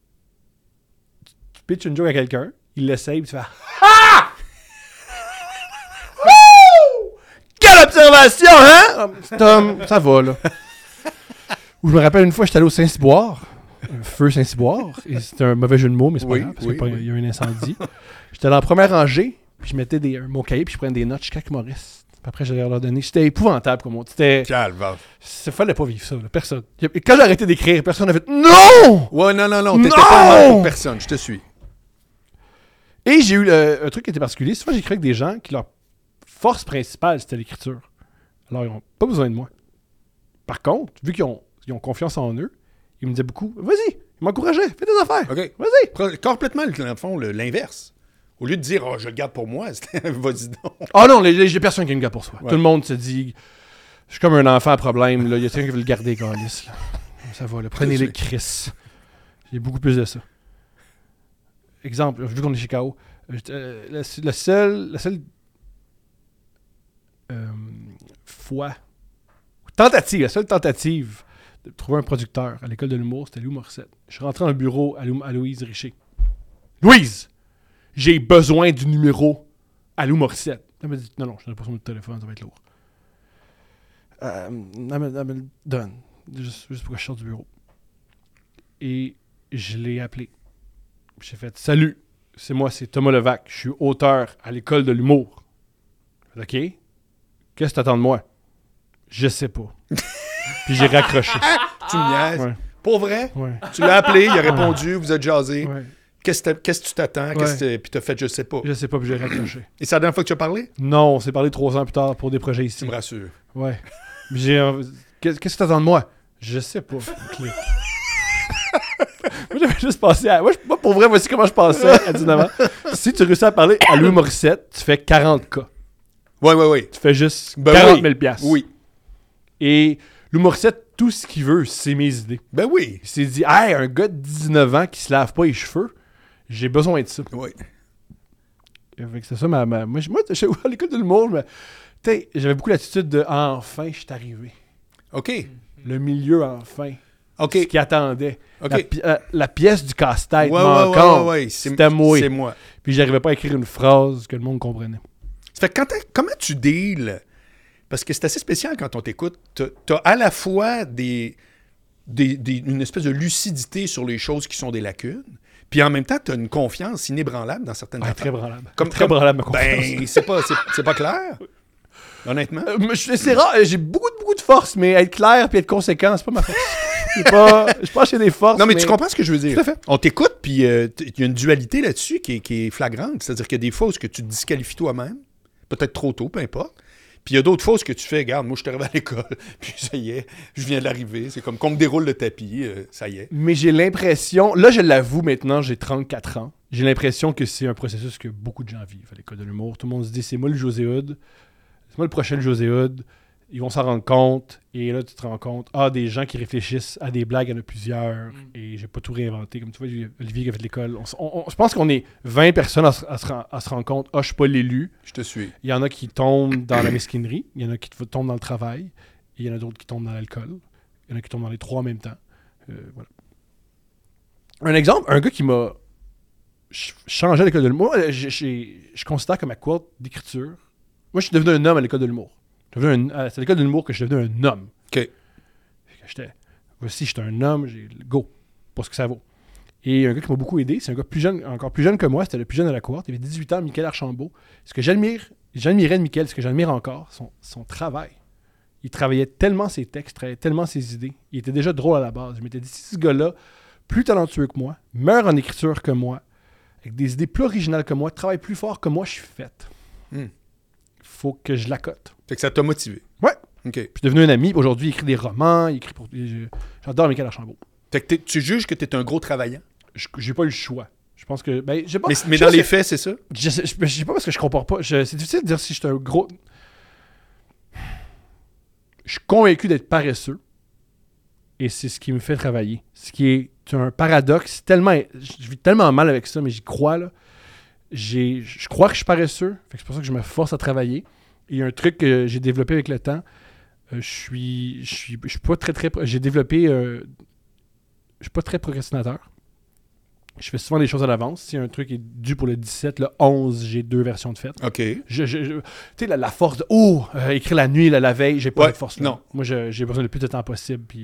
Speaker 2: tu pitches une joke à quelqu'un, il l'essaye, puis tu fais ah! Wouh! Quelle observation, hein? Tom, ça va, là. Ou je me rappelle une fois, j'étais allé au Saint-Cyboire, un feu Saint-Cyboire, et c'était un mauvais jeu de mots, mais c'est pas
Speaker 1: Oui,
Speaker 2: grave, parce
Speaker 1: oui,
Speaker 2: qu'il y a pas-
Speaker 1: oui.
Speaker 2: il y a eu un incendie. J'étais dans la première rangée, puis je mettais des, mon cahier, puis je prenais des notes jusqu'à Maurice. Puis après, j'allais leur donner. C'était épouvantable, comme on dit. C'était.
Speaker 1: Calvaire.
Speaker 2: Il fallait pas vivre ça, là. Personne. Et quand j'ai arrêté d'écrire, personne n'a fait non!
Speaker 1: Ouais, non, non, non, t'étais
Speaker 2: Non!
Speaker 1: pas mal pour personne, je te suis.
Speaker 2: Et j'ai eu le- un truc qui était particulier. Souvent, j'écrivais avec des gens qui leur force principale, c'était l'écriture. Alors, ils n'ont pas besoin de moi. Par contre, vu qu'ils ont, ils ont confiance en eux, ils me disaient beaucoup vas-y, ils m'encourageaient, fais des affaires.
Speaker 1: OK.
Speaker 2: Vas-y.
Speaker 1: Pro- Complètement, dans le fond, le- l'inverse. Au lieu de dire, oh, je le garde pour moi, c'était vas-y donc.
Speaker 2: Ah non, les, les, j'ai personne qui me garde pour soi.
Speaker 1: Ouais.
Speaker 2: Tout le monde se dit je suis comme un enfant à problème. Là. Il y a quelqu'un qui veut le garder, Carlis. Ça va, là. Prenez-le, Chris. J'ai beaucoup plus de ça. Exemple, vu qu'on est chez K O, euh, le, le seul, la seule euh, fois, tentative, la seule tentative de trouver un producteur à l'école de l'humour, c'était Lou Morissette. Je suis rentré dans le bureau à, Lou, à Louise Richer. Louise, j'ai besoin du numéro à Lou Morissette. Elle m'a dit non, non, je n'ai pas son téléphone, ça va être lourd. Euh, elle, me, elle me le donne, juste, juste pour que je sorte du bureau. Et je l'ai appelé. J'ai fait salut, c'est moi, c'est Thomas Levac. Je suis auteur à l'école de l'humour. OK? Qu'est-ce que t'attends de moi? Je sais pas. Puis j'ai raccroché.
Speaker 1: Tu me niaises.
Speaker 2: Ouais,
Speaker 1: Pour vrai?
Speaker 2: ouais,
Speaker 1: Tu l'as appelé, il a répondu, vous êtes jasé.
Speaker 2: ouais.
Speaker 1: Qu'est-ce que t'as- qu'est-ce que tu t'attends? Qu'est-ce
Speaker 2: Ouais.
Speaker 1: que t'as- Puis t'as fait, je sais pas.
Speaker 2: Je sais pas, puis j'ai raccroché.
Speaker 1: Et c'est la dernière fois que tu as parlé?
Speaker 2: Non, on s'est parlé trois ans plus tard pour des projets
Speaker 1: Tu
Speaker 2: ici.
Speaker 1: me rassures.
Speaker 2: Ouais. Puis j'ai euh, Qu'est-ce qu'est-ce que t'attends de moi? Je sais pas. Clic. Moi, j'avais juste pensé à. Moi, je- moi, pour vrai, voici comment je pensais à dix-neuf ans. Si tu réussis à parler à Louis Morissette, tu fais quarante K.
Speaker 1: Oui, oui, oui.
Speaker 2: Tu fais juste
Speaker 1: Ben
Speaker 2: quarante
Speaker 1: oui.
Speaker 2: mille piastres.
Speaker 1: Oui.
Speaker 2: Et Louis Morissette, tout ce qu'il veut, c'est mes idées.
Speaker 1: Ben oui.
Speaker 2: Il s'est dit, hey, un gars de dix-neuf ans qui se lave pas les cheveux, j'ai besoin de ça.
Speaker 1: Oui.
Speaker 2: Fait que c'est ça, ma, ma- moi, je- moi, je- à l'école de l'humour, je me- tu sais, j'avais beaucoup l'attitude de enfin, je suis arrivé.
Speaker 1: OK.
Speaker 2: Le milieu, enfin.
Speaker 1: OK.
Speaker 2: Ce qui attendait.
Speaker 1: OK.
Speaker 2: La, pi- euh, la pièce du casse-tête,
Speaker 1: Ouais,
Speaker 2: mais
Speaker 1: ouais, ouais,
Speaker 2: encore,
Speaker 1: ouais, ouais. C'est-
Speaker 2: c'était moi.
Speaker 1: C'est moi.
Speaker 2: Puis j'arrivais pas à écrire une phrase que le monde comprenait.
Speaker 1: Ça fait que quand t'as- comment tu deals? Parce que c'est assez spécial quand on t'écoute. T'as t'as à la fois des, des, des- une espèce de lucidité sur les choses qui sont des lacunes, puis en même temps, tu as une confiance inébranlable dans certaines
Speaker 2: Ouais,
Speaker 1: affaires.
Speaker 2: très branlable.
Speaker 1: Comme-
Speaker 2: très
Speaker 1: comme-
Speaker 2: branlable, ma confiance.
Speaker 1: Ben, c'est pas, c'est, c'est pas clair. Honnêtement.
Speaker 2: Euh, mais je- c'est rare, j'ai beaucoup, beaucoup de force, mais être clair puis être conséquent, c'est pas ma force. C'est pas, je pense que j'ai des forces.
Speaker 1: Non, mais, tu comprends ce que je veux dire?
Speaker 2: Tout à fait.
Speaker 1: On t'écoute, puis euh, t- il y a une dualité là-dessus qui est, qui est flagrante. C'est-à-dire qu'il y a des fausses que tu te disqualifies toi-même, peut-être trop tôt, peu importe. Puis il y a d'autres fausses que tu fais, regarde, moi je suis arrivé à l'école, puis ça y est, je viens d'arriver. C'est comme qu'on me déroule le tapis, euh, ça y est.
Speaker 2: Mais j'ai l'impression, là je l'avoue maintenant, j'ai trente-quatre ans. J'ai l'impression que c'est un processus que beaucoup de gens vivent à l'école de l'humour. Tout le monde se dit, c'est moi le José Hood, c'est moi le prochain José Hood. Ils vont s'en rendre compte, et là tu te rends compte, ah, des gens qui réfléchissent à des blagues, il y en a plusieurs,
Speaker 3: Mm.
Speaker 2: et j'ai pas tout réinventé. Comme tu vois, Olivier qui a fait l'école, on, s- on- on- je pense qu'on est vingt personnes à, se- à se ren- à se rendre compte, ah, je suis pas l'élu.
Speaker 1: Je te suis.
Speaker 2: Il y en a qui tombent dans la mesquinerie, il y en a qui t- tombent dans le travail, et il y en a d'autres qui tombent dans l'alcool. Il y en a qui tombent dans les trois en même temps. Euh, voilà. Un exemple, un gars qui m'a ch- changé à l'école de l'humour. Moi, j'ai- j'ai- je considère que ma quote d'écriture. Moi, je suis devenu un homme à l'école de l'humour. Je suis devenu un- euh, C'est à l'école de l'humour que je suis devenu un homme.
Speaker 1: OK.
Speaker 2: Fait que j'étais, voici, j'étais un homme, j'ai le go, pour ce que ça vaut. Et un gars qui m'a beaucoup aidé, c'est un gars plus jeune, encore plus jeune que moi, c'était le plus jeune de la cohorte, il avait dix-huit ans, Michael Archambault. Ce que j'admire, j'admirais de Michael, ce que j'admire encore, son, son travail. Il travaillait tellement ses textes, il travaillait tellement ses idées. Il était déjà drôle à la base. Je m'étais dit, si ce gars-là, plus talentueux que moi, meurt en écriture que moi, avec des idées plus originales que moi, travaille plus fort que moi, je suis fait.
Speaker 1: Hmm.
Speaker 2: Faut que je l'accote.
Speaker 1: Fait que ça t'a motivé.
Speaker 2: Ouais.
Speaker 1: OK.
Speaker 2: Puis je suis devenu un ami. Aujourd'hui, il écrit des romans, il écrit pour... J'adore Michael Archambault.
Speaker 1: Fait que t'es- tu juges que t'es un gros travaillant.
Speaker 2: Je- J'ai pas eu le choix. Je pense que... Ben, j'ai pas...
Speaker 1: Mais, mais
Speaker 2: je
Speaker 1: dans
Speaker 2: sais-
Speaker 1: les faits, c'est ça?
Speaker 2: Je sais, je, je sais pas parce que je compare pas. Je- c'est difficile de dire si je suis un gros... Je suis convaincu d'être paresseux. Et c'est ce qui me fait travailler. Ce qui est un paradoxe. Tellement, je vis tellement mal avec ça, mais j'y crois, là. J'ai, je crois que je suis paresseux. Fait que c'est pour ça que je me force à travailler. Et il y a un truc que j'ai développé avec le temps. Euh, je suis... Je suis, je suis pas très, très... J'ai développé... Euh, je suis pas très procrastinateur. Je fais souvent des choses à l'avance. Si un truc est dû pour le dix-sept, le onze, j'ai deux versions de fête.
Speaker 1: OK.
Speaker 2: Je, je, je- tu sais, la, la force de « Oh! euh, écrire la nuit, la, la veille », j'ai pas
Speaker 1: Ouais,
Speaker 2: cette force-là.
Speaker 1: non.
Speaker 2: Moi, je- j'ai besoin le plus de temps possible. Puis,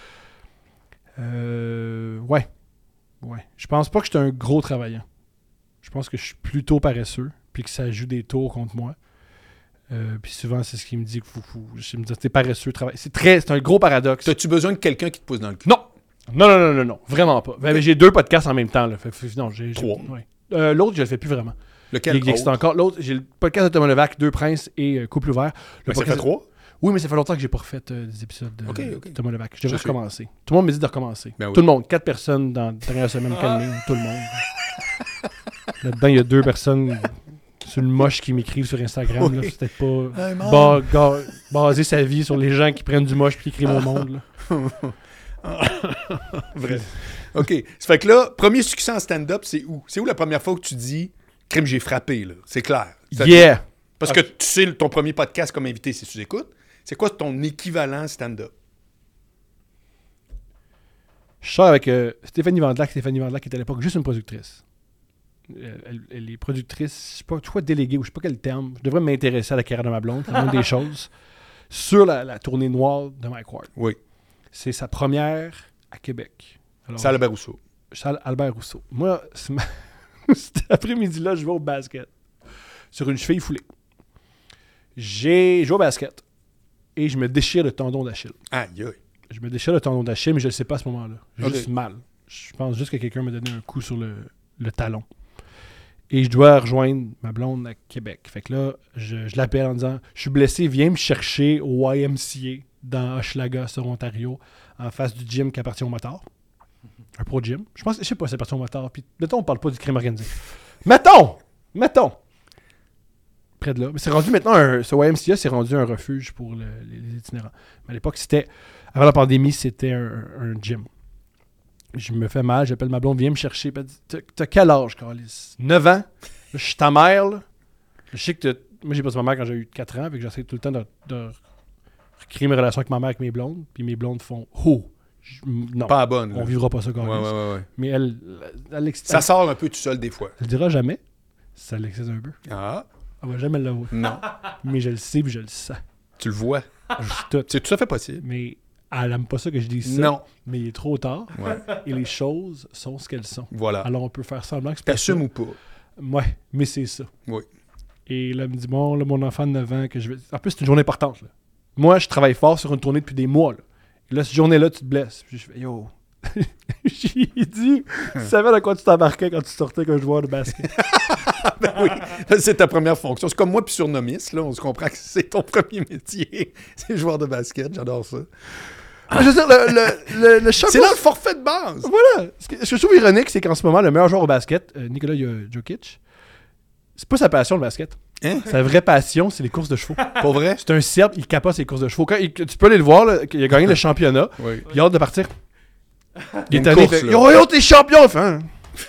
Speaker 2: euh, ouais. Ouais. Je pense pas que je suis un gros travaillant. Je pense que je suis plutôt paresseux, puis que ça joue des tours contre moi. Euh, puis souvent, c'est ce qui me dit que faut, faut, je me dis, t'es paresseux, travaille. C'est très, c'est un gros paradoxe.
Speaker 1: T'as-tu besoin de quelqu'un qui te pousse dans le cul?
Speaker 2: Non! Non, non, non, non, non, vraiment pas. Ben, j'ai deux podcasts en même temps. Là. Fait, fait, non, j'ai, j'ai-
Speaker 1: Trois.
Speaker 2: ouais. Euh, l'autre, je le fais plus vraiment.
Speaker 1: Lequel?
Speaker 2: Il, il existe
Speaker 1: autre?
Speaker 2: encore. L'autre, j'ai le podcast de Thomas Levac, Deux Princes et euh, Couple ouvert. Le
Speaker 1: Ben, ça
Speaker 2: podcast-
Speaker 1: fait trois?
Speaker 2: Oui, mais ça fait longtemps que j'ai pas refait euh, des épisodes de,
Speaker 1: Ok, ok.
Speaker 2: de Thomas Levac. Je devrais
Speaker 1: Je sais.
Speaker 2: recommencer. Tout le monde me dit de recommencer.
Speaker 1: Ben oui.
Speaker 2: Tout le monde. Quatre personnes dans la dernière semaine, calmez, tout le monde. Là-dedans, il y a deux personnes sur le moche qui m'écrivent sur Instagram. Là.
Speaker 1: Oui.
Speaker 2: C'est peut-être pas
Speaker 1: Hey, man.
Speaker 2: ba- ga- baser sa vie sur les gens qui prennent du moche puis qui écrivent au monde. Là.
Speaker 1: Vrai. OK. Ça fait que là, premier succès en stand-up, c'est où? C'est où la première fois que tu dis « Crime, j'ai frappé », là? C'est clair. Ça-
Speaker 2: Yeah!
Speaker 1: Parce que tu sais, ton premier podcast comme invité, c'est tu écoutes. C'est quoi ton équivalent stand-up?
Speaker 2: Je sors avec euh, Stéphanie Vandelac. Stéphanie Vandelac qui était à l'époque juste une productrice. Euh, Elle, elle est productrice, je sais pas, quoi déléguée ou je sais pas quel terme. Je devrais m'intéresser à la carrière de ma blonde, c'est la moindre des choses. Sur la, la tournée noire de Mike Ward.
Speaker 1: Oui.
Speaker 2: C'est sa première à Québec. Alors,
Speaker 1: C'est Albert Rousseau.
Speaker 2: Salle Albert Rousseau. Moi, c'est ma- cet après-midi-là, je vais au basket. Sur une cheville foulée. J'ai joué au basket. Et je me déchire le tendon d'Achille.
Speaker 1: Aïe, aïe.
Speaker 2: Je me déchire le tendon d'Achille, mais je ne le sais pas à ce moment-là. J'ai
Speaker 1: Ok.
Speaker 2: juste mal. Je pense juste que quelqu'un m'a donné un coup sur le, le talon. Et je dois rejoindre ma blonde à Québec. Fait que là, je, je l'appelle en disant « Je suis blessé, viens me chercher au Y M C A dans Hochelaga, sur Ontario, en face du gym qui appartient au motard. » Un pro gym. Je pense, je sais pas, c'est appartient au motard. Puis, mettons, on parle pas du crime organisé. Mettons! Mettons! Près de là. Mais c'est rendu maintenant, un, ce Y M C A, c'est rendu un refuge pour le- les, les itinérants. Mais à l'époque, c'était, avant la pandémie, c'était un, un gym. Je me fais mal, j'appelle ma blonde, viens me chercher. Puis elle dit, T'as- t'as quel âge, Carlis? neuf ans? Là, je suis ta mère, là. Je sais que t'as- moi, j'ai pas ma mère quand j'ai eu quatre ans, fait que j'essaie tout le temps de, de recréer mes relations avec ma mère, avec mes blondes. Puis mes blondes font, oh, je- non,
Speaker 1: Pas la bonne.
Speaker 2: on
Speaker 1: là.
Speaker 2: vivra pas ça, Carlis.
Speaker 1: Ouais, ouais, ouais, ouais.
Speaker 2: Mais elle, elle, elle,
Speaker 1: Ça sort un peu tout seul des fois.
Speaker 2: elle le dira jamais. Ça l'excite un peu.
Speaker 1: Ah,
Speaker 2: Elle va jamais l'avouer.
Speaker 1: non.
Speaker 2: Mais je le sais puis je le sens.
Speaker 1: Tu le vois.
Speaker 2: Je suis tout.
Speaker 1: C'est tout à fait possible.
Speaker 2: Mais elle aime pas ça que je dise ça.
Speaker 1: Non.
Speaker 2: Mais il est trop tard.
Speaker 1: Ouais.
Speaker 2: Et les choses sont ce qu'elles sont.
Speaker 1: Voilà.
Speaker 2: Alors on peut faire semblant que c'est pas ça.
Speaker 1: T'assumes ou pas?
Speaker 2: Ouais, mais c'est ça.
Speaker 1: Oui.
Speaker 2: Et là, elle me dit, bon, là, mon enfant de neuf ans, que je vais... En plus, c'est une journée importante. Là. Moi, je travaille fort sur une tournée depuis des mois. Là. Et là, cette journée-là, tu te blesses. Puis je fais, yo. J'ai dit, tu savais de quoi tu t'embarquais quand tu sortais qu'un joueur de basket.
Speaker 1: Ben oui, c'est ta première fonction. C'est comme moi puis Surnomis, là, on se comprend que c'est ton premier métier. C'est joueur de basket, j'adore ça.
Speaker 2: Ah, je veux dire, le, le, le, le champion...
Speaker 1: C'est dans le forfait de base.
Speaker 2: Voilà. Ce que, ce que je trouve ironique, c'est qu'en ce moment, le meilleur joueur au basket, euh, Nikola Yo- Jokic, c'est pas sa passion, le basket.
Speaker 1: Hein?
Speaker 2: Sa vraie passion, c'est les courses de chevaux.
Speaker 1: Pour vrai?
Speaker 2: C'est un Serbe, il capote ses courses de chevaux. Quand il- tu peux aller le voir, là, il a gagné le championnat,
Speaker 1: Oui.
Speaker 2: puis il a hâte de partir. Il
Speaker 1: Une
Speaker 2: est allé,
Speaker 1: course,
Speaker 2: il fait,
Speaker 1: là.
Speaker 2: yo, yo, t'es champion! Il fait, hein?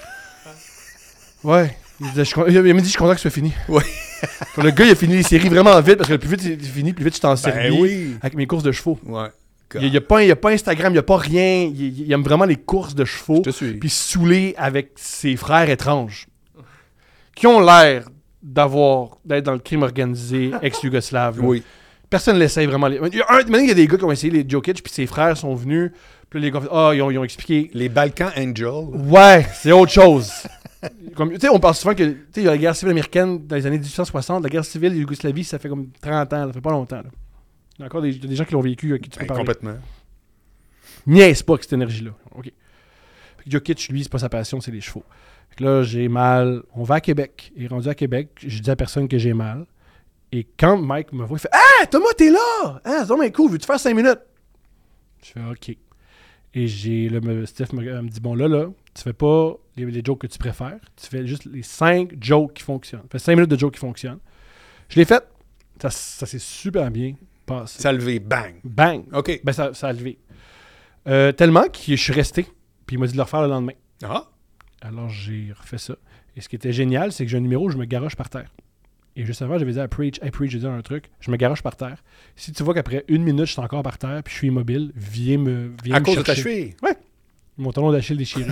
Speaker 2: Ouais. Il, disait, je suis con- il m'a dit, je suis content que ce soit fini.
Speaker 1: Ouais.
Speaker 2: Puis le gars, il a fini les séries vraiment vite, parce que le plus vite c'est fini, plus vite je t'en servis
Speaker 1: Ben oui.
Speaker 2: avec mes courses de chevaux.
Speaker 1: Ouais.
Speaker 2: Il n'y a, a, a pas Instagram, il n'y a pas rien. Il, il aime vraiment les courses de chevaux.
Speaker 1: Je te suis.
Speaker 2: Puis saoulé avec ses frères étranges qui ont l'air d'avoir d'être dans le crime organisé ex-yougoslave. là.
Speaker 1: Oui.
Speaker 2: Personne ne l'essaye vraiment. Il y a un, maintenant, il y a des gars qui ont essayé les Jokic, puis ses frères sont venus. Puis là, les gars, ah, ils, ont, ils ont expliqué.
Speaker 1: Les Balkans Angels.
Speaker 2: Ouais, c'est autre chose. Comme, tu sais, on parle souvent que, tu sais, il y a la guerre civile américaine dans les années dix-huit cent soixante. La guerre civile de Yougoslavie, ça fait comme trente ans, ça fait pas longtemps. Là. Il y a encore des, des gens qui l'ont vécu, à qui tu peux
Speaker 1: Ben,
Speaker 2: parler.
Speaker 1: complètement.
Speaker 2: Niaise pas avec cette énergie-là. OK. Fait que Jokic, lui, c'est pas sa passion, c'est les chevaux. Fait que là, j'ai mal. On va à Québec. Et rendu à Québec, je dis à personne que j'ai mal. Et quand Mike me voit, il fait « Ah, Thomas, t'es là! Ah, c'est vraiment cool, veux-tu faire cinq minutes? » Je fais « OK. » Et j'ai, là, me, Steph me, me dit « Bon, là, là, tu fais pas les, les jokes que tu préfères. Tu fais juste les cinq jokes qui fonctionnent. Tu fais cinq minutes de jokes qui fonctionnent. » Je l'ai fait. Ça, ça s'est super bien passé.
Speaker 1: Ça a levé, bang.
Speaker 2: Bang!
Speaker 1: OK.
Speaker 2: Ben, ça, ça a levé. Euh, tellement que je suis resté. Puis il m'a dit de le refaire le lendemain.
Speaker 1: Ah.
Speaker 2: Alors, j'ai refait ça. Et ce qui était génial, c'est que j'ai un numéro où je me garoche par terre. Et juste avant, j'avais dit à Preach, hey Preach, j'ai dit un truc, je me garoche par terre. Si tu vois qu'après une minute, je suis encore par terre, puis je suis immobile, viens me viens
Speaker 1: À
Speaker 2: me
Speaker 1: cause
Speaker 2: chercher.
Speaker 1: de ta cheville.
Speaker 2: Ouais. Mon talon d'Achille déchiré.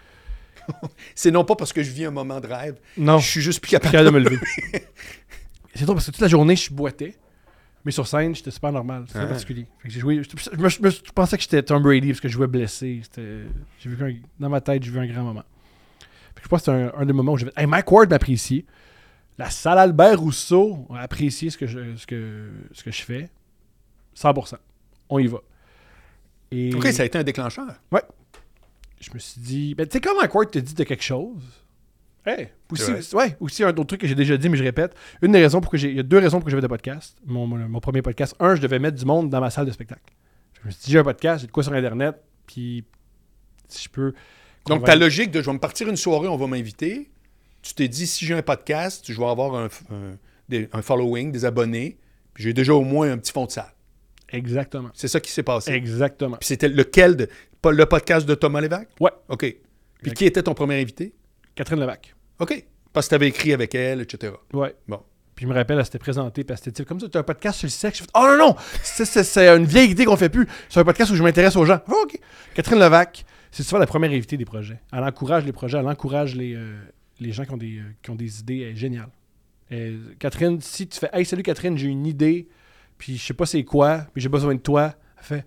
Speaker 1: C'est non pas parce que je vis un moment de rêve.
Speaker 2: Non,
Speaker 1: Je suis juste plus
Speaker 2: je suis
Speaker 1: capable.
Speaker 2: capable de me lever. C'est drôle parce que toute la journée, je boitais. Mais sur scène, j'étais super normal. C'était
Speaker 1: Ah.
Speaker 2: particulier. Fait que j'ai joué, je, je, me- je me- je pensais que j'étais Tom Brady parce que je jouais blessé. C'était, j'ai vu un, dans ma tête, j'ai vu un grand moment. Fait que je pense que c'était un, un des moments où j'ai fait hey, Mike Ward m'apprécie. La salle Albert Rousseau a apprécié ce que je, ce que, ce que je fais. cent pour cent. On y va. Et
Speaker 1: OK, ça a été un déclencheur.
Speaker 2: je me suis dit, ben, tu sais, quand Mike Ward te dit de quelque chose, hey, aussi,
Speaker 1: C'est
Speaker 2: ouais, aussi un autre truc que j'ai déjà dit, mais je répète, une des raisons pour que j'ai, il y a deux raisons pour que j'avais de podcast. Mon, mon, mon premier podcast, un, je devais mettre du monde dans ma salle de spectacle. Je me suis dit, j'ai un podcast, j'ai de quoi sur Internet, puis si je peux.
Speaker 1: Donc, ta logique de je vais me partir une soirée, on va m'inviter. Tu t'es dit, si j'ai un podcast, je vais avoir un, un, des- un following, des abonnés, puis j'ai déjà au moins un petit fond de salle.
Speaker 2: Exactement.
Speaker 1: C'est ça qui s'est passé.
Speaker 2: Exactement.
Speaker 1: Puis c'était lequel de. Pas le podcast de Thomas Lévesque?
Speaker 2: Ouais.
Speaker 1: OK. Puis
Speaker 2: Exact.
Speaker 1: qui était ton premier invité?
Speaker 2: Catherine Levac.
Speaker 1: OK. Parce que tu avais écrit avec elle, et cetera.
Speaker 2: Ouais.
Speaker 1: Bon.
Speaker 2: Puis je me rappelle, elle s'était présentée, puis elle s'était dit, comme ça, tu as un podcast sur le sexe. Je fais, oh non, non, c'est, c'est, c'est une vieille idée qu'on fait plus. C'est un podcast où je m'intéresse aux gens. Oh, OK. Catherine Levac, c'est souvent la première invitée des projets. Elle encourage les projets, elle encourage les, euh, les gens qui ont des, euh, qui ont des idées. Elle est géniale. Et, Catherine, si tu fais, hey, salut Catherine, j'ai une idée, puis je sais pas c'est quoi, puis j'ai besoin de toi, elle fait,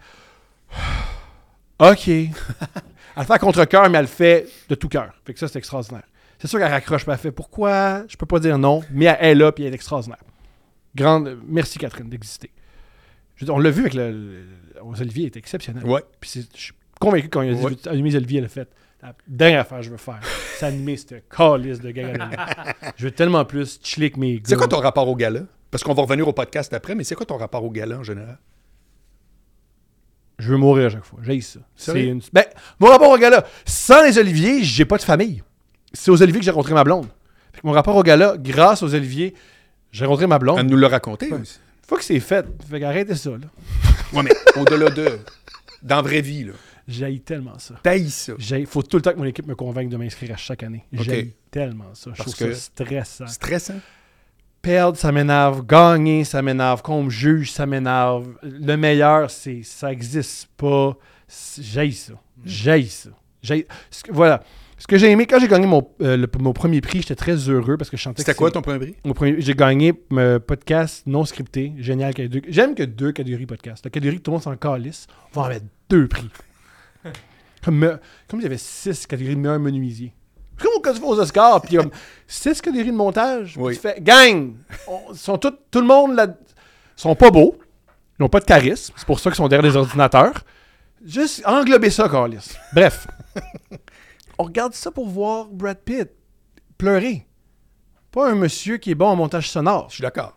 Speaker 2: OK. Elle le fait à contre-cœur, mais elle le fait de tout cœur. Fait que ça, c'est extraordinaire. C'est sûr qu'elle raccroche, puis elle fait pourquoi je peux pas dire non, mais elle est là, puis elle est extraordinaire. Grande. Merci Catherine d'exister. Je veux dire, on l'a vu avec le, le- aux Olivier, il était exceptionnel.
Speaker 1: Ouais.
Speaker 2: Puis c'est- je suis convaincu quand il a dit
Speaker 1: Ouais.
Speaker 2: animer les Olivier, elle a fait la dernière affaire que je veux faire. C'est animer cette calice de gars animés. Je veux tellement plus chiller avec mes gars.
Speaker 1: C'est quoi ton rapport au gala? Parce qu'on va revenir au podcast après, mais c'est quoi ton rapport au gala en général?
Speaker 2: Je veux mourir à chaque fois. J'ai ça.
Speaker 1: Sérieux?
Speaker 2: C'est une... Ben, mon rapport au gala, sans les Olivier, j'ai pas de famille. C'est aux Olivier que j'ai rencontré ma blonde. Fait que mon rapport au gala, grâce aux Olivier, j'ai rencontré ma blonde.
Speaker 1: Elle nous l'a raconté.
Speaker 2: Ouais.
Speaker 1: aussi.
Speaker 2: Faut que c'est fait. Fait qu'arrêtez ça, là.
Speaker 1: Ouais, mais au-delà de. Dans la vraie vie, là.
Speaker 2: J'haïs tellement ça.
Speaker 1: Taille ça.
Speaker 2: J'haïs- Faut tout le temps que mon équipe me convainque de m'inscrire à chaque année.
Speaker 1: Ok.
Speaker 2: J'haïs tellement ça. Je
Speaker 1: Parce
Speaker 2: trouve
Speaker 1: que-
Speaker 2: ça stressant.
Speaker 1: Stressant.
Speaker 2: Perdre, ça m'énerve. Gagner, ça m'énerve. Qu'on me juge, ça m'énerve. Le meilleur, c'est ça existe pas. C'est- J'haïs ça. J'haïs ça. J'haïs- ce que- Voilà. Ce que j'ai aimé, quand j'ai gagné mon, euh, le- mon premier prix, j'étais très heureux parce que je chantais.
Speaker 1: C'était
Speaker 2: que
Speaker 1: quoi
Speaker 2: c'est-
Speaker 1: ton premier prix?
Speaker 2: Mon premier- J'ai gagné un podcast non scripté. Génial. qu'il y ait deux- J'aime que deux catégories podcast. La catégorie que tout le monde s'en calisse, on va en mettre deux prix. Comme, me- comme il y avait six catégories de meilleur menuisier. C'est comme quand tu vas aux Oscars, puis comme six catégories de montage.
Speaker 1: Oui.
Speaker 2: Tu fais, gang, on- sont tout, tout le monde là, sont pas beaux. Ils n'ont pas de charisme. C'est pour ça qu'ils sont derrière les ordinateurs. Juste englober ça, Carlis. Bref. On regarde ça pour voir Brad Pitt pleurer. Pas un monsieur qui est bon en montage sonore.
Speaker 1: Je suis d'accord.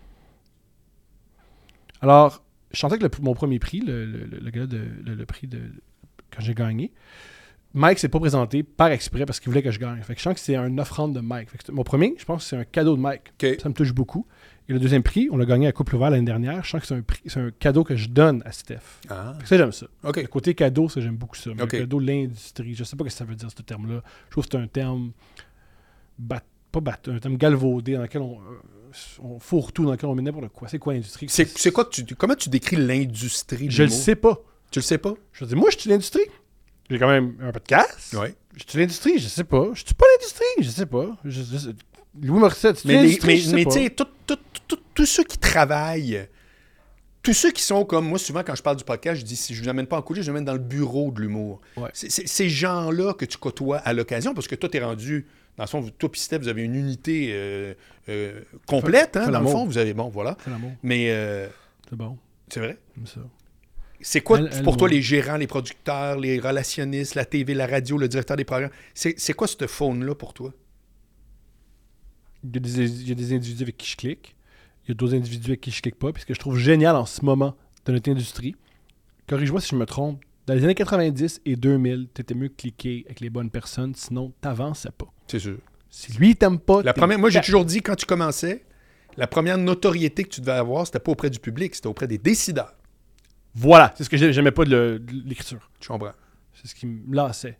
Speaker 2: Alors, je chantais que le- mon premier prix, le, le, le, le gars de le, le prix de quand j'ai gagné, Mike s'est pas présenté par exprès parce qu'il voulait que je gagne. Fait que je sens que c'est un offrande de Mike. Fait que mon premier, je pense que c'est un cadeau de Mike.
Speaker 1: OK.
Speaker 2: Ça me touche beaucoup. Et le deuxième prix, on l'a gagné à Couple Ouvert l'année dernière. Je sens que c'est un, prix, c'est un cadeau que je donne à Steph.
Speaker 1: Ah.
Speaker 2: Fait que ça, j'aime ça.
Speaker 1: OK.
Speaker 2: Le côté cadeau, ça, j'aime beaucoup ça. Mais
Speaker 1: Ok.
Speaker 2: le cadeau de l'industrie, je sais pas ce que ça veut dire, ce terme-là. Je trouve que c'est un terme bat- pas battu, un terme galvaudé dans lequel on, euh, on fourre tout, dans lequel on met n'importe quoi. C'est quoi l'industrie?
Speaker 1: C'est, c'est quoi que tu, comment tu décris l'industrie du
Speaker 2: Je le
Speaker 1: mot?
Speaker 2: sais pas.
Speaker 1: Tu le sais pas?
Speaker 2: Je dis, moi, je suis l'industrie. J'ai quand même un podcast.
Speaker 1: Oui.
Speaker 2: Je suis l'industrie, je sais pas. Je suis pas l'industrie, je sais pas. Je, je- Louis Morissette, c'est
Speaker 1: Mais, les-
Speaker 2: l'industrie,
Speaker 1: mais,
Speaker 2: je sais
Speaker 1: mais
Speaker 2: pas.
Speaker 1: tu sais, tout- tout- tout- tous ceux qui travaillent tous ceux qui sont comme moi, souvent quand je parle du podcast, je dis si je ne l'amène pas en coulisses, je l'amène dans le bureau de l'humour.
Speaker 2: Ouais.
Speaker 1: C'est, c'est ces gens-là que tu côtoies à l'occasion, parce que toi, tu es rendu, dans le fond, toi et Steph, vous avez une unité euh, euh, complète, hein,
Speaker 2: Fais
Speaker 1: dans le
Speaker 2: l'amour.
Speaker 1: fond, vous avez, bon, voilà.
Speaker 2: C'est l'amour.
Speaker 1: Mais euh,
Speaker 2: C'est bon.
Speaker 1: c'est vrai.
Speaker 2: Comme ça.
Speaker 1: C'est quoi
Speaker 2: Elle- elle,
Speaker 1: pour toi
Speaker 2: moi.
Speaker 1: les gérants, les producteurs, les relationnistes, la T V, la radio, le directeur des programmes? C'est, c'est quoi cette faune-là pour toi?
Speaker 2: Il y, a des, il y a des individus avec qui je clique. Il y a d'autres individus avec qui je clique pas. Puis ce que je trouve génial en ce moment de notre industrie, corrige-moi si je me trompe, dans les années quatre-vingt-dix et deux mille, t'étais mieux cliquer avec les bonnes personnes, sinon t'avançais pas.
Speaker 1: C'est sûr.
Speaker 2: Si lui, il t'aime pas...
Speaker 1: La
Speaker 2: t'es-
Speaker 1: première, moi, j'ai toujours dit, quand tu commençais, la première notoriété que tu devais avoir, c'était pas auprès du public, c'était auprès des décideurs.
Speaker 2: Voilà, c'est ce que j'ai- j'aimais pas de, le- de l'écriture.
Speaker 1: Tu comprends?
Speaker 2: C'est ce qui me lassait.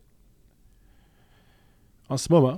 Speaker 2: En ce moment,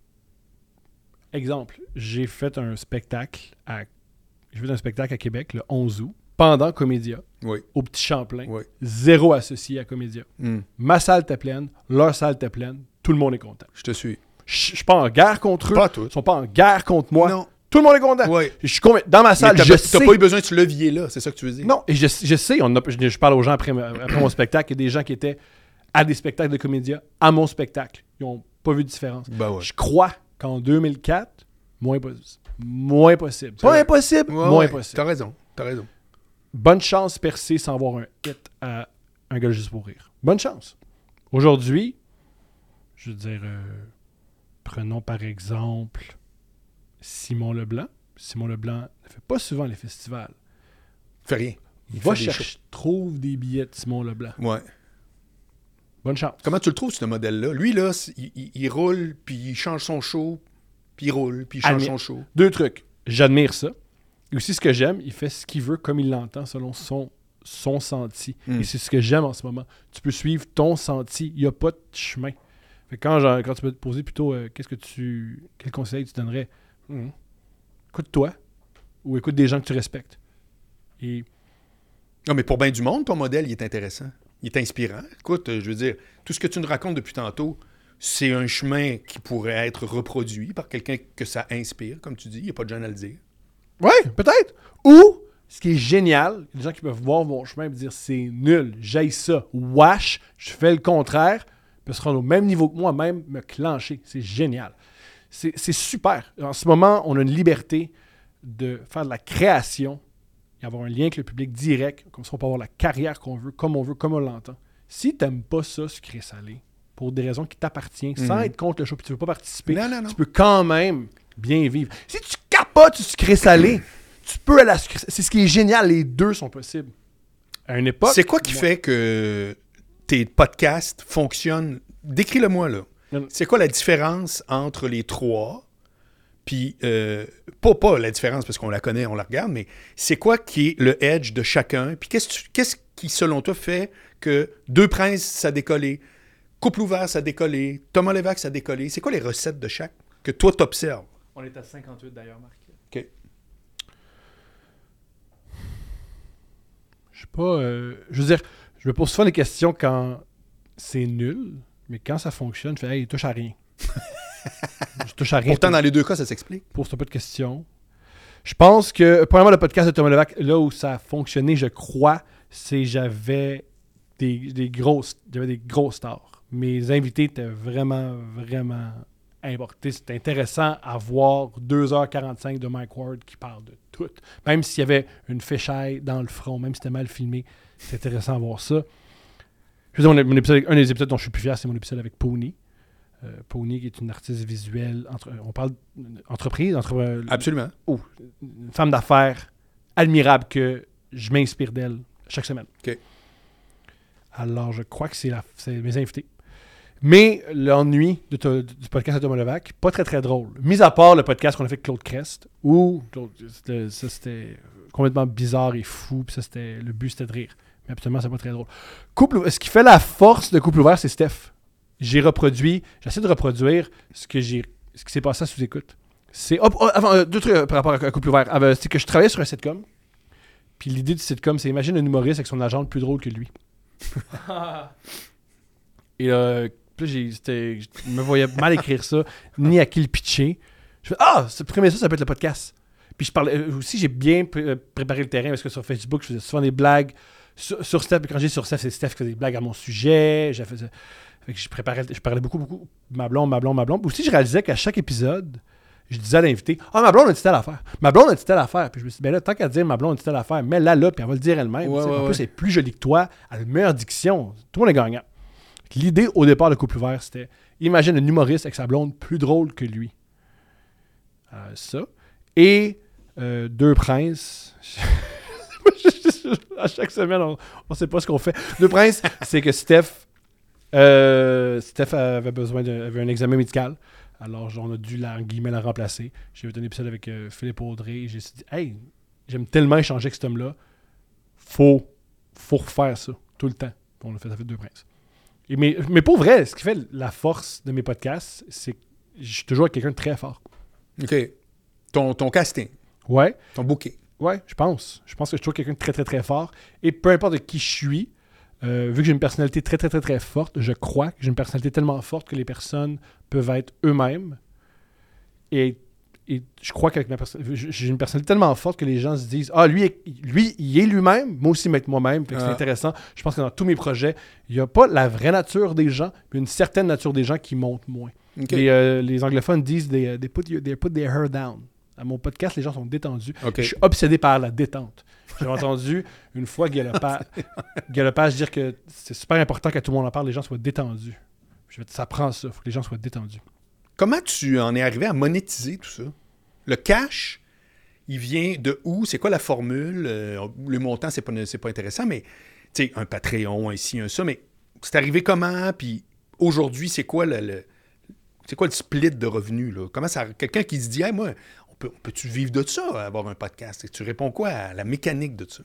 Speaker 2: exemple, j'ai fait un spectacle à j'ai fait un spectacle à Québec le onze août, pendant Comédia,
Speaker 1: Oui.
Speaker 2: au Petit Champlain,
Speaker 1: Oui.
Speaker 2: zéro associé à Comédia.
Speaker 1: Hmm.
Speaker 2: Ma salle était pleine, leur salle était pleine, tout le monde est content.
Speaker 1: Je te suis.
Speaker 2: Je je suis pas en guerre contre eux,
Speaker 1: Pas tout.
Speaker 2: ils sont pas en guerre contre moi.
Speaker 1: Non.
Speaker 2: Tout le monde est content.
Speaker 1: Ouais.
Speaker 2: Je suis convaincu. Dans ma
Speaker 1: Mais
Speaker 2: salle,
Speaker 1: t'as,
Speaker 2: je
Speaker 1: t'as
Speaker 2: sais.
Speaker 1: pas eu besoin de ce levier-là, c'est ça que tu veux dire?
Speaker 2: Non, et je, je sais, on a- je, je parle aux gens après, ma- après mon spectacle, il y a des gens qui étaient à des spectacles de Comédia, à mon spectacle. Ils n'ont pas vu de différence.
Speaker 1: Ben ouais.
Speaker 2: Je crois qu'en deux mille quatre, moins possible. Moins possible.
Speaker 1: C'est
Speaker 2: Pas
Speaker 1: vrai.
Speaker 2: impossible,
Speaker 1: Ouais,
Speaker 2: moins
Speaker 1: ouais.
Speaker 2: possible.
Speaker 1: T'as raison. T'as raison.
Speaker 2: Bonne chance percer sans avoir un hit à un gars juste pour rire. Bonne chance. Aujourd'hui, je veux dire, euh, prenons par exemple Simon Leblanc. Simon Leblanc ne fait pas souvent les festivals.
Speaker 1: Fais rien. Il
Speaker 2: Va
Speaker 1: fait des
Speaker 2: chercher, trouve des billets de Simon Leblanc.
Speaker 1: Ouais.
Speaker 2: Bonne chance.
Speaker 1: Comment tu le trouves, ce modèle-là? Lui, là, c- il, il- il roule, puis il change son show, puis il roule, puis il change
Speaker 2: Admire.
Speaker 1: son show.
Speaker 2: Deux trucs. J'admire ça. Et aussi, ce que j'aime, il fait ce qu'il veut comme il l'entend selon son, son senti.
Speaker 1: Mm.
Speaker 2: Et c'est ce que j'aime en ce moment. Tu peux suivre ton senti. Il n'y a pas de chemin. Fait que quand, genre, quand tu peux te poser plutôt euh, qu'est-ce que tu. Quel conseil tu donnerais? Mm. Écoute-toi. Ou écoute des gens que tu respectes. Et
Speaker 1: Non, mais pour bien du monde, ton modèle, il est intéressant. Il est inspirant. Écoute, euh, je veux dire, tout ce que tu nous racontes depuis tantôt, c'est un chemin qui pourrait être reproduit par quelqu'un que ça inspire, comme tu dis. Il n'y a pas de gêne à le dire.
Speaker 2: ouais, peut-être. Ou, ce qui est génial, il y a des gens qui peuvent voir mon chemin et me dire c'est nul, j'haïs ça, wesh, je fais le contraire, puis se rendre au même niveau que moi, même me clencher. C'est génial. C'est, c'est super. En ce moment, on a une liberté de faire de la création et avoir un lien avec le public direct, comme ça on peut avoir la carrière qu'on veut, comme on veut, comme on l'entend. Si tu n'aimes pas ça, sucré-salé, pour des raisons qui t'appartiennent, sans
Speaker 1: Mhm.
Speaker 2: être contre le show, puis tu ne veux pas participer,
Speaker 1: Non, non, non.
Speaker 2: tu peux quand même bien vivre. Si tu capotes du sucré-salé, tu peux aller à la sucré. C'est ce qui est génial, les deux sont possibles. À une époque...
Speaker 1: C'est quoi qui
Speaker 2: moi-
Speaker 1: fait que tes podcasts fonctionnent? Décris-le-moi, là.
Speaker 2: Non.
Speaker 1: C'est quoi la différence entre les trois? Puis, euh, pas, pas la différence parce qu'on la connaît, on la regarde, mais c'est quoi qui est le edge de chacun? Puis qu'est-ce, que tu- qu'est-ce qui, selon toi, fait que Deux Princes, ça a décollé, Couple ouvert, ça a décollé, Thomas Lévesque, ça a décollé? C'est quoi les recettes de chaque que toi, t'observes?
Speaker 3: On est à cinquante-huit d'ailleurs, Marc.
Speaker 1: OK.
Speaker 2: Je sais pas... euh, je veux dire, je me pose souvent des questions quand c'est nul, mais quand ça fonctionne, je fais « Hey, touche à rien. » Je touche à rien.
Speaker 1: Pourtant, dans les deux cas, ça s'explique.
Speaker 2: Pose-toi pas de questions. Je pense que, premièrement, le podcast de Thomas Levac, là où ça a fonctionné, je crois, c'est j'avais des, des grosses, j'avais des grosses stars. Mes invités étaient vraiment, vraiment importés. C'était intéressant à voir deux heures quarante-cinq de Mike Ward qui parle de tout. Même s'il y avait une fichaille dans le front, même si c'était mal filmé, c'est intéressant à voir ça. Je veux dire, mon, mon épisode, un des épisodes dont je suis plus fier, c'est mon épisode avec Pony. Euh, Pony, qui est une artiste visuelle, entre, on parle d'entreprise, entre, euh,
Speaker 1: Absolument.
Speaker 2: oh, une femme d'affaires admirable que je m'inspire d'elle chaque semaine.
Speaker 1: OK.
Speaker 2: Alors, je crois que c'est, la, c'est mes invités. Mais l'ennui de to- du podcast de Thomas Levac, pas très très drôle. Mis à part le podcast qu'on a fait avec Claude Crest, où Claude- c'était- ça c'était complètement bizarre et fou, puis ça c'était le but c'était de rire. Mais absolument, c'est pas très drôle. Couple, ce qui fait la force de Couple ouvert, c'est Steph. J'ai reproduit, j'essaie de reproduire ce que j'ai, ce qui s'est passé à sous-écoute. C'est, oh, oh, avant, euh, deux trucs euh, par rapport à Couple ouvert. Euh, c'est que je travaillais sur un sitcom, puis l'idée du sitcom, c'est imagine un humoriste avec son agente plus drôle que lui. Et là, puis j'ai, c'était, je me voyais mal écrire ça, ni à qui le pitcher. Je fais, ah, ce premier ça, ça peut être le podcast. Puis je parlais euh, aussi, j'ai bien pr- euh, préparé le terrain parce que sur Facebook, je faisais souvent des blagues sur, sur Steph. Puis quand j'ai sur Steph, c'est Steph qui faisait des blagues à mon sujet. J'ai fait, fait que je préparais, je parlais beaucoup, beaucoup. Ma blonde, ma blonde, ma blonde. Puis aussi, je réalisais qu'à chaque épisode, je disais à l'invité, ah, ma blonde a dit telle affaire. Ma blonde a dit telle affaire. Puis je me suis dit, ben là, tant qu'à dire ma blonde a dit telle affaire, mets-la là, puis elle va le dire elle-même.
Speaker 1: Ouais,
Speaker 2: Tu sais.
Speaker 1: ouais,
Speaker 2: en
Speaker 1: ouais.
Speaker 2: plus, elle est plus jolie que toi, elle a une meilleure diction. Tout le monde est gagnant. L'idée au départ de Couple Ouvert, c'était imagine un humoriste avec sa blonde plus drôle que lui. Euh, ça. Et euh, Deux Princes. À chaque semaine, on ne sait pas ce qu'on fait. Deux Princes, c'est que Steph, euh, Steph avait besoin d'un avait un examen médical. Alors, on a dû la, en guillemets, la remplacer. J'ai vu un épisode avec euh, Philippe Audrey. Et j'ai dit, hey, j'aime tellement échanger avec cet homme-là. Faut, faut refaire ça tout le temps. Puis on a fait, ça fait Deux Princes. Et mais, mais pour vrai, ce qui fait la force de mes podcasts, c'est que je suis toujours avec quelqu'un de très fort.
Speaker 1: OK. Ton, ton casting,
Speaker 2: Ouais,
Speaker 1: ton bouquet.
Speaker 2: ouais, je pense. Je pense que je suis toujours quelqu'un de très, très, très fort. Et peu importe de qui je suis, euh, vu que j'ai une personnalité très, très, très, très forte, je crois que j'ai une personnalité tellement forte que les personnes peuvent être eux-mêmes. Et, et je crois qu'avec ma personnalité, j'ai une personnalité tellement forte que les gens se disent « Ah, lui, est- lui, il est lui-même, moi aussi, m'être moi-même. » Fait que c'est
Speaker 1: Ah.
Speaker 2: intéressant. Je pense que dans tous mes projets, il n'y a pas la vraie nature des gens, mais une certaine nature des gens qui montent moins.
Speaker 1: OK.
Speaker 2: Les, euh, les anglophones disent they, they, put, your- they put their hair down. À mon podcast, les gens sont détendus.
Speaker 1: OK.
Speaker 2: Je suis obsédé par la détente. J'ai entendu une fois Guy Lepage, Guy Lepage dire que c'est super important qu'à tout le monde en parle, les gens soient détendus. Je vais dire, ça prend ça, il faut que les gens soient détendus.
Speaker 1: Comment tu en es arrivé à monétiser tout ça? Le cash, il vient de où? C'est quoi la formule? Euh, le montant, c'est pas, c'est pas intéressant, mais tu sais, un Patreon, un ci, un ça, mais c'est arrivé comment? Puis aujourd'hui, c'est quoi le, le- c'est quoi le split de revenus? Là? Comment ça. Quelqu'un qui se dit, hey, moi, on peut, on peut-tu vivre de ça, avoir un podcast? Et tu réponds quoi à la mécanique de ça?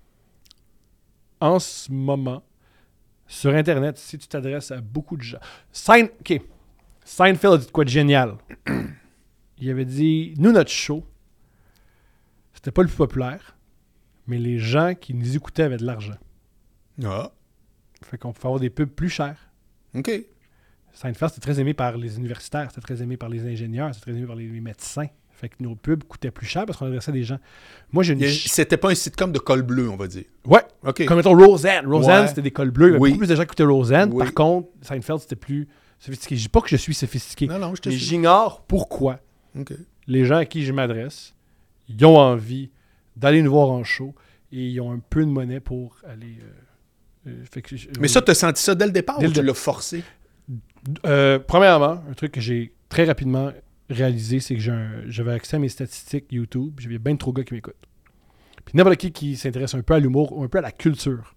Speaker 2: En ce moment, sur Internet, si tu t'adresses à beaucoup de gens... Sein... OK. Seinfeld a dit de quoi de génial. Il avait dit, nous, notre show, c'était pas le plus populaire, mais les gens qui nous écoutaient avaient de l'argent.
Speaker 1: Ah,
Speaker 2: Fait qu'on pouvait avoir des pubs plus chères.
Speaker 1: OK.
Speaker 2: Seinfeld, c'était très aimé par les universitaires, c'était très aimé par les ingénieurs, c'était très aimé par les, les médecins. Fait que nos pubs coûtaient plus cher parce qu'on adressait des gens. Moi, j'ai une...
Speaker 1: Il y a- C'était pas un sitcom de col bleu, on va dire.
Speaker 2: Ouais,
Speaker 1: OK.
Speaker 2: comme mettons Roseanne. Roseanne,
Speaker 1: Ouais.
Speaker 2: c'était des cols bleus. Il y avait
Speaker 1: Oui.
Speaker 2: beaucoup plus de gens qui écoutaient Roseanne.
Speaker 1: Oui.
Speaker 2: Par contre, Seinfeld, c'était plus sophistiqué. Je dis pas que je suis sophistiqué,
Speaker 1: Non, non, je te
Speaker 2: mais
Speaker 1: suis.
Speaker 2: j'ignore pourquoi
Speaker 1: OK.
Speaker 2: les gens à qui je m'adresse, ils ont envie d'aller nous voir en show et ils ont un peu de monnaie pour aller... euh, euh, fait que je-
Speaker 1: Mais ça, tu as senti ça dès le départ
Speaker 2: Dès
Speaker 1: ou
Speaker 2: le
Speaker 1: tu
Speaker 2: dé-
Speaker 1: l'as forcé?
Speaker 2: Euh, premièrement, un truc que j'ai très rapidement réalisé, c'est que j'ai un- j'avais accès à mes statistiques YouTube, puis j'avais bien trop de gars qui m'écoutent. Puis n'importe qui qui s'intéresse un peu à l'humour ou un peu à la culture,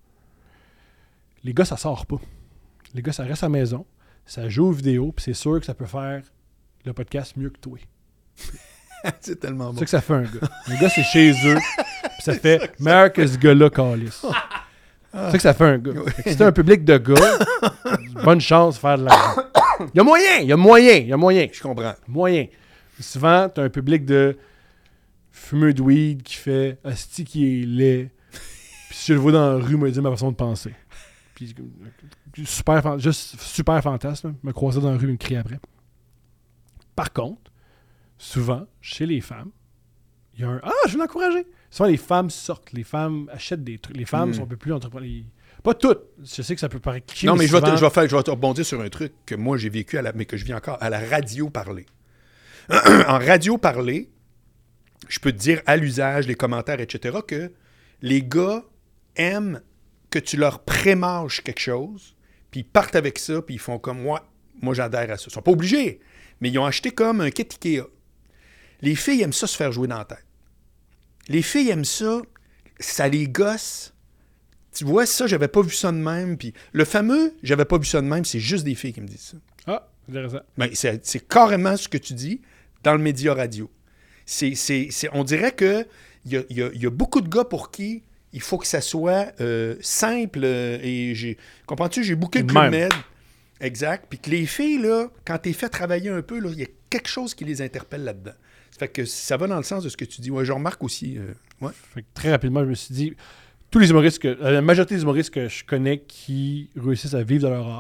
Speaker 2: les gars, ça sort pas. Les gars, ça reste à la maison, ça joue aux vidéos, puis c'est sûr que ça peut faire le podcast mieux que toi.
Speaker 1: C'est tellement
Speaker 2: C'est
Speaker 1: bon.
Speaker 2: ça que ça fait un gars. Un gars, c'est chez eux, puis ça fait meilleur que ce gars-là, calice. C'est ça que ça fait un gars. Fait que si t'as un public de gars, bonne chance de faire de l'argent. Il y a moyen, il y a moyen, il y a moyen.
Speaker 1: Je comprends.
Speaker 2: Moyen. Souvent, t'as un public de fumeux de weed qui fait asti qui est laid. Puis si je le vois dans la rue, me dit ma façon de penser. Puis euh, super, fan- juste super fantasme. Me croiser dans la rue, me crier après. Par contre, souvent, chez les femmes, il y a un ah, je veux l'encourager. Souvent, les femmes sortent, les femmes achètent des trucs. Les femmes
Speaker 1: Mm.
Speaker 2: sont un peu plus entrepreneurs. Pas toutes. Je sais que ça peut paraître cliché.
Speaker 1: Non, mais je vais, te,
Speaker 2: souvent-
Speaker 1: je, vais faire, je vais te rebondir sur un truc que moi j'ai vécu, à la, mais que je vis encore, à la radio parler. En radio parler, je peux te dire à l'usage, les commentaires, et cetera, que les gars aiment que tu leur prémâches quelque chose, puis ils partent avec ça, puis ils font comme moi, moi j'adhère à ça. Ils sont pas obligés, mais ils ont acheté comme un kit Ikea. Les filles aiment ça se faire jouer dans la tête. Les filles aiment ça, ça les gosse. Tu vois, ça, j'avais pas vu ça de même. Puis le fameux, j'avais pas vu ça de même, c'est juste des filles qui me disent ça.
Speaker 2: Ah, c'est intéressant.
Speaker 1: Ben, c'est, c'est carrément ce que tu dis dans le média radio. C'est, c'est, c'est, on dirait que il y a, y a- y a beaucoup de gars pour qui il faut que ça soit euh, simple euh, et j'ai. Comprends-tu? J'ai booké le
Speaker 2: Même.
Speaker 1: Club Med. Exact. Puis que les filles, là, quand t'es fait travailler un peu, il y a quelque chose qui les interpelle là-dedans. Ça fait que ça va dans le sens de ce que tu dis. Ouais, je remarque aussi. euh, ouais.
Speaker 2: Fait que très rapidement, je me suis dit, tous les humoristes, que, la majorité des humoristes que je connais qui réussissent à vivre de leur art,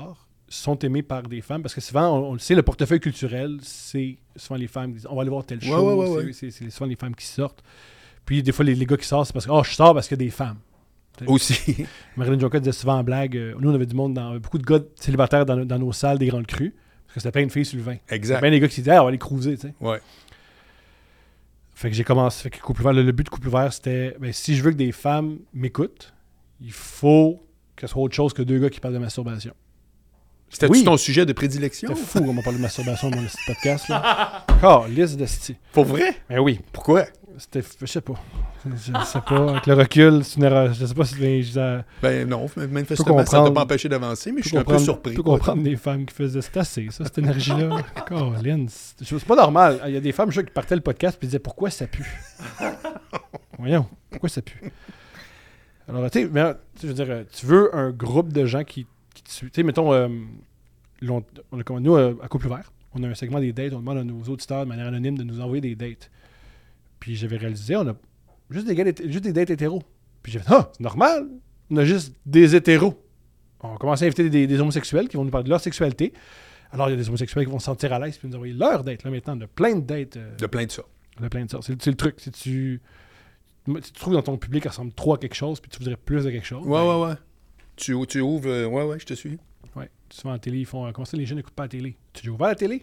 Speaker 2: sont aimés par des femmes. Parce que souvent, on, on le sait, le portefeuille culturel, c'est souvent les femmes qui disent « On va aller voir tel show.
Speaker 1: Ouais, ouais, ouais,
Speaker 2: c'est, c'est, c'est souvent les femmes qui sortent. Puis des fois, les, les gars qui sortent, c'est parce que « Oh, je sors parce qu'il y a des femmes. »
Speaker 1: Aussi.
Speaker 2: Marilyn Jonca disait souvent en blague, euh, nous on avait du monde, dans, beaucoup de gars célibataires dans, dans nos salles des grandes crues, parce que c'était plein de filles sur le vin.
Speaker 1: Exact.
Speaker 2: Bien des gars qui disaient hey, on va aller cruiser, tu sais.
Speaker 1: Ouais.
Speaker 2: Fait que j'ai commencé, fait que Couple Ouvert, le, le but de Couple Ouvert, c'était ben, si je veux que des femmes m'écoutent, il faut que ce soit autre chose que deux gars qui parlent de masturbation.
Speaker 1: C'était-tu
Speaker 2: Oui.
Speaker 1: ton sujet de prédilection?
Speaker 2: C'était fou, on m'a parlé de masturbation dans mon petit podcast, là. Oh, liste de sti.
Speaker 1: Pour vrai?
Speaker 2: Ben oui.
Speaker 1: Pourquoi?
Speaker 2: C'était, je sais pas. Je sais pas. Avec le recul, c'est une erreur. Je sais pas si ben, je, euh,
Speaker 1: Ben non, manifestement, ça t'a pas empêché d'avancer, mais je suis un peu surpris.
Speaker 2: Je peux comprendre des femmes qui faisaient c'est assez, ça, cette énergie-là. Colin, c'est, c'est pas normal. Il y a des femmes, je sais, qui partaient le podcast et disaient pourquoi ça pue. Voyons, pourquoi ça pue. Alors, tu sais, mais, je veux dire, tu veux un groupe de gens qui, qui tu sais, mettons, euh, on, on a, comme nous, euh, à Couple Ouvert, on a un segment des dates, on demande à nos auditeurs de manière anonyme de nous envoyer des dates. Puis j'avais réalisé, on a juste des, gars, juste des dates hétéros. Puis j'ai fait, ah, c'est normal, on a juste des hétéros. On a commencé à inviter des, des homosexuels qui vont nous parler de leur sexualité. Alors il y a des homosexuels qui vont se sentir à l'aise puis nous envoyer leur date. Là maintenant, on a plein de dates. Euh,
Speaker 1: de plein de ça.
Speaker 2: De plein de ça. C'est, c'est le truc. Si tu, si tu trouves dans ton public, ça ressemble trop à quelque chose, puis tu voudrais plus de quelque chose.
Speaker 1: Ouais,
Speaker 2: ben,
Speaker 1: ouais, ouais. Tu, tu ouvres. Euh, ouais, ouais, je te suis.
Speaker 2: Ouais. Souvent en télé, ils font. Comment ça, les jeunes n'écoutent pas la télé? Tu as ouvert la télé?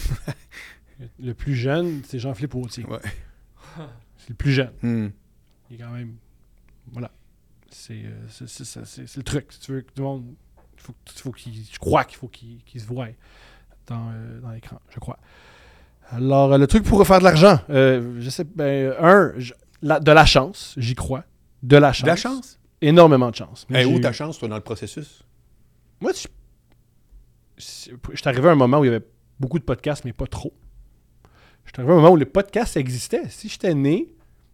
Speaker 2: Le plus jeune, c'est Jean-Philippe Autier.
Speaker 1: Ouais.
Speaker 2: C'est le plus jeune.
Speaker 1: Hmm.
Speaker 2: Il est quand même. Voilà. C'est, euh, c'est, c'est, c'est, c'est, c'est le truc. Si tu veux que tout le monde. Faut, faut qu'il, je crois qu'il faut qu'il, qu'il se voie dans, euh, dans l'écran. Je crois. Alors, euh, le truc pour faire de l'argent. Euh, je sais. Ben, un, je, la, de la chance. J'y crois. De la chance.
Speaker 1: De la chance?
Speaker 2: Énormément de chance.
Speaker 1: Hey, où ta chance, toi, dans le processus?
Speaker 2: Moi, je suis arrivé à un moment où il y avait beaucoup de podcasts, mais pas trop. Je suis arrivé à un moment où les podcasts existaient. Si j'étais né,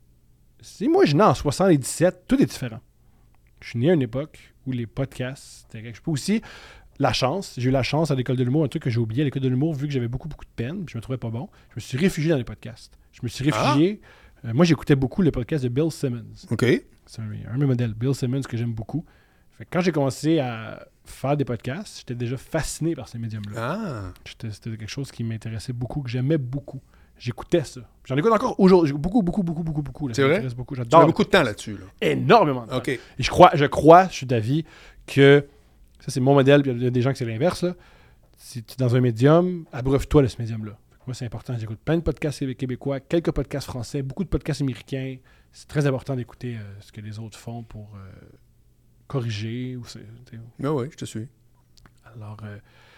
Speaker 2: si moi je suis né en soixante-dix-sept, tout est différent. Je suis né à une époque où les podcasts, c'était quelque chose. Aussi, la chance, j'ai eu la chance à l'école de l'humour, un truc que j'ai oublié à l'école de l'humour, vu que j'avais beaucoup, beaucoup de peine, puis je me trouvais pas bon, je me suis réfugié dans les podcasts. Je me suis réfugié. Ah. Euh, moi, j'écoutais beaucoup le podcast de Bill Simmons.
Speaker 1: OK.
Speaker 2: C'est un, un de mes modèles, Bill Simmons, que j'aime beaucoup. Fait que quand j'ai commencé à faire des podcasts, j'étais déjà fasciné par ces médiums-là.
Speaker 1: Ah.
Speaker 2: J'étais, c'était quelque chose qui m'intéressait beaucoup, que j'aimais beaucoup. J'écoutais ça. J'en écoute encore aujourd'hui. Beaucoup, beaucoup, beaucoup, beaucoup, beaucoup. Là.
Speaker 1: C'est vrai?
Speaker 2: Beaucoup.
Speaker 1: Tu as beaucoup de temps là-dessus. Là.
Speaker 2: Énormément de temps.
Speaker 1: OK.
Speaker 2: Et je crois, je crois, je suis d'avis que ça, c'est mon modèle, puis il y a des gens que c'est l'inverse. Là. Si tu es dans un médium, abreuve-toi de ce médium-là. Moi, c'est important. J'écoute plein de podcasts québécois, quelques podcasts français, beaucoup de podcasts américains. C'est très important d'écouter euh, ce que les autres font pour euh, corriger. Ou c'est,
Speaker 1: ah oui, je te suis.
Speaker 2: Alors, euh,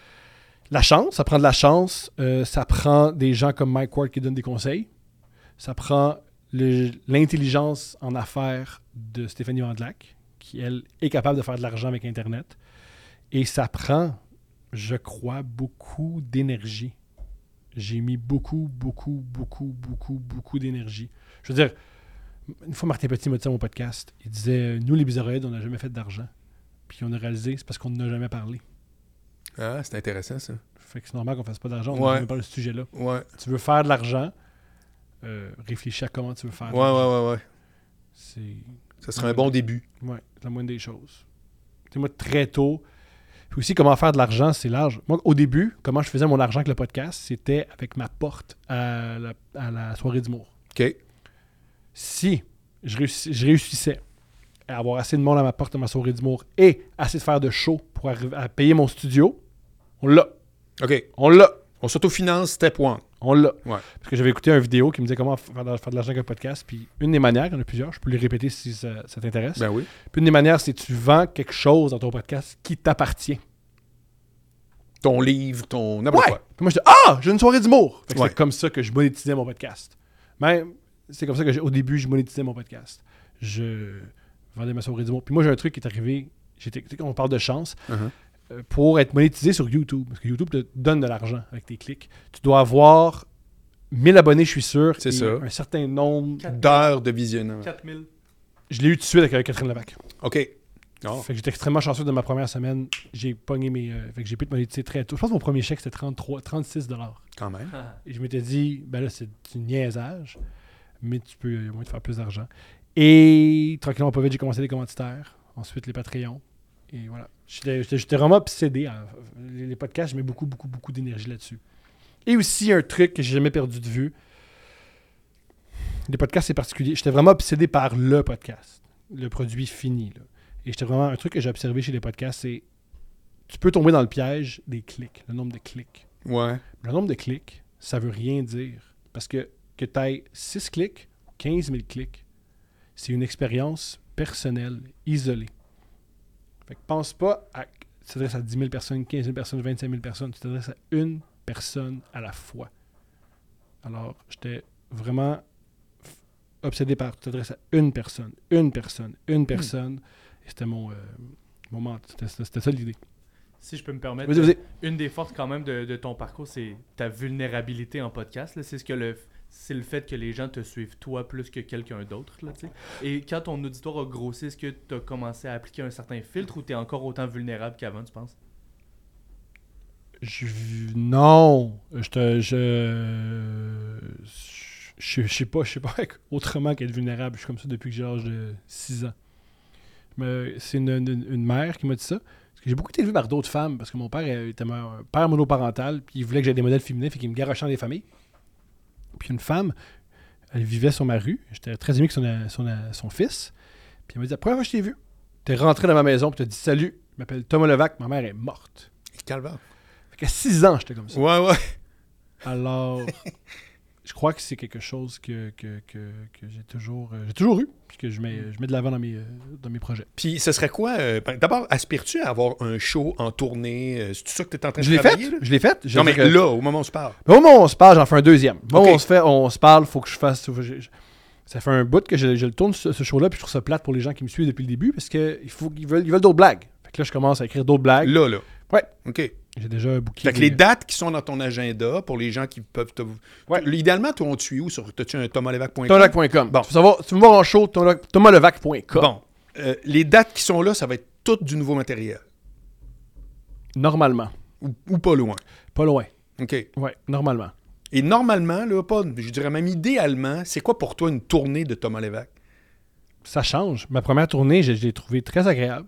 Speaker 2: la chance, ça prend de la chance. Euh, ça prend des gens comme Mike Ward qui donnent des conseils. Ça prend le, l'intelligence en affaires de Stéphanie Vandelac, qui, elle, est capable de faire de l'argent avec Internet. Et ça prend, je crois, beaucoup d'énergie. J'ai mis beaucoup, beaucoup, beaucoup, beaucoup, beaucoup d'énergie. Je veux dire, une fois Martin Petit m'a dit à mon podcast, il disait « Nous, les bizarroïdes, on n'a jamais fait d'argent. » Puis on a réalisé, c'est parce qu'on n'en a jamais parlé.
Speaker 1: Ah, c'est intéressant, ça.
Speaker 2: Fait que c'est normal qu'on ne fasse pas d'argent, on
Speaker 1: ouais.
Speaker 2: n'a jamais parlé de ce sujet-là.
Speaker 1: Ouais.
Speaker 2: Tu veux faire de l'argent, euh, réfléchis à comment tu veux faire de
Speaker 1: ouais,
Speaker 2: l'argent.
Speaker 1: Ouais, ouais, ouais.
Speaker 2: C'est...
Speaker 1: Ça serait un bon début.
Speaker 2: Ouais, c'est la moindre des choses. Tu sais, moi, très tôt... Puis aussi, comment faire de l'argent, c'est large. Moi, au début, comment je faisais mon argent avec le podcast, c'était avec ma porte à la, à la soirée d'humour.
Speaker 1: OK.
Speaker 2: Si je, réussis, je réussissais à avoir assez de monde à ma porte à ma soirée d'humour et assez de faire de show pour arriver à payer mon studio, on l'a.
Speaker 1: OK.
Speaker 2: On l'a.
Speaker 1: On s'autofinance step one.
Speaker 2: On l'a.
Speaker 1: Ouais.
Speaker 2: Parce que j'avais écouté une vidéo qui me disait comment faire de, faire de l'argent avec un podcast. Puis une des manières, il y en a plusieurs, je peux les répéter si ça, ça t'intéresse.
Speaker 1: Ben oui.
Speaker 2: Puis une des manières, c'est que tu vends quelque chose dans ton podcast qui t'appartient.
Speaker 1: Ton livre, ton n'importe
Speaker 2: ouais.
Speaker 1: quoi.
Speaker 2: Puis moi, je dis ah, j'ai une soirée d'humour. Fait que
Speaker 1: ouais.
Speaker 2: c'est comme ça que je monétisais mon podcast. Même, c'est comme ça que, au début, je monétisais mon podcast. Je vendais ma soirée d'humour. Puis moi, j'ai un truc qui est arrivé. J'étais, tu sais, quand on parle de chance,
Speaker 1: uh-huh.
Speaker 2: euh, pour être monétisé sur YouTube, parce que YouTube te donne de l'argent avec tes clics, tu dois avoir mille abonnés, je suis sûr.
Speaker 1: C'est
Speaker 2: et
Speaker 1: ça.
Speaker 2: Un certain nombre
Speaker 1: d'heures de visionnage.
Speaker 3: quatre mille.
Speaker 2: Je l'ai eu tout de suite avec Catherine Levac.
Speaker 1: OK. Oh.
Speaker 2: Fait que j'étais extrêmement chanceux de ma première semaine. J'ai pogné mes. Euh, fait que j'ai pu te monétiser très tôt. Je pense que mon premier chèque, c'était trente-trois, trente-six dollars.
Speaker 1: Quand même.
Speaker 2: Et je m'étais dit, ben là, c'est du niaisage, mais tu peux au moins te faire plus d'argent. Et tranquillement, pas vite, j'ai commencé les commanditaires, ensuite les Patreons. Et voilà. J'étais, j'étais, j'étais vraiment obsédé. À, les, les podcasts, je mets beaucoup, beaucoup, beaucoup d'énergie là-dessus. Et aussi, un truc que j'ai jamais perdu de vue. Les podcasts, c'est particulier. J'étais vraiment obsédé par le podcast. Le produit fini. Là. Et j'étais vraiment... Un truc que j'ai observé chez les podcasts, c'est... Tu peux tomber dans le piège des clics. Le nombre de clics.
Speaker 1: Ouais.
Speaker 2: Le nombre de clics, ça veut rien dire. Parce que que tu aies six clics ou quinze mille clics, c'est une expérience personnelle, isolée. Fait que pense pas à... Tu t'adresses à dix mille personnes, quinze mille personnes, vingt-cinq mille personnes. Tu t'adresses à une personne à la fois. Alors, j'étais vraiment obsédé par... Tu t'adresses à une personne, une personne, une personne. Et c'était mon, euh, mon mentor. C'était, c'était, c'était ça l'idée.
Speaker 3: Si je peux me permettre,
Speaker 2: Vas-y, vas-y.
Speaker 3: une des forces quand même de, de ton parcours, c'est ta vulnérabilité en podcast. Là. C'est ce que le, c'est le fait que les gens te suivent toi plus que quelqu'un d'autre. Là, et quand ton auditoire a grossi, est-ce que tu as commencé à appliquer un certain filtre ou tu es encore autant vulnérable qu'avant, tu penses?
Speaker 2: Je, non. Je te... Je... Je, je sais pas, je sais pas autrement qu'être vulnérable. Je suis comme ça depuis que j'ai l'âge de six ans. Mais c'est une, une, une mère qui m'a dit ça. Parce que j'ai beaucoup été élevé par d'autres femmes, parce que mon père était un père monoparental, puis il voulait que j'aie des modèles féminins, fait qu'il me garochait dans des familles. Puis une femme, elle vivait sur ma rue. J'étais très aimé avec son, son, son fils. Puis elle m'a dit, la première fois que je t'ai vu, t'es rentré dans ma maison, puis t'as dit, salut, je m'appelle Thomas Levac, ma mère est morte.
Speaker 1: Calvaire.
Speaker 2: Fait qu'à six ans, j'étais comme ça.
Speaker 1: Ouais, ouais.
Speaker 2: Alors... Je crois que c'est quelque chose que, que, que, que j'ai toujours euh, j'ai toujours eu, puis que je mets, je mets de l'avant dans mes, euh, dans mes projets.
Speaker 1: Puis ce serait quoi? Euh, d'abord, aspires-tu à avoir un show en tournée? Euh, c'est tout ça que tu es en train de
Speaker 2: Je l'ai
Speaker 1: travailler?
Speaker 2: fait,
Speaker 1: Là?
Speaker 2: je l'ai fait. Je
Speaker 1: Non, mais
Speaker 2: que...
Speaker 1: là, au moment où on se parle.
Speaker 2: Au moment où on se parle, j'en fais un deuxième. Au moment
Speaker 1: Okay.
Speaker 2: où on se, fait, on se parle, il faut que je fasse... Faut que je, je, ça fait un bout que je, je le tourne, ce, ce show-là, puis je trouve ça plate pour les gens qui me suivent depuis le début, parce qu'ils veulent, ils veulent d'autres blagues. Fait que là, je commence à écrire d'autres blagues.
Speaker 1: Là, là.
Speaker 2: Ouais.
Speaker 1: OK.
Speaker 2: J'ai déjà booké.
Speaker 1: Fait que les dates qui sont dans ton agenda, pour les gens qui peuvent te...
Speaker 2: Ouais.
Speaker 1: Idéalement, toi, on te suit où? Sur... T'as-tu un thomas levac point com?
Speaker 2: thomas levac point com.
Speaker 1: Bon.
Speaker 2: Tu veux savoir, tu veux me voir en show, thomas levac point com.
Speaker 1: Bon. Euh, les dates qui sont là, ça va être toutes du nouveau matériel.
Speaker 2: Normalement.
Speaker 1: Ou, ou pas loin.
Speaker 2: Pas loin.
Speaker 1: OK.
Speaker 2: Ouais, normalement.
Speaker 1: Et normalement, là, pas, je dirais même idéalement, c'est quoi pour toi une tournée de Thomas Levac?
Speaker 2: Ça change. Ma première tournée, je, je l'ai trouvée très agréable.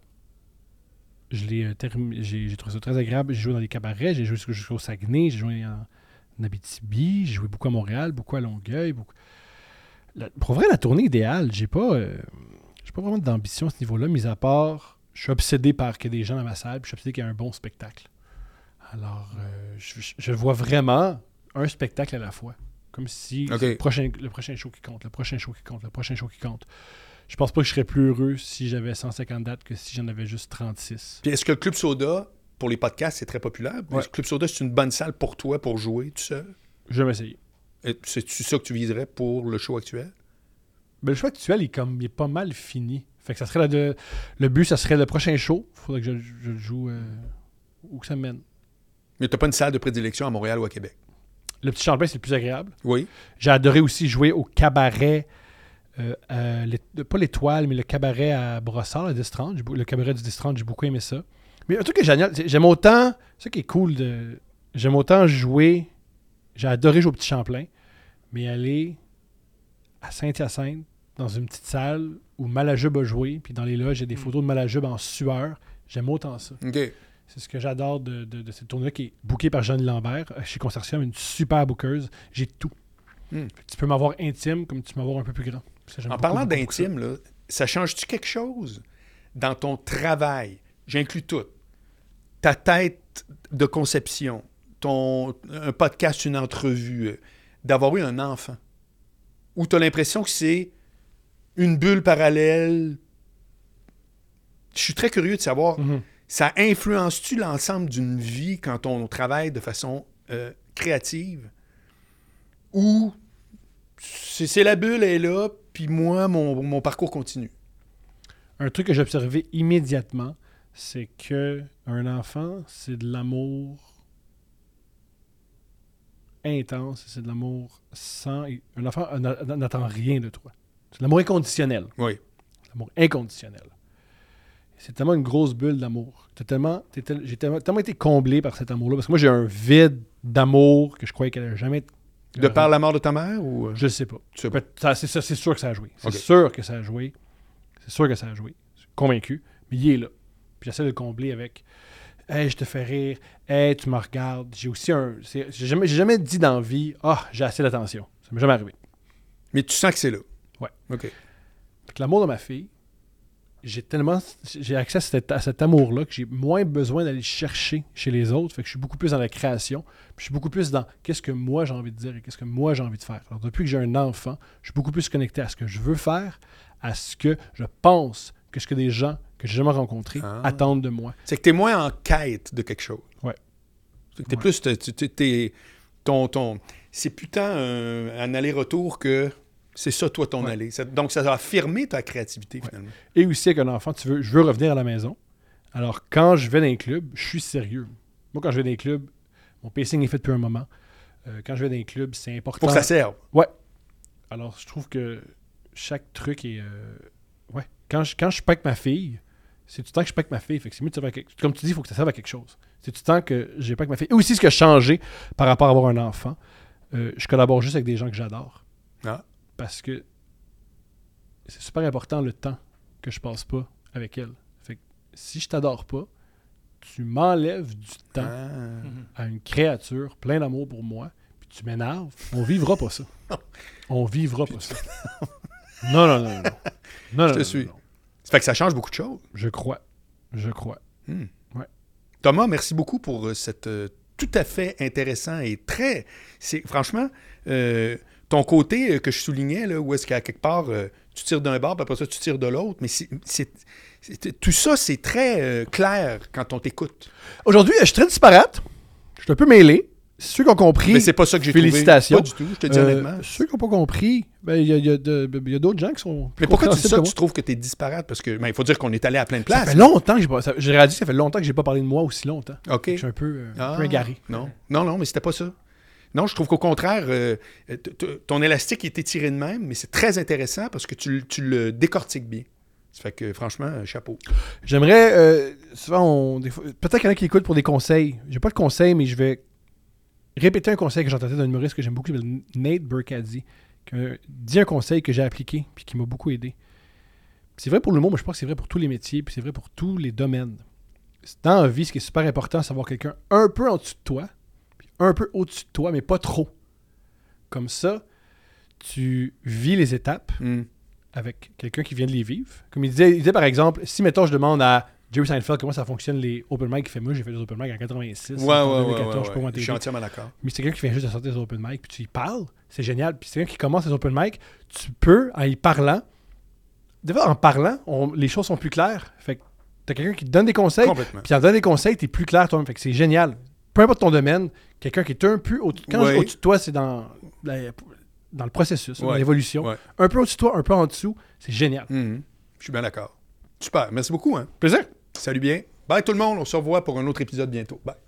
Speaker 2: Je l'ai, euh, termi- j'ai, j'ai trouvé ça très agréable. J'ai joué dans des cabarets, j'ai joué jusqu'au Saguenay, j'ai joué en, en Abitibi, j'ai joué beaucoup à Montréal, beaucoup à Longueuil. Beaucoup... La, pour vrai, la tournée idéale, j'ai pas, euh, j'ai pas vraiment d'ambition à ce niveau-là, mis à part, je suis obsédé par qu'il y ait des gens dans ma salle, puis je suis obsédé qu'il y ait un bon spectacle. Alors, euh, je, je vois vraiment un spectacle à la fois. Comme si
Speaker 1: Okay.
Speaker 2: c'est le prochain, le prochain show qui compte, le prochain show qui compte, le prochain show qui compte. Je pense pas que je serais plus heureux si j'avais cent cinquante dates que si j'en avais juste trente-six.
Speaker 1: Puis est-ce que le Club Soda, pour les podcasts, c'est très populaire?
Speaker 2: Ouais.
Speaker 1: Est-ce que le Club Soda, c'est une bonne salle pour toi, pour jouer tout seul?
Speaker 2: Je vais m'essayer.
Speaker 1: Et c'est-tu ça que tu viserais pour le show actuel?
Speaker 2: Mais le choix actuel, il est, comme, il est pas mal fini. Fait que ça serait la de, le but, ça serait le prochain show. Il faudrait que je, je le joue euh, où que ça me mène.
Speaker 1: Mais t'as pas une salle de prédilection à Montréal ou à Québec?
Speaker 2: Le Petit Champlain, c'est le plus agréable.
Speaker 1: Oui.
Speaker 2: J'ai adoré aussi jouer au cabaret, euh, euh, l'é- pas l'étoile, mais le cabaret à Brossard, le Distrand. Le cabaret du Distrand, j'ai beaucoup aimé ça. Mais un truc que est génial, c'est- j'aime autant, ça qui est cool, de, j'aime autant jouer, j'ai adoré jouer au Petit Champlain, mais aller à Saint-Hyacinthe, dans une petite salle où Malajube a joué, puis dans les loges, il y a des photos de Malajube en sueur. J'aime autant ça.
Speaker 1: OK.
Speaker 2: C'est ce que j'adore de, de, de cette tournée qui est bookée par Jeanne Lambert euh, chez Consortium, une super bookeuse. J'ai tout.
Speaker 1: Mm.
Speaker 2: Tu peux m'avoir intime comme tu peux m'avoir un peu plus grand. Ça, j'aime
Speaker 1: En
Speaker 2: beaucoup,
Speaker 1: parlant
Speaker 2: beaucoup, beaucoup
Speaker 1: d'intime, là, ça change-tu quelque chose dans ton travail? J'inclus tout. Ta tête de conception, ton un podcast, une entrevue, euh, d'avoir eu un enfant. Ou tu as l'impression que c'est une bulle parallèle. Je suis très curieux de savoir,
Speaker 2: ça. Mhm.
Speaker 1: ça influence-tu l'ensemble d'une vie quand on travaille de façon euh, créative? Ou c'est, c'est la bulle, elle est là, puis moi, mon, mon parcours continue?
Speaker 2: Un truc que j'ai observé immédiatement, c'est que un enfant, c'est de l'amour intense, c'est de l'amour sans... Un enfant euh, n'a- n'attend rien de toi. C'est de l'amour inconditionnel.
Speaker 1: Oui.
Speaker 2: L'amour inconditionnel. C'est tellement une grosse bulle d'amour. T'as tellement, t'es tel- j'ai tellement, tellement été comblé par cet amour-là, parce que moi, j'ai un vide d'amour que je croyais qu'elle allait jamais...
Speaker 1: De par la mort de ta mère ou...
Speaker 2: Je sais pas.
Speaker 1: Tu sais pas.
Speaker 2: Peut- ça, c'est, ça, c'est sûr que ça a joué. C'est
Speaker 1: Ok.
Speaker 2: sûr que ça a joué. C'est sûr que ça a joué. Je suis convaincu. Mais il est là. Puis j'essaie de le combler avec « Hey, je te fais rire. Hey, tu me regardes. » J'ai aussi un... c'est- J'ai jamais, j'ai jamais dit dans la vie « Ah, j'ai assez d'attention. » Ça m'est jamais arrivé.
Speaker 1: Mais tu sens que c'est là.
Speaker 2: Ouais.
Speaker 1: OK.
Speaker 2: Fait que l'amour de ma fille, j'ai tellement... J'ai accès à cet, à cet amour-là que j'ai moins besoin d'aller le chercher chez les autres. Fait que je suis beaucoup plus dans la création. Puis je suis beaucoup plus dans qu'est-ce que moi j'ai envie de dire et qu'est-ce que moi j'ai envie de faire. Alors depuis que j'ai un enfant, je suis beaucoup plus connecté à ce que je veux faire, à ce que je pense que ce que des gens que j'ai jamais rencontrés
Speaker 1: Ah.
Speaker 2: attendent de moi.
Speaker 1: C'est que tu es moins en quête de quelque chose.
Speaker 2: Ouais.
Speaker 1: C'est que t'es
Speaker 2: Ouais.
Speaker 1: plus... t'es- t'es- t'es- ton, ton, c'est putain un, un aller-retour que c'est ça, toi, ton
Speaker 2: Ouais.
Speaker 1: aller. Ça- donc, ça va affirmer ta créativité, finalement.
Speaker 2: Et aussi avec un enfant, tu veux, je veux revenir à la maison. Alors quand je vais dans les clubs, je suis sérieux. Moi, quand je vais dans les clubs, mon pacing est fait depuis un moment. Euh, quand je vais dans les clubs, c'est important.
Speaker 1: Pour que ça serve.
Speaker 2: Alors, je trouve que chaque truc est... euh, Ouais. Quand je, quand je suis pas avec ma fille, c'est du temps que je suis pas avec ma fille. Fait que c'est mieux de servir à quelque... Comme tu dis, il faut que ça serve à quelque chose. C'est du temps que j'ai pas avec ma fille. Et aussi, ce qui a changé par rapport à avoir un enfant, euh, je collabore juste avec des gens que j'adore.
Speaker 1: Ah.
Speaker 2: Parce que c'est super important le temps que je passe pas avec elle. Fait que si je t'adore pas, tu m'enlèves du temps
Speaker 1: Ah.
Speaker 3: Mhm.
Speaker 2: à une créature plein d'amour pour moi, puis tu m'énerves, on vivra pas ça. On vivra pas ça. Non, non, non, non. non, non
Speaker 1: Je te
Speaker 2: non,
Speaker 1: suis.
Speaker 2: non, non.
Speaker 1: Ça fait que ça change beaucoup de choses.
Speaker 2: Je crois. Je crois.
Speaker 1: Hmm.
Speaker 2: Ouais.
Speaker 1: Thomas, merci beaucoup pour euh, cette euh, tout à fait intéressant et très... C'est franchement, euh, ton côté euh, que je soulignais, là, où est-ce qu'à quelque part, euh, tu tires d'un bord, puis après ça, tu tires de l'autre, mais c'est, c'est- c'est- tout ça, c'est très euh, clair quand on t'écoute.
Speaker 2: Aujourd'hui, je suis très disparate. Je suis un peu mêlé. Ceux qui ont compris,
Speaker 1: Mais c'est pas ça que j'ai
Speaker 2: félicitations.
Speaker 1: trouvé. Pas du tout, je te dis
Speaker 2: euh,
Speaker 1: honnêtement.
Speaker 2: ceux qui n'ont pas compris, ben, il y a, il y a de- il y a d'autres gens qui sont plus
Speaker 1: Mais pourquoi tu dis
Speaker 2: compréhensibles
Speaker 1: ça?
Speaker 2: que
Speaker 1: Tu
Speaker 2: moi.
Speaker 1: trouves que t'es disparate? Parce que, ben, il faut dire qu'on est allé à plein de
Speaker 2: Ça
Speaker 1: places.
Speaker 2: fait longtemps que j'ai pas... ça- J'ai réalisé que ça fait longtemps que j'ai pas parlé de moi aussi longtemps.
Speaker 1: OK.
Speaker 2: Je suis un peu, euh, un
Speaker 1: Ah,
Speaker 2: peu égaré.
Speaker 1: Non, non, non, mais c'était pas ça. Non, je trouve qu'au contraire, euh, t- t- ton élastique est étiré de même, mais c'est très intéressant parce que tu, tu le décortiques bien. Ça fait que, franchement, euh, chapeau.
Speaker 2: J'aimerais... euh, souvent, on, des fois- peut-être qu'il y en a qui écoutent pour des conseils. J'ai pas de conseils, mais je vais répéter un conseil que j'entendais d'un humoriste que j'aime beaucoup, qui s'appelle Nate Burkadzi, qui a dit un conseil que j'ai appliqué puis qui m'a beaucoup aidé. C'est vrai pour l'humour, mais je pense que c'est vrai pour tous les métiers puis c'est vrai pour tous les domaines. Dans la vie, ce qui est super important, c'est d'avoir quelqu'un un peu en dessous de toi, puis un peu au-dessus de toi, mais pas trop. Comme ça, tu vis les étapes
Speaker 1: Hmm.
Speaker 2: avec quelqu'un qui vient de les vivre. Comme il disait, il disait par exemple, si mettons je demande à Jerry Seinfeld comment ça fonctionne les open mic, il fait moi j'ai fait des open mic en quatre-vingt-six,
Speaker 1: Ouais, ouais,
Speaker 2: en
Speaker 1: ouais,
Speaker 2: deux mille quatorze,
Speaker 1: ouais,
Speaker 2: je sais pas
Speaker 1: ouais.
Speaker 2: où
Speaker 1: Je suis entièrement d'accord.
Speaker 2: mais c'est quelqu'un qui vient juste de sortir des open mic, puis tu y parles, c'est génial. Puis c'est quelqu'un qui commence les open mic, tu peux, en y parlant, des fois en parlant, on- les choses sont plus claires. Fait que t'as quelqu'un qui te donne des conseils,
Speaker 1: Complètement.
Speaker 2: puis en donnant des conseils, t'es plus clair toi-même. Fait que c'est génial. Peu importe ton domaine, quelqu'un qui est un peu au-dessus. Quand je
Speaker 1: Ouais.
Speaker 2: dis au-dessus de toi, c'est dans, la- dans le processus, dans
Speaker 1: Ouais.
Speaker 2: l'évolution.
Speaker 1: Ouais.
Speaker 2: Un peu au-dessus de toi, un peu en dessous, c'est génial.
Speaker 1: Mhm. Je suis bien d'accord. Super. Merci beaucoup. Hein?
Speaker 2: Plaisir.
Speaker 1: Salut bien. Bye tout le monde. On se revoit pour un autre épisode bientôt. Bye.